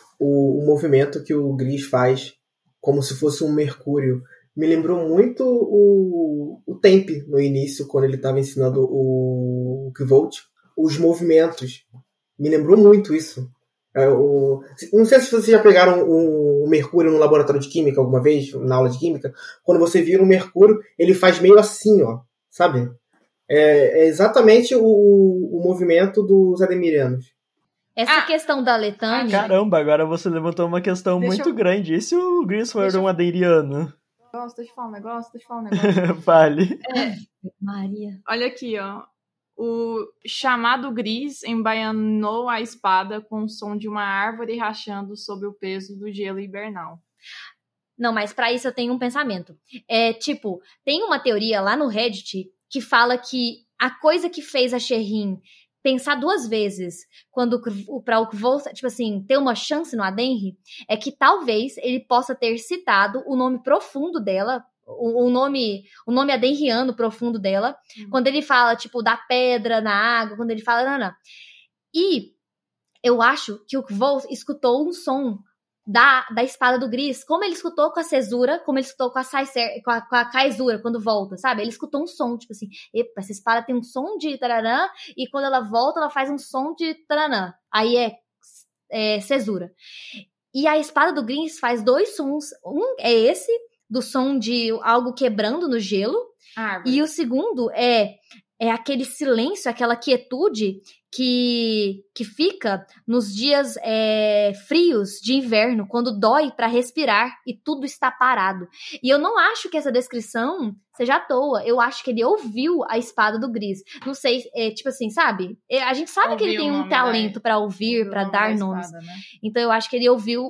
o, o movimento que o Gris faz, como se fosse um mercúrio, me lembrou muito o, o Temp no início, quando ele estava ensinando o, o Kvolt. Os movimentos. Me lembrou muito isso. É, o, não sei se vocês já pegaram o, o mercúrio no laboratório de química alguma vez, na aula de química. Quando você vira um mercúrio, ele faz meio assim, ó, sabe? É, é exatamente o, o movimento dos ademirianos. Essa Ah. questão da Letânia... Caramba, agora você levantou uma questão Deixa muito eu- grande. E se o Gris for Deixa eu- um aderiano? Gosto, deixa eu falar um negócio, deixa eu falar um negócio. Fale. Maria. Olha aqui, ó. O chamado Gris embaianou a espada com o som de uma árvore rachando sob o peso do gelo hibernal. Não, mas pra isso eu tenho um pensamento. É, tipo, tem uma teoria lá no Reddit que fala que a coisa que fez a Sherrin pensar duas vezes quando o para o Kvolt, tipo assim, ter uma chance no Adenri, é que talvez ele possa ter citado o nome profundo dela, o, o nome o nome adenriano profundo dela, Hum. quando ele fala, tipo, da pedra na água, quando ele fala... Não, não. E eu acho que o Kvolt escutou um som da, da espada do Gris, como ele escutou com a Cesura, como ele escutou com a, Saicer, com a, com a Kaisura quando volta, sabe? Ele escutou um som, tipo assim, epa, essa espada tem um som de tararã, e quando ela volta, ela faz um som de taranã. Aí é, é Cesura. E a espada do Gris faz dois sons. Um é esse, do som de algo quebrando no gelo, Árvore. e o segundo é, é aquele silêncio, aquela quietude que, que fica nos dias é, frios de inverno, quando dói para respirar e tudo está parado. E eu não acho que essa descrição seja à toa. Eu acho que ele ouviu a espada do Gris. Não sei, é, tipo assim, sabe? É, a gente sabe que ele Ouviu tem o um nome talento da- para ouvir, Ouviu o para nome dar da nomes. espada, né? Então eu acho que ele ouviu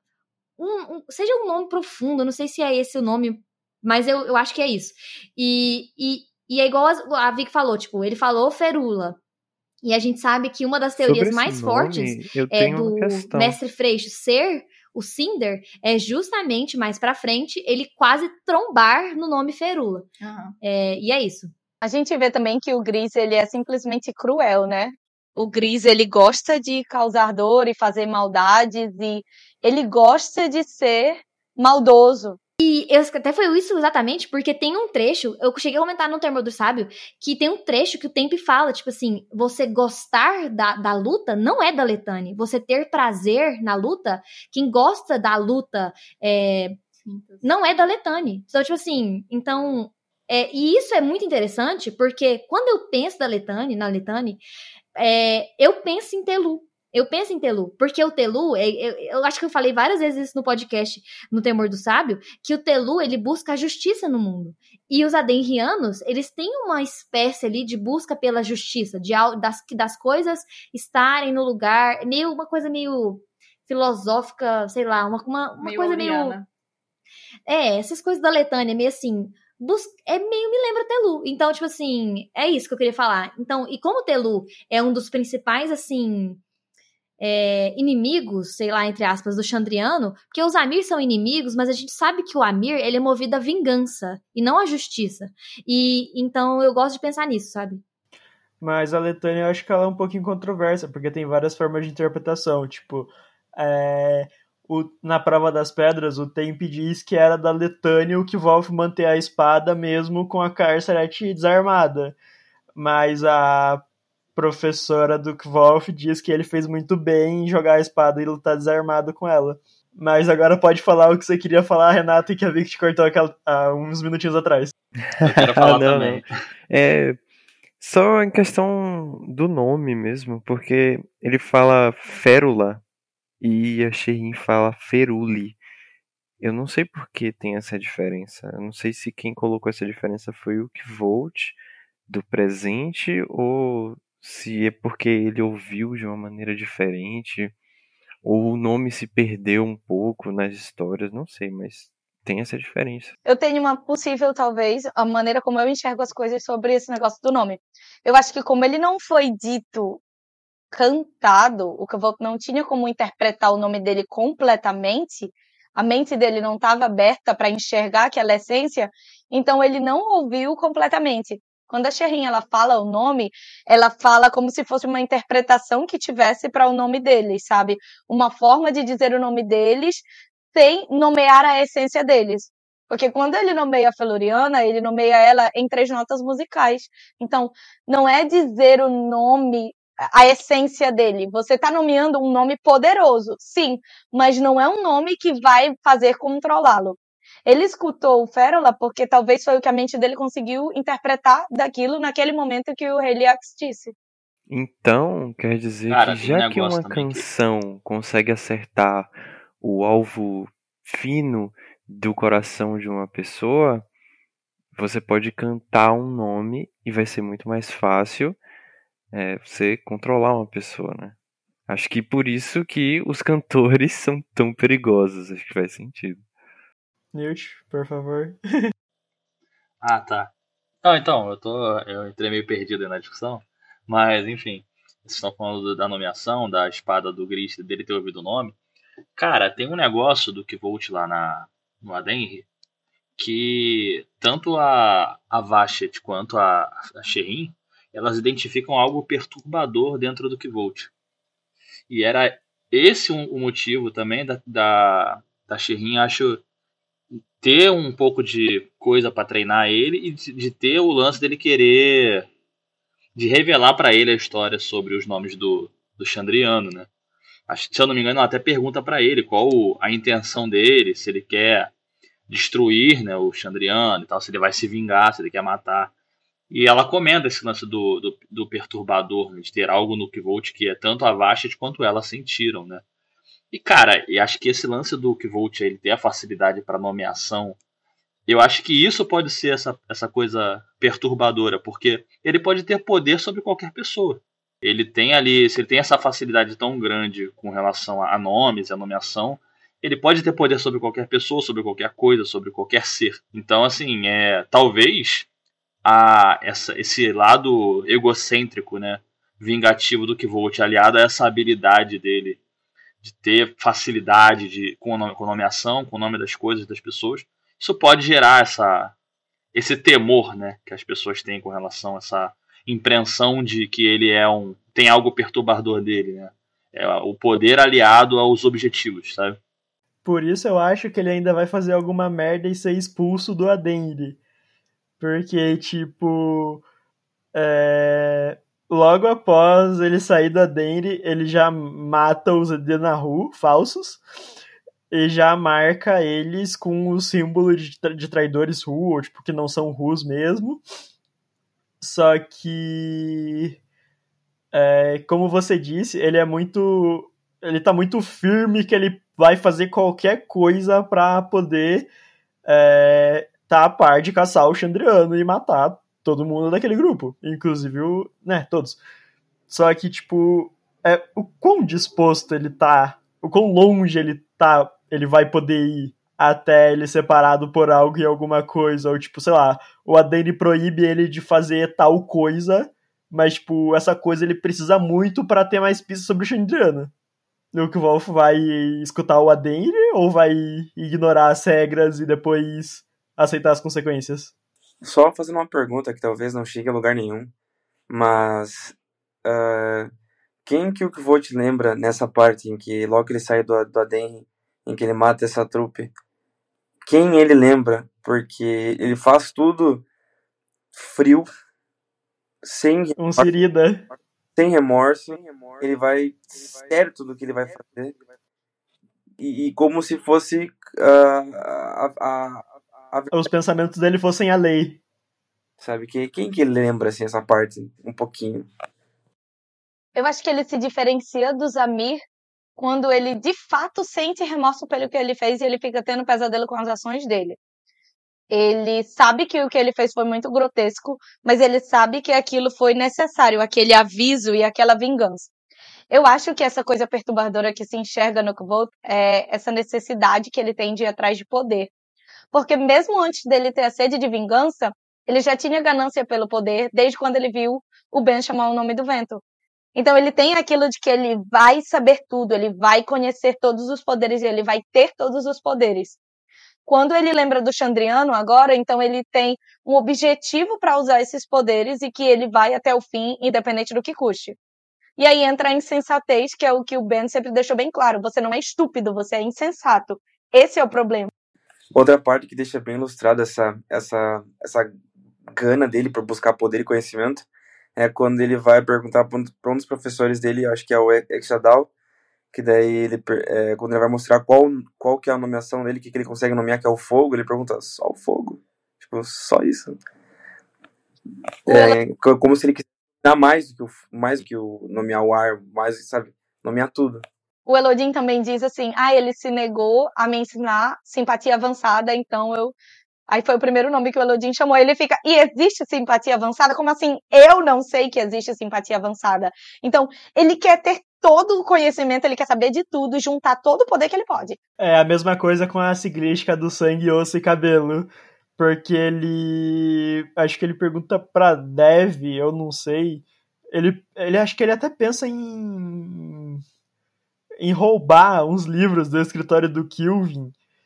um, um- seja um nome profundo, não sei se é esse o nome, mas eu, eu acho que é isso. E, e, e é igual a, a Vic falou, tipo, ele falou Ferula. E a gente sabe que uma das teorias Sobre esse mais nome, fortes eu é tenho do uma questão. Mestre Freixo ser o Cinder é justamente mais pra frente ele quase trombar no nome Ferula. Aham. É, e é isso. A gente vê também que o Gris, ele é simplesmente cruel, né? O Gris, ele gosta de causar dor e fazer maldades e ele gosta de ser maldoso. E eu, até foi isso exatamente, porque tem um trecho, eu cheguei a comentar no Termo do Sábio, que tem um trecho que o Temp fala, tipo assim, você gostar da, da luta não é da Letane, você ter prazer na luta, quem gosta da luta é, não é da Letane. Então, tipo assim, então, é, e isso é muito interessante, porque quando eu penso da Letane, na Letane, é, eu penso em Telu. Eu penso em Telu, porque o Telu, é, eu, eu acho que eu falei várias vezes isso no podcast, no Temor do Sábio, que o Telu, ele busca a justiça no mundo. E os Adenrianos, eles têm uma espécie ali de busca pela justiça, de, das, das coisas estarem no lugar, meio, uma coisa meio filosófica, sei lá, uma, uma, uma Meio coisa Auriana. meio... É, essas coisas da Letânia, meio assim... Bus- é meio me lembra Telu. Então, tipo assim, é isso que eu queria falar. Então, e como o Telu é um dos principais, assim... é, inimigos, sei lá, entre aspas, do Chandriano, porque os Amir são inimigos, mas a gente sabe que o Amir, ele é movido à vingança e não à justiça. E então eu gosto de pensar nisso, sabe? Mas a Letânia eu acho que ela é um pouquinho controversa, porque tem várias formas de interpretação. Tipo, é, o, na Prova das Pedras, o Temp diz que era da Letânia o Kvolf manter a espada mesmo com a Carceret desarmada. Mas a professora do Kvolf diz que ele fez muito bem em jogar a espada e lutar desarmado com ela. Mas agora pode falar o que você queria falar, Renato, e que a Vic te cortou aquela, há uns minutinhos atrás. Eu quero falar não, também. Não. É só em questão do nome mesmo, porque ele fala Férula e a Shireen fala Feruli. Eu não sei por que tem essa diferença. Eu não sei se quem colocou essa diferença foi o Kvolt do presente ou se é porque ele ouviu de uma maneira diferente ou o nome se perdeu um pouco nas histórias, não sei, mas tem essa diferença. Eu tenho uma possível, talvez, a maneira como eu enxergo as coisas sobre esse negócio do nome. Eu acho que como ele não foi dito cantado, o Kvolt não tinha como interpretar o nome dele completamente, a mente dele não estava aberta para enxergar aquela essência, então ele não ouviu completamente. Quando a Shireen ela fala o nome, ela fala como se fosse uma interpretação que tivesse para o nome deles, sabe? Uma forma de dizer o nome deles sem nomear a essência deles. Porque quando ele nomeia a Feluriana, ele nomeia ela em três notas musicais. Então, não é dizer o nome, a essência dele. Você está nomeando um nome poderoso, sim, mas não é um nome que vai fazer controlá-lo. Ele escutou o Férula porque talvez foi o que a mente dele conseguiu interpretar daquilo naquele momento que o Rei Liax disse. Então, quer dizer Cara, que tem um já que negócio uma também que- canção consegue acertar o alvo fino do coração de uma pessoa, você pode cantar um nome e vai ser muito mais fácil é, você controlar uma pessoa, né? Acho que por isso que os cantores são tão perigosos, acho que faz sentido. Newt, por favor. Ah, tá. Não, então, eu tô. Eu entrei meio perdido aí na discussão. Mas, enfim. Vocês estão falando da nomeação, da espada do Grist, dele ter ouvido o nome. Cara, tem um negócio do Kvolt lá na, no Adenri que tanto a, a Vashet quanto a, a Shireen, elas identificam algo perturbador dentro do Kvolt. E era esse um, o motivo também da, da, da Shireen, acho, ter um pouco de coisa pra treinar ele e de, de ter o lance dele querer de revelar pra ele a história sobre os nomes do, do Chandriano, né? Acho que, se eu não me engano, ela até pergunta pra ele qual a intenção dele, se ele quer destruir, né, o Chandriano e tal, se ele vai se vingar, se ele quer matar. E ela comenta esse lance do, do, do perturbador, né, de ter algo no Kvolt que é tanto a Vashet quanto ela sentiram, né? E, cara, e acho que esse lance do Kvolt, ele ter a facilidade para nomeação, eu acho que isso pode ser essa, essa coisa perturbadora, porque ele pode ter poder sobre qualquer pessoa. Ele tem ali, se ele tem essa facilidade tão grande com relação a nomes e a nomeação, ele pode ter poder sobre qualquer pessoa, sobre qualquer coisa, sobre qualquer ser. Então, assim, é, talvez a, essa, esse lado egocêntrico, né, vingativo do Kvolt, aliado a essa habilidade dele de ter facilidade de, com, a, com a nomeação, com o nome das coisas, das pessoas, isso pode gerar essa, esse temor, né, que as pessoas têm com relação a essa impressão de que ele é um, tem algo perturbador dele, né? É o poder aliado aos objetivos, sabe? Por isso eu acho que ele ainda vai fazer alguma merda e ser expulso do Adenri. Porque, tipo, é... logo após ele sair do Adenri, ele já mata os Denahu falsos e já marca eles com o símbolo de, tra- de traidores Ru, ou tipo, que não são Rus mesmo. Só que, é, como você disse, ele é muito... ele tá muito firme que ele vai fazer qualquer coisa pra poder é, tá a par de caçar o Chandriano e matar todo mundo daquele grupo. Inclusive o... né, todos. Só que, tipo, é, o quão disposto ele tá, o quão longe ele tá, ele vai poder ir até ele ser parado por algo e alguma coisa, ou tipo, sei lá, o Adenri proíbe ele de fazer tal coisa, mas, tipo, essa coisa ele precisa muito pra ter mais pistas sobre o Chandriano. o Wolf vai escutar o Adenir ou vai ignorar as regras e depois aceitar as consequências? Só fazendo uma pergunta que talvez não chegue a lugar nenhum, mas uh, quem que o Kvolt lembra nessa parte em que logo que ele sai do, do Adenir, em que ele mata essa trupe? Quem ele lembra? Porque ele faz tudo frio, sem um Sirida. Sem remorso, ele vai certo do que ele vai fazer e, e como se fosse uh, a, a, a, os pensamentos dele fossem a lei. Sabe, que, quem que lembra assim, essa parte um pouquinho? Eu acho que ele se diferencia do Zamir quando ele de fato sente remorso pelo que ele fez e ele fica tendo pesadelo com as ações dele. Ele sabe que o que ele fez foi muito grotesco, mas ele sabe que aquilo foi necessário, aquele aviso e aquela vingança. Eu acho que essa coisa perturbadora que se enxerga no Kvolt é essa necessidade que ele tem de ir atrás de poder. Porque mesmo antes dele ter a sede de vingança, ele já tinha ganância pelo poder desde quando ele viu o Ben chamar o nome do vento. Então ele tem aquilo de que ele vai saber tudo, ele vai conhecer todos os poderes e ele vai ter todos os poderes. Quando ele lembra do Chandriano agora, então ele tem um objetivo para usar esses poderes e que ele vai até o fim, independente do que custe. E aí entra a insensatez, que é o que o Ben sempre deixou bem claro. Você não é estúpido, você é insensato. Esse é o problema. Outra parte que deixa bem ilustrada essa, essa, essa gana dele por buscar poder e conhecimento é quando ele vai perguntar para um dos professores dele, acho que é o Exadal, que daí ele, é, quando ele vai mostrar qual, qual que é a nomeação dele, que, que ele consegue nomear, que é o fogo, ele pergunta, só o fogo? Tipo, só isso. É, como se ele quisesse dar mais do que o, mais do que o nomear o ar, mais, sabe, nomear tudo. O Elodin também diz assim, ah, ele se negou a me ensinar simpatia avançada, então eu... Aí foi o primeiro nome que o Elodin chamou, ele fica, e existe simpatia avançada? Como assim? Eu não sei que existe simpatia avançada. Então, ele quer ter todo o conhecimento, ele quer saber de tudo, juntar todo o poder que ele pode. É a mesma coisa com a siglística do sangue, osso e cabelo. Porque ele... Acho que ele pergunta pra Dev, eu não sei. Ele, ele acho que ele até pensa em... em roubar uns livros do escritório do Kilvin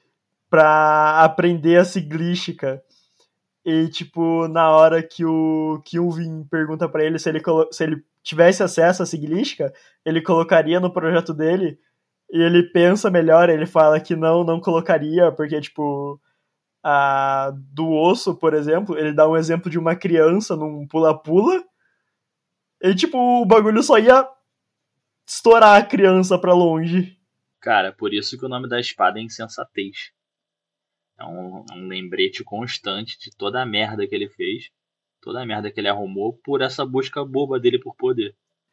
pra aprender a siglística. E, tipo, na hora que o Kilvin pergunta pra ele se ele, se ele tivesse acesso à siglística, ele colocaria no projeto dele, e ele pensa melhor, ele fala que não, não colocaria, porque, tipo, a, do osso, por exemplo, ele dá um exemplo de uma criança num pula-pula, e, tipo, o bagulho só ia estourar a criança pra longe. Cara, por isso que o nome da espada é insensatez. É um, um lembrete constante de toda a merda que ele fez, toda a merda que ele arrumou por essa busca boba dele por poder.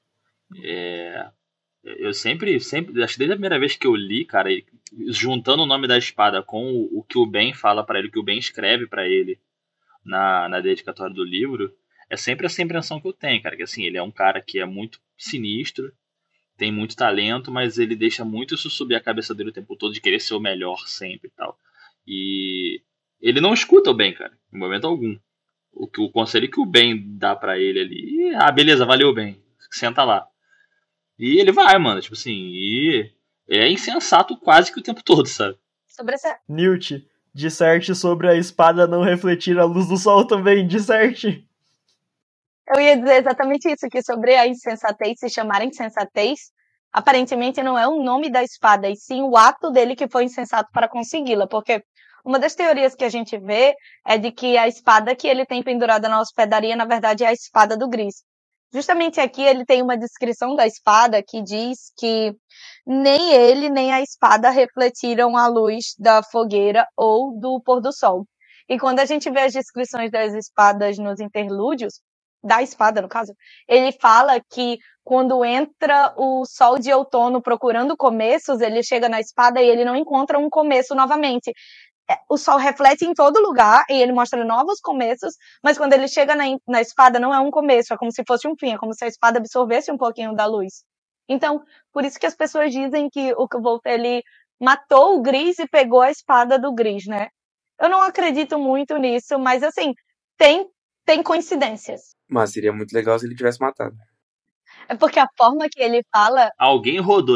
É, eu sempre, sempre, acho que desde a primeira vez que eu li, cara, juntando o nome da espada com o, o que o Ben fala pra ele, o que o Ben escreve pra ele na, na dedicatória do livro, é sempre essa impressão que eu tenho, cara, que assim, ele é um cara que é muito sinistro, tem muito talento, mas ele deixa muito isso subir a cabeça dele o tempo todo, de querer ser o melhor sempre e tal. E ele não escuta o Ben, cara, em momento algum. O, o conselho que o Ben dá pra ele ali, ah, beleza, valeu, Ben, senta lá. E ele vai, mano, tipo assim, e é insensato quase que o tempo todo, sabe? Sobre essa... Newt, disserte sobre a espada não refletir a luz do sol também, disserte. Eu ia dizer exatamente isso, que sobre a insensatez, se chamar insensatez, aparentemente não é o nome da espada, e sim o ato dele que foi insensato para consegui-la, porque uma das teorias que a gente vê é de que a espada que ele tem pendurada na hospedaria, na verdade, é a espada do Gris. Justamente aqui ele tem uma descrição da espada que diz que nem ele nem a espada refletiram a luz da fogueira ou do pôr do sol. E quando a gente vê as descrições das espadas nos interlúdios, da espada, no caso, ele fala que quando entra o sol de outono procurando começos, ele chega na espada e ele não encontra um começo novamente. O sol reflete em todo lugar e ele mostra novos começos, mas quando ele chega na, na espada não é um começo, é como se fosse um fim, é como se a espada absorvesse um pouquinho da luz. Então, por isso que as pessoas dizem que o Kvolt, ele matou o Gris e pegou a espada do Gris, né? Eu não acredito muito nisso, mas assim, tem, tem coincidências. Mas seria muito legal se ele tivesse matado. É porque a forma que ele fala... Alguém rodou, irmão.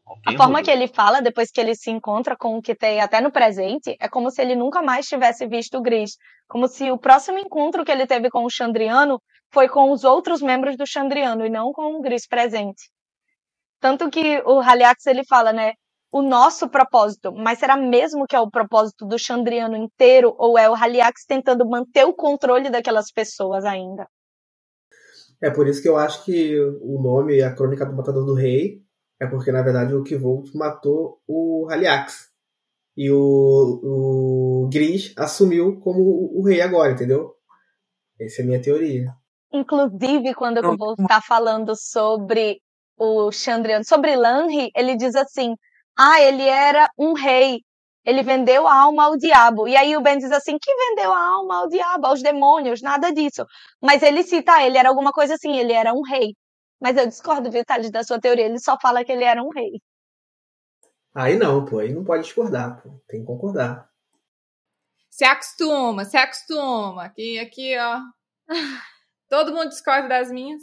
Alguém A forma rodou. que ele fala, depois que ele se encontra com o que tem até no presente, é como se ele nunca mais tivesse visto o Gris. Como se o próximo encontro que ele teve com o Chandriano foi com os outros membros do Chandriano e não com o Gris presente. Tanto que o Haliax, ele fala, né? O nosso propósito, mas será mesmo que é o propósito do Chandriano inteiro ou é o Haliax tentando manter o controle daquelas pessoas ainda? É por isso que eu acho que o nome, a Crônica do Matador do Rei, é porque, na verdade, o Kvolt matou o Haliax. E o, o Gris assumiu como o, o rei agora, entendeu? Essa é a minha teoria. Inclusive, quando Não, eu vou estar falando sobre o Chandriano, sobre Lanri, ele diz assim, ah, ele era um rei, ele vendeu a alma ao diabo. E aí o Ben diz assim, que vendeu a alma ao diabo, aos demônios, nada disso. Mas ele cita, ah, ele era alguma coisa assim, ele era um rei. Mas eu discordo, viu, Thales, da sua teoria, ele só fala que ele era um rei. Aí não, pô, aí não pode discordar, pô, tem que concordar. Se acostuma, se acostuma. Aqui, aqui, ó. Todo mundo discorda das minhas.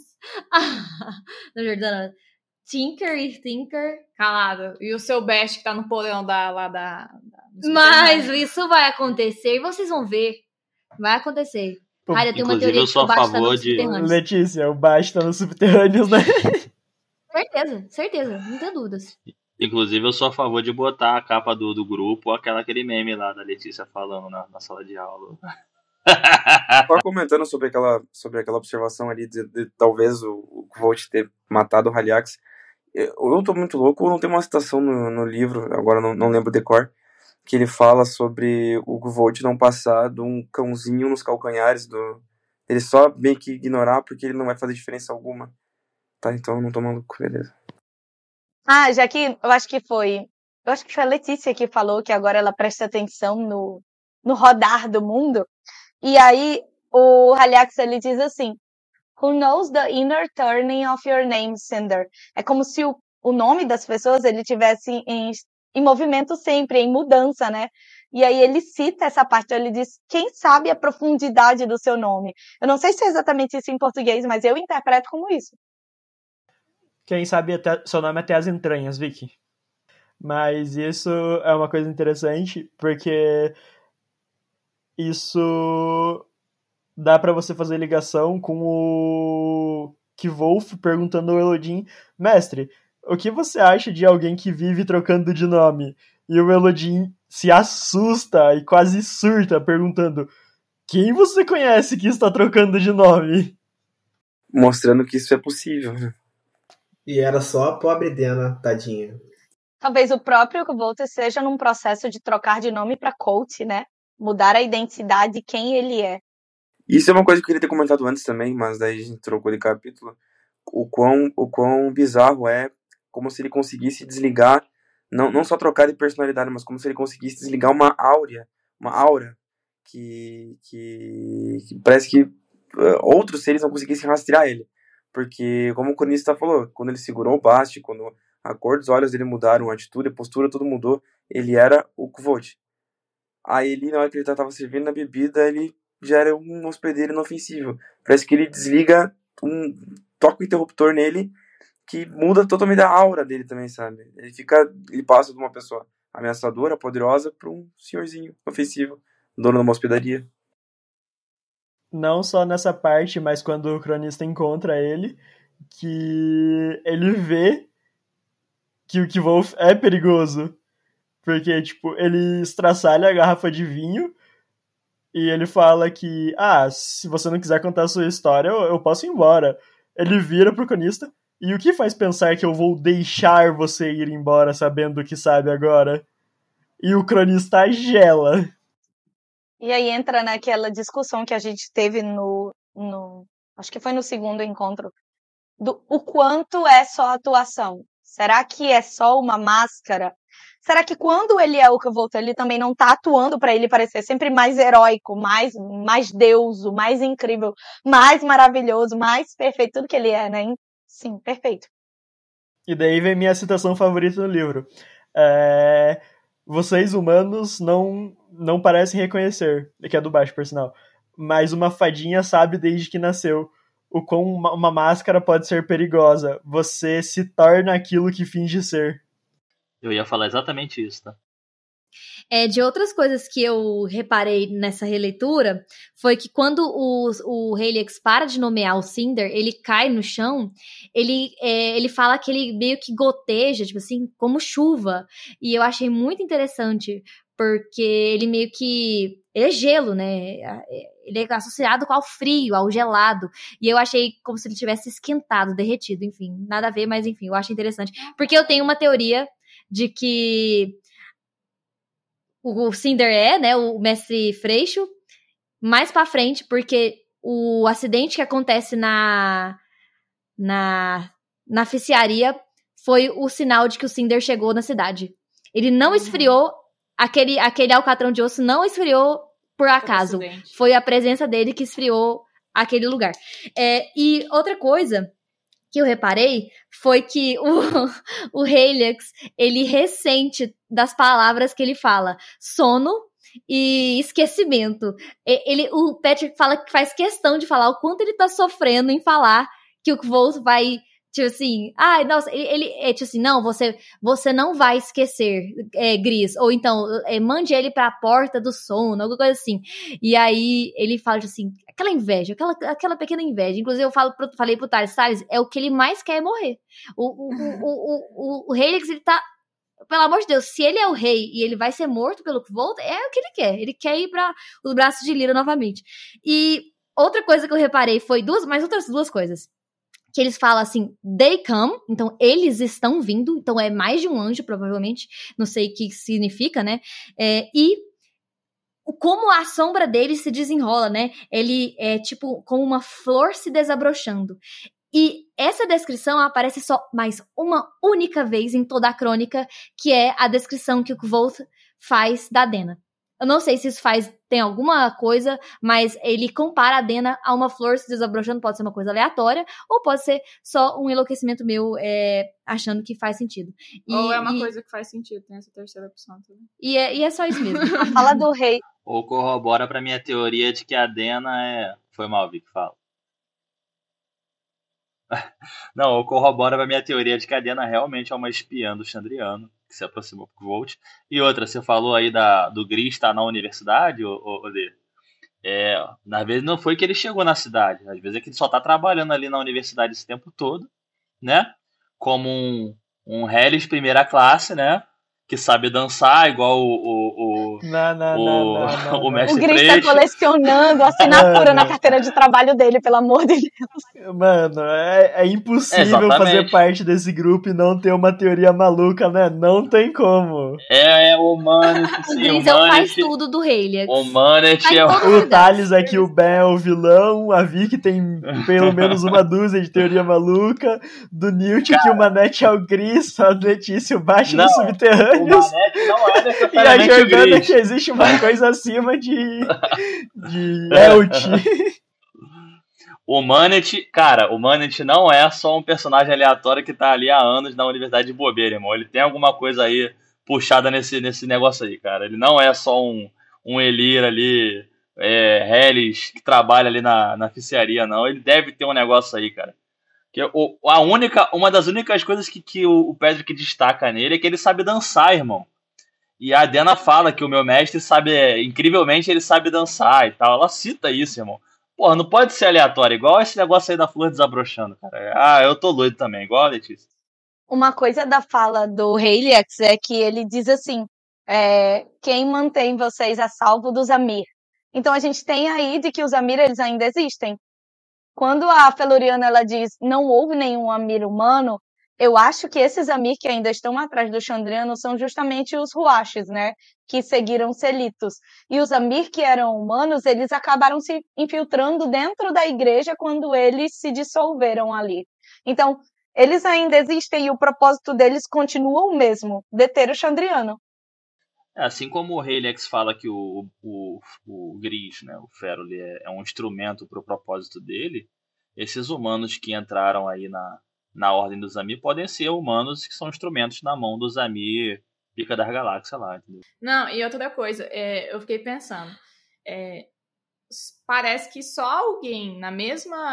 Na Jordana, Tinker e Thinker. Calado. E o seu best que tá no porão da, lá da... da Mas isso vai acontecer e vocês vão ver. Vai acontecer. Cara, eu tenho uma Inclusive, teoria eu de que sou o a Baixo tá favor nos de- subterrâneos. Letícia, o baixo tá nos subterrâneos, né? Certeza, certeza, não tenho dúvidas. Inclusive, eu sou a favor de botar a capa do, do grupo, aquela, aquele meme lá da Letícia falando na, na sala de aula. Só comentando sobre aquela, sobre aquela observação ali de, de talvez o, o Kvolt ter matado o Haliax. Eu, eu tô muito louco, ou não tem uma citação no, no livro, agora não, não lembro o decor, que ele fala sobre o Kvolt não passar de um cãozinho nos calcanhares do... Ele só meio que ignorar porque ele não vai fazer diferença alguma. Tá, então eu não tô maluco, beleza. Ah, já que eu acho que foi. Eu acho que foi a Letícia que falou que agora ela presta atenção no, no rodar do mundo. E aí o Haliax ele diz assim: Who knows the inner turning of your name, Cinder? É como se o, o nome das pessoas ele tivesse em, em movimento sempre, em mudança, né? E aí ele cita essa parte, ele diz: Quem sabe a profundidade do seu nome? Eu não sei se é exatamente isso em português, mas eu interpreto como isso. Quem sabe até, seu nome até as entranhas, Vicky. Mas isso é uma coisa interessante, porque isso dá pra você fazer ligação com o Kvolf perguntando ao Elodin, mestre, o que você acha de alguém que vive trocando de nome? E o Elodin se assusta e quase surta, perguntando, quem você conhece que está trocando de nome? Mostrando que isso é possível, né? E era só a pobre Dena, tadinha. Talvez o próprio Kvolt seja num processo de trocar de nome para Colt, né? Mudar a identidade de quem ele é. Isso é uma coisa que eu queria ter comentado antes também, mas daí a gente trocou de capítulo. O quão, o quão bizarro é, como se ele conseguisse desligar, não, não só trocar de personalidade, mas como se ele conseguisse desligar uma áurea, uma aura, que, que, que parece que uh, outros seres não conseguissem rastrear ele. Porque, como o cronista falou, quando ele segurou o Bast, quando a cor dos olhos dele mudaram, a atitude, a postura, tudo mudou, ele era o Kvolt. Aí ele, na hora que ele estava servindo a bebida, ele já era um hospedeiro inofensivo. Parece que ele desliga, um, toca o interruptor nele, que muda totalmente a aura dele também, sabe? Ele fica, ele passa de uma pessoa ameaçadora, poderosa, para um senhorzinho ofensivo, dono de uma hospedaria. Não só nessa parte, mas quando o cronista encontra ele, que ele vê que o Kvolf é perigoso. Porque, tipo, ele estraçalha a garrafa de vinho e ele fala que, ah, se você não quiser contar a sua história, eu, eu posso ir embora. Ele vira pro cronista, e o que faz pensar que eu vou deixar você ir embora sabendo o que sabe agora? E o cronista gela. E aí entra naquela discussão que a gente teve no, no acho que foi no segundo encontro, do o quanto é só atuação. Será que é só uma máscara? Será que quando ele é o Kvolt, ele também não tá atuando para ele parecer sempre mais heróico, mais, mais deuso, mais incrível, mais maravilhoso, mais perfeito, tudo que ele é, né? Sim, perfeito. E daí vem minha citação favorita no livro. É... Vocês humanos não, não parecem reconhecer, que é do baixo, por sinal, mas uma fadinha sabe desde que nasceu o quão uma, uma máscara pode ser perigosa. Você se torna aquilo que finge ser. Eu ia falar exatamente isso, tá? É, de outras coisas que eu reparei nessa releitura, foi que quando o, o Helix para de nomear o Cinder, ele cai no chão, ele, é, ele fala que ele meio que goteja, tipo assim, como chuva. E eu achei muito interessante, porque ele meio que... Ele é gelo, né? Ele é associado ao frio, ao gelado. E eu achei como se ele tivesse esquentado, derretido, enfim. Nada a ver, mas enfim, eu acho interessante. Porque eu tenho uma teoria de que o Cinder é, né, o mestre Freixo, mais pra frente, porque o acidente que acontece na na, na ficiaria foi o sinal de que o Cinder chegou na cidade. Ele não uhum. esfriou, aquele, aquele alcatrão de osso não esfriou por acaso. Foi a presença dele que esfriou aquele lugar. É, e outra coisa que eu reparei foi que o, o Helix, ele ressente das palavras que ele fala. Sono e esquecimento. Ele, o Patrick fala que faz questão de falar o quanto ele tá sofrendo em falar que o Kvolt vai, tipo assim, ai, ah, nossa, ele, ele é tipo assim, não, você, você não vai esquecer, é, Gris, ou então, é, mande ele pra porta do sono, alguma coisa assim. E aí, ele fala, tipo assim, aquela inveja, aquela, aquela pequena inveja, inclusive eu falo pro, falei pro Thales, Thales, é o que ele mais quer é morrer. O, o, o, o, o, o Helix, ele tá, pelo amor de Deus, se ele é o rei e ele vai ser morto pelo Kvolt, é o que ele quer, ele quer ir pra os braços de Lyra novamente. E outra coisa que eu reparei foi duas, mais outras duas coisas. Que eles falam assim, they come, então eles estão vindo, então é mais de um anjo, provavelmente, não sei o que significa, né, é, e como a sombra dele se desenrola, né, ele é tipo como uma flor se desabrochando, e essa descrição aparece só mais uma única vez em toda a crônica, que é a descrição que o Kvolt faz da Dena. Eu não sei se isso faz, tem alguma coisa, mas ele compara a Dena a uma flor se desabrochando, pode ser uma coisa aleatória, ou pode ser só um enlouquecimento meu, é, achando que faz sentido. E, ou é uma e, coisa que faz sentido, tem essa terceira opção também. E é, e é só isso mesmo. A fala do rei. Ou corrobora pra minha teoria de que a Dena é... Foi mal, Vic, fala. Não, ou corrobora pra minha teoria de que a Dena realmente é uma espiã do Chandriano, que se aproximou pro Kvolt. E outra, você falou aí da, do Gris estar na universidade, ô Lê. É, às vezes não foi que ele chegou na cidade, às vezes é que ele só tá trabalhando ali na universidade esse tempo todo, né? Como um, um Hellis primeira classe, né? Que sabe dançar, igual o, o, o, não, não, o, não, não, não, o mestre O Gris tá Freixo. colecionando a assinatura na carteira de trabalho dele, pelo amor de Deus. Mano, é, é impossível Exatamente. fazer parte desse grupo e não ter uma teoria maluca, né? Não tem como. É, é o Manet, sim, o Gris o Manet, faz tudo do Helix. O Manet é o... O Thales aqui, o Ben é o vilão, a Vicky tem pelo menos uma dúzia de teoria maluca, do Newt que o Manete é o Gris, a Letícia o baixo dos subterrâneos. O Manete não é e a Jordana que existe uma coisa acima de, de Elt. O Manet, cara, o Manet não é só um personagem aleatório que tá ali há anos na Universidade de Bobeira, irmão. Ele tem alguma coisa aí puxada nesse, nesse negócio aí, cara. Ele não é só um, um Elir ali, é, Hellis, que trabalha ali na, na oficiaria, não. Ele deve ter um negócio aí, cara. Que o, a única, uma das únicas coisas que, que o, o Patrick destaca nele é que ele sabe dançar, irmão. E a Dena fala que o meu mestre sabe, é, incrivelmente ele sabe dançar e tal. Ela cita isso, irmão. Porra, não pode ser aleatório, igual esse negócio aí da flor desabrochando, cara. Ah, eu tô doido também, igual a Letícia. Uma coisa da fala do Helix é que ele diz assim, é, quem mantém vocês a salvo dos Amir? Então a gente tem aí de que os Amir, eles ainda existem. Quando a Feluriana, ela diz, não houve nenhum Amir humano, eu acho que esses Amir que ainda estão atrás do Chandriano são justamente os Huashes, né? Que seguiram Selitos. E os Amir que eram humanos, eles acabaram se infiltrando dentro da igreja quando eles se dissolveram ali. Então, eles ainda existem e o propósito deles continua o mesmo, deter o Chandriano. É, assim como o Helix fala que o, o, o Gris, né, o Feruli, é, é um instrumento para o propósito dele, esses humanos que entraram aí na, na Ordem dos Amir podem ser humanos que são instrumentos na mão dos Amir, Pica das Galáxias lá, entendeu? Não, e outra coisa, é, eu fiquei pensando, é, parece que só alguém na mesma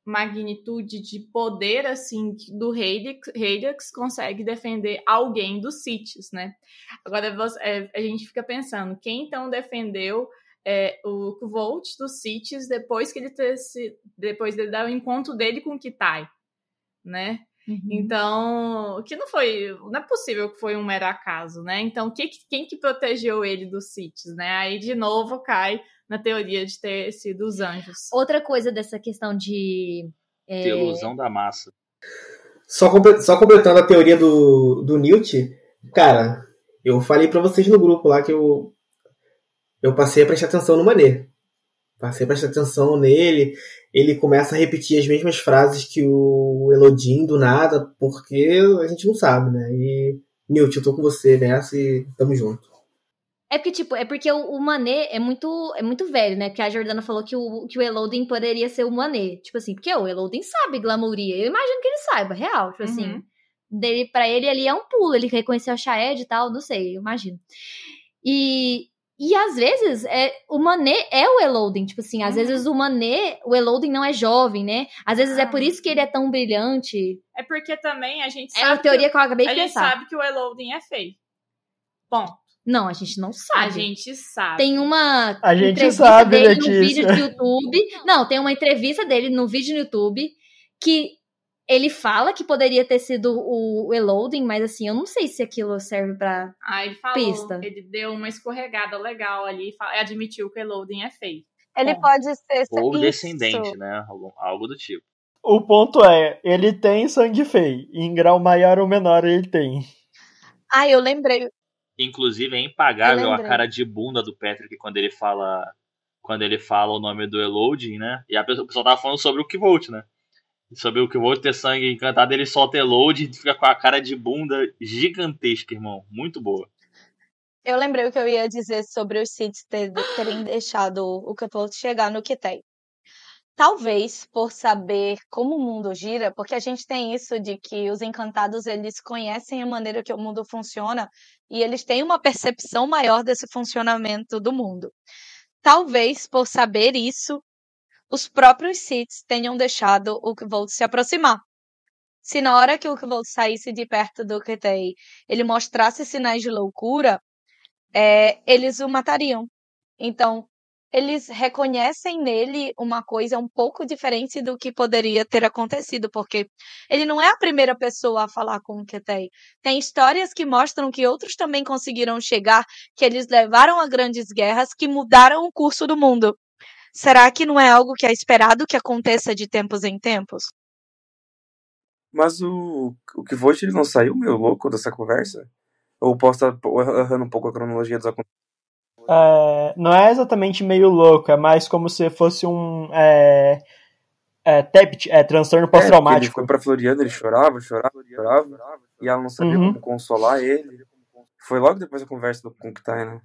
magnitude de poder, assim, do Helix consegue defender alguém dos Siths, né? Agora, você, é, a gente fica pensando, quem então defendeu é, o Kvolt dos Siths depois que ele ter se, depois dele dar o encontro dele com o Kitai, né? Uhum. Então, que não foi, não é possível que foi um mero acaso, né? Então, quem, quem que protegeu ele dos Siths, né? Aí, de novo, cai na teoria de ter sido os anjos. Outra coisa dessa questão de... É... De ilusão da massa. Só, comple- só completando a teoria do, do Newt, cara, eu falei pra vocês no grupo lá que eu, eu passei a prestar atenção no Mané. Passei a prestar atenção nele. Ele começa a repetir as mesmas frases que o Elodin do nada, porque a gente não sabe, né? E, Newt, eu tô com você nessa e tamo junto. É porque, tipo, é porque o, o Mané é muito, é muito velho, né? Porque a Jordana falou que o, que o Elodin poderia ser o Mané. Tipo assim, porque o Elodin sabe glamouria. Eu imagino que ele saiba, real. Tipo uhum. assim, dele, pra ele ali é um pulo. Ele reconheceu a Shaed e tal, não sei, eu imagino. E, e às vezes, é, o Mané é o Elodin. Tipo assim, às uhum. vezes o Mané, o Elodin não é jovem, né? Às vezes ah, é por isso que ele é tão brilhante. É porque também a gente sabe... É uma teoria que, que eu acabei de a pensar. A gente sabe que o Elodin é feio. Bom. Não, a gente não sabe. A gente sabe. Tem uma a gente entrevista sabe, dele Letícia. no vídeo de YouTube. Não, tem uma entrevista dele no vídeo no YouTube que ele fala que poderia ter sido o Elodin, mas assim, eu não sei se aquilo serve pra ah, ele falou, pista. Ele deu uma escorregada legal ali e admitiu que o Elodin é feio. Ele Bom. pode ser... Ou isso. descendente, né? Algo, algo do tipo. O ponto é, ele tem sangue feio. Em grau maior ou menor ele tem. Ah, eu lembrei... Inclusive, é impagável a cara de bunda do Patrick quando ele fala quando ele fala o nome do Elodin, né? E a pessoa, o pessoal tava falando sobre o Kvolt, né? Sobre o Kvolt ter sangue encantado, ele solta Elodin e fica com a cara de bunda gigantesca, irmão. Muito boa. Eu lembrei o que eu ia dizer sobre os Siths ter, terem deixado o Kvolt chegar no Kitai. Talvez por saber como o mundo gira, porque a gente tem isso de que os encantados eles conhecem a maneira que o mundo funciona e eles têm uma percepção maior desse funcionamento do mundo. Talvez por saber isso, os próprios Siths tenham deixado o Kvolt se aproximar. Se na hora que o Kvolt saísse de perto do Kitai, ele mostrasse sinais de loucura, é, eles o matariam. Então, eles reconhecem nele uma coisa um pouco diferente do que poderia ter acontecido, porque ele não é a primeira pessoa a falar com o Kitai. Tem histórias que mostram que outros também conseguiram chegar, que eles levaram a grandes guerras que mudaram o curso do mundo. Será que não é algo que é esperado que aconteça de tempos em tempos? Mas o, o Kvolt, ele não saiu meio louco dessa conversa? Ou posso estar errando um pouco a cronologia dos acontecimentos? É, não é exatamente meio louco, é mais como se fosse um é, é, T E P T, é, transtorno pós-traumático. É, ele foi pra Floriana, ele chorava, chorava, chorava, e ela não sabia uhum. como consolar ele. Foi logo depois da conversa do, com o Kitai, né?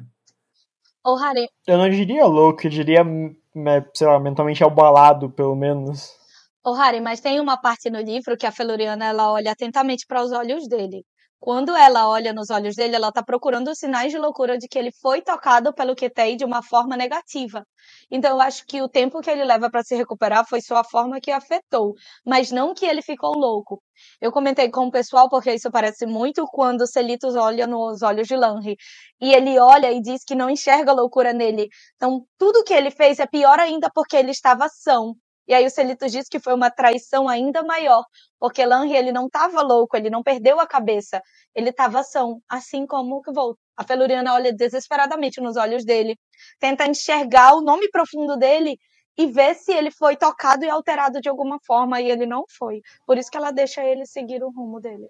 Ô, Harry. Eu não diria louco, eu diria, sei lá, mentalmente abalado, pelo menos. Ô, Harry, mas tem uma parte no livro que a Feluriana, ela olha atentamente para os olhos dele. Quando ela olha nos olhos dele, ela está procurando sinais de loucura de que ele foi tocado pelo Kitai de uma forma negativa. Então, eu acho que o tempo que ele leva para se recuperar foi só a forma que afetou, mas não que ele ficou louco. Eu comentei com o pessoal, porque isso parece muito quando Selitos olha nos olhos de Lanri. E ele olha e diz que não enxerga loucura nele. Então, tudo que ele fez é pior ainda porque ele estava são. E aí o Selitos diz que foi uma traição ainda maior, porque Lanri, ele não estava louco, ele não perdeu a cabeça, ele estava são, assim como o Kvolt. A Feluriana olha desesperadamente nos olhos dele, tenta enxergar o nome profundo dele e ver se ele foi tocado e alterado de alguma forma, e ele não foi. Por isso que ela deixa ele seguir o rumo dele.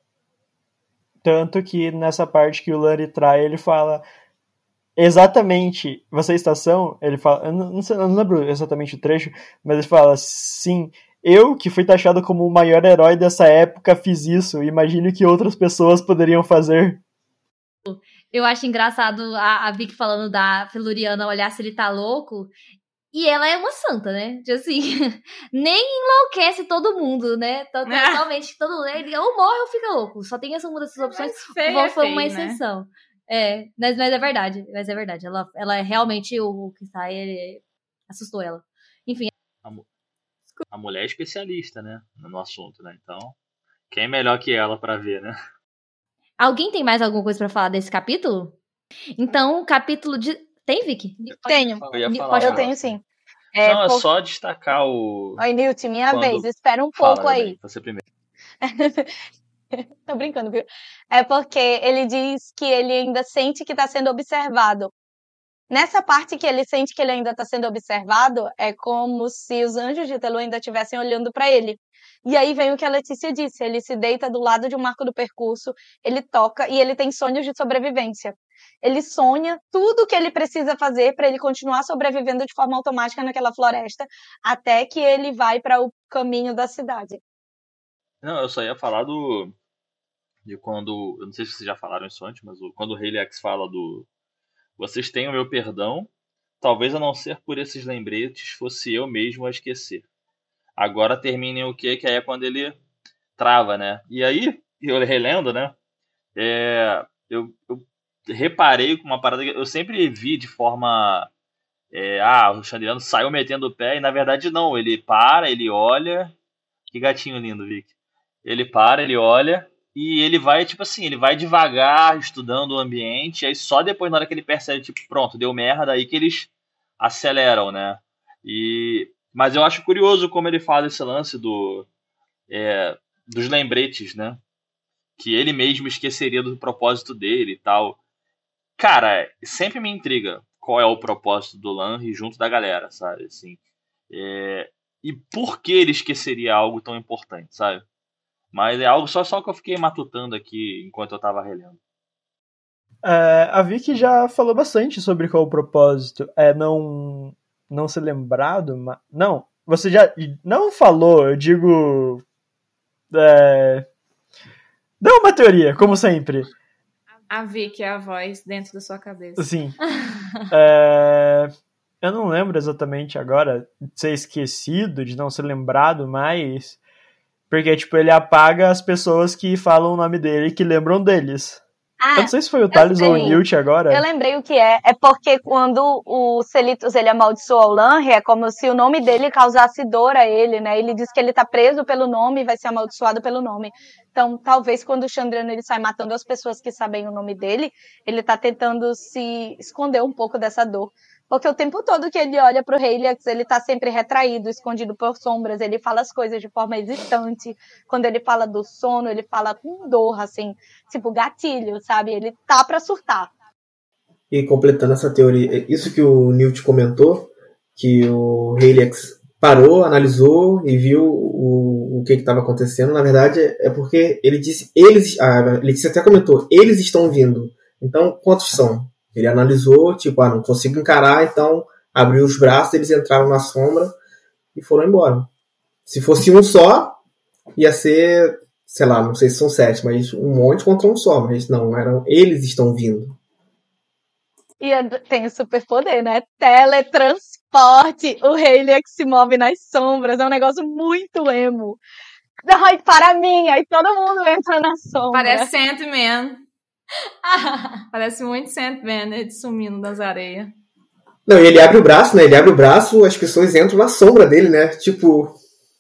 Tanto que nessa parte que o Lanri trai, ele fala... Exatamente, você está são? Ele fala, eu não, sei, eu não lembro exatamente o trecho, mas ele fala, sim, eu que fui taxado como o maior herói dessa época fiz isso, imagino que outras pessoas poderiam fazer. Eu acho engraçado a, a Vicky falando da Feluriana olhar se ele tá louco, e ela é uma santa, né? Assim, nem enlouquece todo mundo, né? Totalmente, todo mundo, ele ou morre ou fica louco, só tem essa uma dessas opções, feio, o foi feio, uma né? exceção. É, mas, mas é verdade, mas é verdade. Ela, ela é realmente o que sai, ele assustou ela. Enfim. Amor. A mulher é especialista, né? No assunto, né? Então, quem é melhor que ela pra ver, né? Alguém tem mais alguma coisa pra falar desse capítulo? Então, o capítulo de... Tem, Vicky? Tenho. Eu ia falar. Pode Eu falar. tenho sim. É, Não, é por... só destacar o... Oi, Newt, minha Quando- vez. Espera um Fala, pouco aí. bem, você primeiro. Tô brincando, viu? É porque ele diz que ele ainda sente que tá sendo observado. Nessa parte que ele sente que ele ainda tá sendo observado, é como se os anjos de Telu ainda estivessem olhando pra ele. E aí vem o que a Letícia disse, ele se deita do lado de um marco do percurso, ele toca e ele tem sonhos de sobrevivência. Ele sonha tudo o que ele precisa fazer para ele continuar sobrevivendo de forma automática naquela floresta, até que ele vai para o caminho da cidade. Não, eu só ia falar do... De quando... Eu não sei se vocês já falaram isso antes, mas o- quando o Rei Lex fala do... Vocês têm o meu perdão, talvez a não ser por esses lembretes fosse eu mesmo a esquecer. Agora terminem o quê? Que aí é quando ele trava, né? E aí, eu relendo, né? É, eu, eu reparei com uma parada que eu sempre vi de forma... É, ah, o Xandriano saiu metendo o pé e na verdade não. Ele para, ele olha... Que gatinho lindo, Vic. Ele para, ele olha e ele vai, tipo assim, ele vai devagar, estudando o ambiente, e aí só depois, na hora que ele percebe, tipo, pronto, deu merda, aí que eles aceleram, né? E... Mas eu acho curioso como ele faz esse lance do, é, dos lembretes, né? Que ele mesmo esqueceria do propósito dele e tal. Cara, sempre me intriga qual é o propósito do Lanry junto da galera, sabe? Assim, é... E por que ele esqueceria algo tão importante, sabe? Mas é algo só, só que eu fiquei matutando aqui enquanto eu tava relendo. É, a Vicky já falou bastante sobre qual o propósito. É não, não ser lembrado, mas... Não, você já não falou, eu digo... É, dá uma teoria, como sempre. A Vicky é a voz dentro da sua cabeça. Sim. É, eu não lembro exatamente agora de ser esquecido, de não ser lembrado, mas... Porque, tipo, ele apaga as pessoas que falam o nome dele e que lembram deles. Ah, eu não sei se foi o Thales ou o Newt agora. Eu lembrei o que é. É porque quando o Celitos ele amaldiçoa o Lanry, é como se o nome dele causasse dor a ele, né? Ele diz que ele tá preso pelo nome e vai ser amaldiçoado pelo nome. Então, talvez quando o Xandriano ele sai matando as pessoas que sabem o nome dele, ele tá tentando se esconder um pouco dessa dor. Porque o tempo todo que ele olha pro Rayleigh, ele tá sempre retraído, escondido por sombras, ele fala as coisas de forma hesitante. Quando ele fala do sono, ele fala com dor, assim, tipo gatilho, sabe? Ele tá pra surtar. E completando essa teoria, isso que o Newt comentou, que o Rayleigh parou, analisou e viu o, o que estava acontecendo, na verdade é porque ele disse, eles, ah, ele disse, até comentou, eles estão vindo. Então, quantos são? Ele analisou, tipo, ah, não consigo encarar, então abriu os braços, eles entraram na sombra e foram embora. Se fosse um só, ia ser, sei lá, não sei se são sete, mas um monte contra um só. Mas não, eram, eles estão vindo. E tem o superpoder, né? Teletransporte. O Rayleigh se move nas sombras. É um negócio muito emo. Ai, para mim! Aí todo mundo entra na sombra. Parece Sandman. Parece muito Sandman, ele sumindo das areias. Não, e ele abre o braço, né? Ele abre o braço, as pessoas entram na sombra dele, né? Tipo...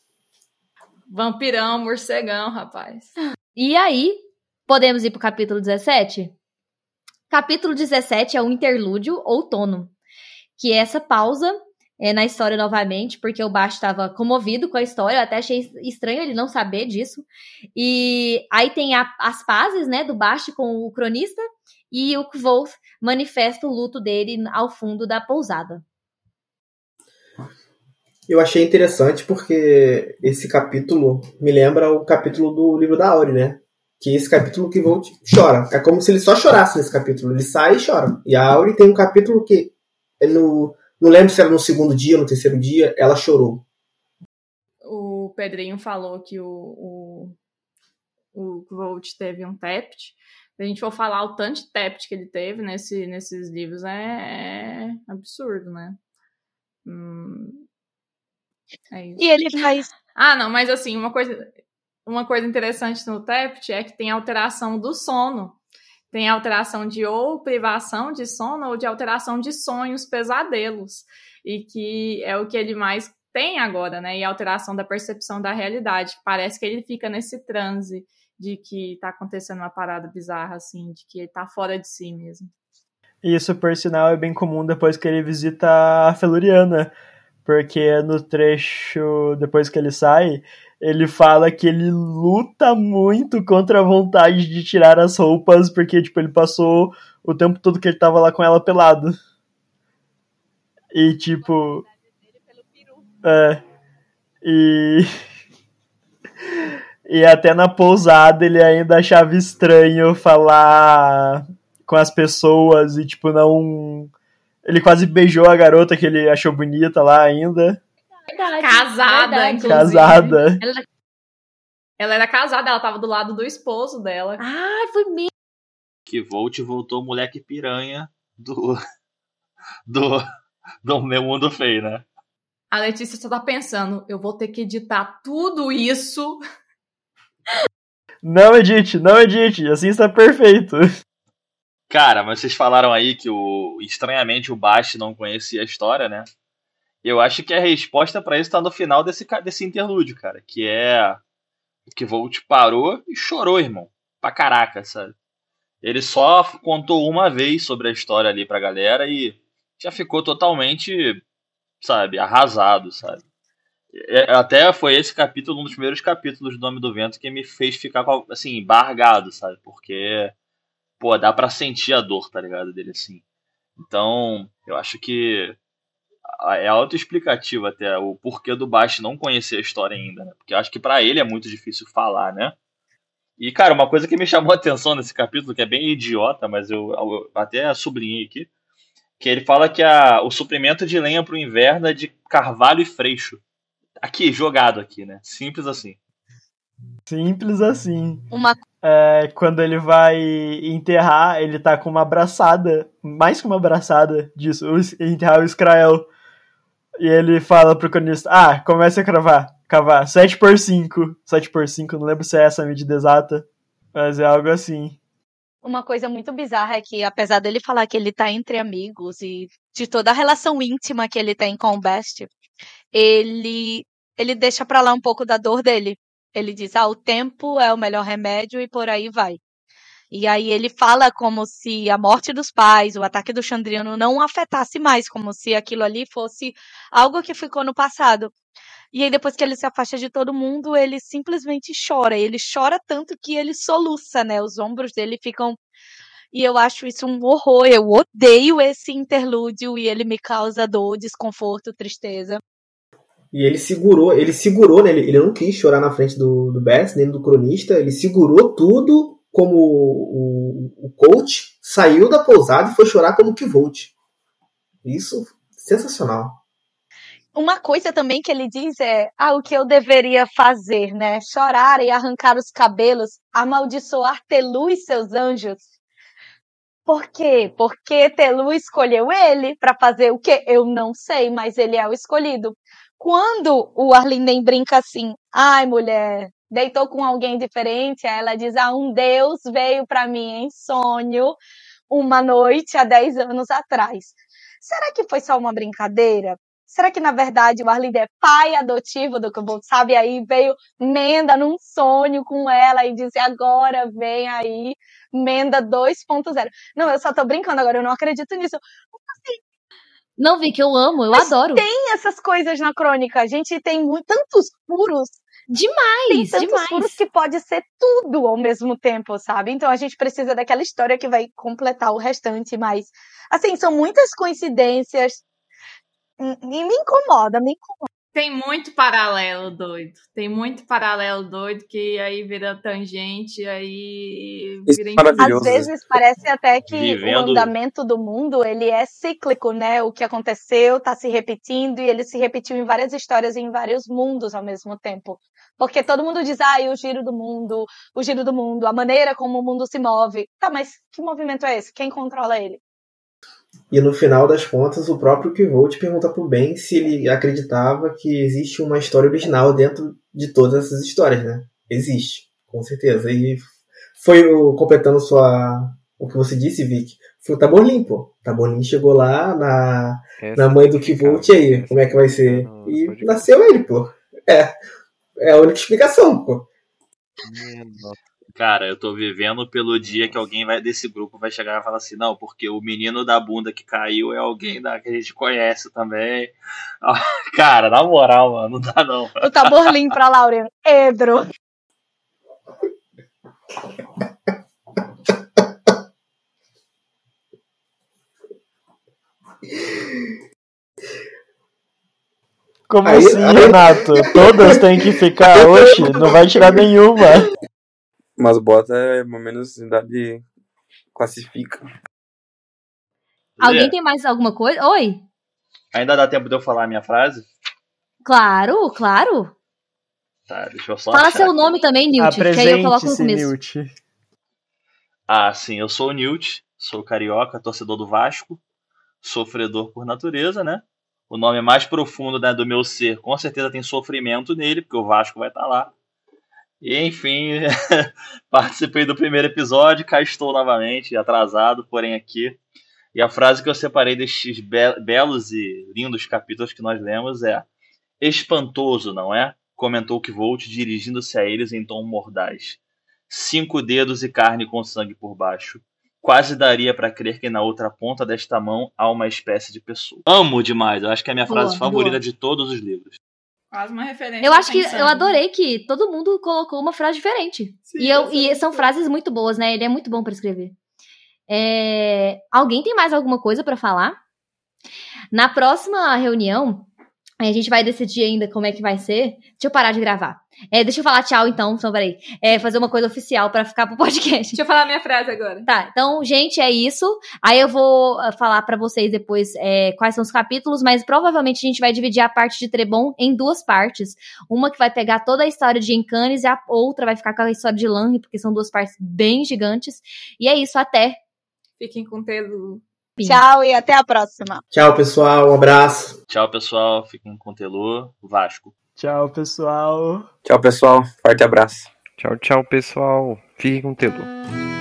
Vampirão, morcegão, rapaz. E aí, podemos ir pro capítulo dezessete? Capítulo dezessete é o interlúdio outono, que é essa pausa é, na história novamente, porque o Bast estava comovido com a história, eu até achei estranho ele não saber disso. E aí tem a, as pazes, né, do Bast com o cronista, e o Kvoth manifesta o luto dele ao fundo da pousada. Eu achei interessante porque esse capítulo me lembra o capítulo do livro da Auri, né? Que esse capítulo que Kvoth chora. É como se ele só chorasse nesse capítulo. Ele sai e chora. E a Auri tem um capítulo que é no... Não lembro se era no segundo dia ou no terceiro dia, ela chorou. O Pedrinho falou que o, o, o Kvoth teve um tept. Se a gente for falar o tanto de tept que ele teve nesse, nesses livros, é, é absurdo, né? Hum, é isso. E ele faz... Ah, não, mas assim, uma coisa, uma coisa interessante no tept é que tem alteração do sono. Tem alteração de ou privação de sono ou de alteração de sonhos, pesadelos. E que é o que ele mais tem agora, né? E a alteração da percepção da realidade. Parece que ele fica nesse transe de que tá acontecendo uma parada bizarra, assim, de que ele tá fora de si mesmo. Isso, por sinal, é bem comum depois que ele visita a Feluriana, porque no trecho, depois que ele sai, ele fala que ele luta muito contra a vontade de tirar as roupas, porque, tipo, ele passou o tempo todo que ele tava lá com ela pelado. E, tipo... É... E... E até na pousada ele ainda achava estranho falar com as pessoas e, tipo, não... Ele quase beijou a garota que ele achou bonita lá ainda. Verdade, Casada, verdade. inclusive. Casada. Ela... Ela era casada, ela tava do lado do esposo dela. Ah, foi mesmo. Que Volt voltou moleque piranha do. do. do meu mundo feio, né? A Letícia só tá pensando, eu vou ter que editar tudo isso. Não edite, não edite, assim está perfeito. Cara, mas vocês falaram aí que o estranhamente o Bast não conhecia a história, né? Eu acho que a resposta pra isso tá no final desse, desse interlúdio, cara. Que é que Volt parou e chorou, irmão. Pra caraca, sabe? Ele só contou uma vez sobre a história ali pra galera e já ficou totalmente, sabe, arrasado, sabe? Até foi esse capítulo, um dos primeiros capítulos do Nome do Vento que me fez ficar, assim, embargado, sabe? Porque, pô, dá pra sentir a dor, tá ligado, dele, assim. Então, eu acho que é autoexplicativo até o porquê do Bast não conhecer a história ainda, né? Porque eu acho que pra ele é muito difícil falar, né? E, cara, uma coisa que me chamou a atenção nesse capítulo, que é bem idiota, mas eu, eu até sublinhei aqui, que ele fala que a, o suprimento de lenha pro inverno é de carvalho e freixo. Aqui, jogado aqui, né? Simples assim. Simples assim. Uma... É, quando ele vai enterrar, ele tá com uma abraçada, mais que uma abraçada disso, enterrar o Skrael. E ele fala pro cronista, ah, comece a cravar, cavar, sete por cinco. sete por cinco, não lembro se é essa a medida exata, mas é algo assim. Uma coisa muito bizarra é que, apesar dele falar que ele tá entre amigos e de toda a relação íntima que ele tem com o Bast, ele, ele deixa pra lá um pouco da dor dele. Ele diz, ah, o tempo é o melhor remédio e por aí vai. E aí ele fala como se a morte dos pais, o ataque do Chandriano não afetasse mais, como se aquilo ali fosse algo que ficou no passado. E aí depois que ele se afasta de todo mundo, ele simplesmente chora. Ele chora tanto que ele soluça, né? Os ombros dele ficam... E eu acho isso um horror. Eu odeio esse interlúdio e ele me causa dor, desconforto, tristeza. E ele segurou, ele segurou, né? Ele, ele não quis chorar na frente do, do Bast, nem do cronista. Ele segurou tudo como o, o, o coach, saiu da pousada e foi chorar como que Volt. Isso, sensacional. Uma coisa também que ele diz é, ah, o que eu deveria fazer, né? Chorar e arrancar os cabelos, amaldiçoar Telu e seus anjos. Por quê? Porque Telu escolheu ele pra fazer o quê? Eu não sei, mas ele é o escolhido. Quando o Arlinden brinca assim, ai, mulher, deitou com alguém diferente, aí ela diz, ah, um Deus veio pra mim em sonho uma noite há dez anos atrás. Será que foi só uma brincadeira? Será que, na verdade, o Arlinden é pai adotivo do Kobold, sabe? Aí veio Menda num sonho com ela e disse, agora vem aí Menda dois ponto zero. Não, eu só tô brincando agora, eu não acredito nisso. Assim, não, Vicky, eu amo, eu mas adoro. Tem essas coisas na crônica, a gente tem muito, tantos furos. Demais, tem tantos demais. furos que pode ser tudo ao mesmo tempo, sabe? Então a gente precisa daquela história que vai completar o restante, mas, assim, são muitas coincidências. E me incomoda, me incomoda. Tem muito paralelo doido. Tem muito paralelo doido que aí vira tangente, aí vira maravilhoso. Às vezes parece até que Vivendo... o andamento do mundo, ele é cíclico, né? O que aconteceu tá se repetindo e ele se repetiu em várias histórias e em vários mundos ao mesmo tempo. Porque todo mundo diz, ah, e o giro do mundo, o giro do mundo, a maneira como o mundo se move. Tá, mas que movimento é esse? Quem controla ele? E no final das contas, o próprio Kvolt pergunta pro Ben se ele acreditava que existe uma história original dentro de todas essas histórias, né? Existe, com certeza. E foi o, completando sua, o que você disse, Vic, foi o Taborlin, pô. O Taborlin chegou lá na, Essa na mãe do fica, Kvolt, e aí, essa como é que vai ser? não, E pode crer. nasceu ele, pô. É, é a única explicação, pô. Minha nossa. Cara, eu tô vivendo pelo dia que alguém vai desse grupo vai chegar e falar assim, não, porque o menino da bunda que caiu é alguém da, que a gente conhece também. Cara, na moral, mano, não dá não. O Taborlin pra Lauren. Edro. Como Aí- assim, aí- Renato? Todas têm que ficar, oxe, não vai tirar nenhuma. Mas bota é uma menos idade classifica. Alguém Lê, tem mais alguma coisa? Oi? ainda dá tempo de eu falar a minha frase? Claro, claro. Tá, deixa eu só Fala achar seu aqui. nome também, Newt, que aí eu coloco no Apresente-se, começo. Newt. Ah, sim, eu sou o Newt, sou carioca, torcedor do Vasco, sofredor por natureza, né? O nome mais profundo, né, do meu ser, com certeza tem sofrimento nele, porque o Vasco vai estar lá. E enfim, participei do primeiro episódio, cá estou novamente, atrasado, porém aqui. E a frase que eu separei destes be- belos e lindos capítulos que nós lemos é: espantoso, não é? Comentou Kvolt, dirigindo-se a eles em tom mordaz. Cinco dedos e carne com sangue por baixo. Quase daria pra crer que na outra ponta desta mão há uma espécie de pessoa. Amo demais, eu acho que é a minha Boa, frase favorita boa. de todos os livros. Quase uma referência. Eu acho que pensando. eu adorei que todo mundo colocou uma frase diferente. Sim, e eu, essa é e muito são boa. frases muito boas, né? Ele é muito bom pra escrever. É, Alguém tem mais alguma coisa pra falar? Na próxima reunião, a gente vai decidir ainda como é que vai ser. Deixa eu parar de gravar. É, deixa eu falar tchau, então. Então, peraí. É, fazer uma coisa oficial pra ficar pro podcast. Deixa eu falar minha frase agora. Tá, então, gente, é isso. Aí eu vou uh, falar pra vocês depois é, quais são os capítulos, mas provavelmente a gente vai dividir a parte de Trebon em duas partes. Uma que vai pegar toda a história de Encanes e a outra vai ficar com a história de Lanri, porque são duas partes bem gigantes. E é isso, até. Fiquem com Telo. Tchau e até a próxima. Tchau, pessoal. Um abraço. Tchau, pessoal. Fiquem com o Telô. Vasco. Tchau, pessoal. Tchau, pessoal. Forte abraço. Tchau, tchau, pessoal. Fiquem com o Telo.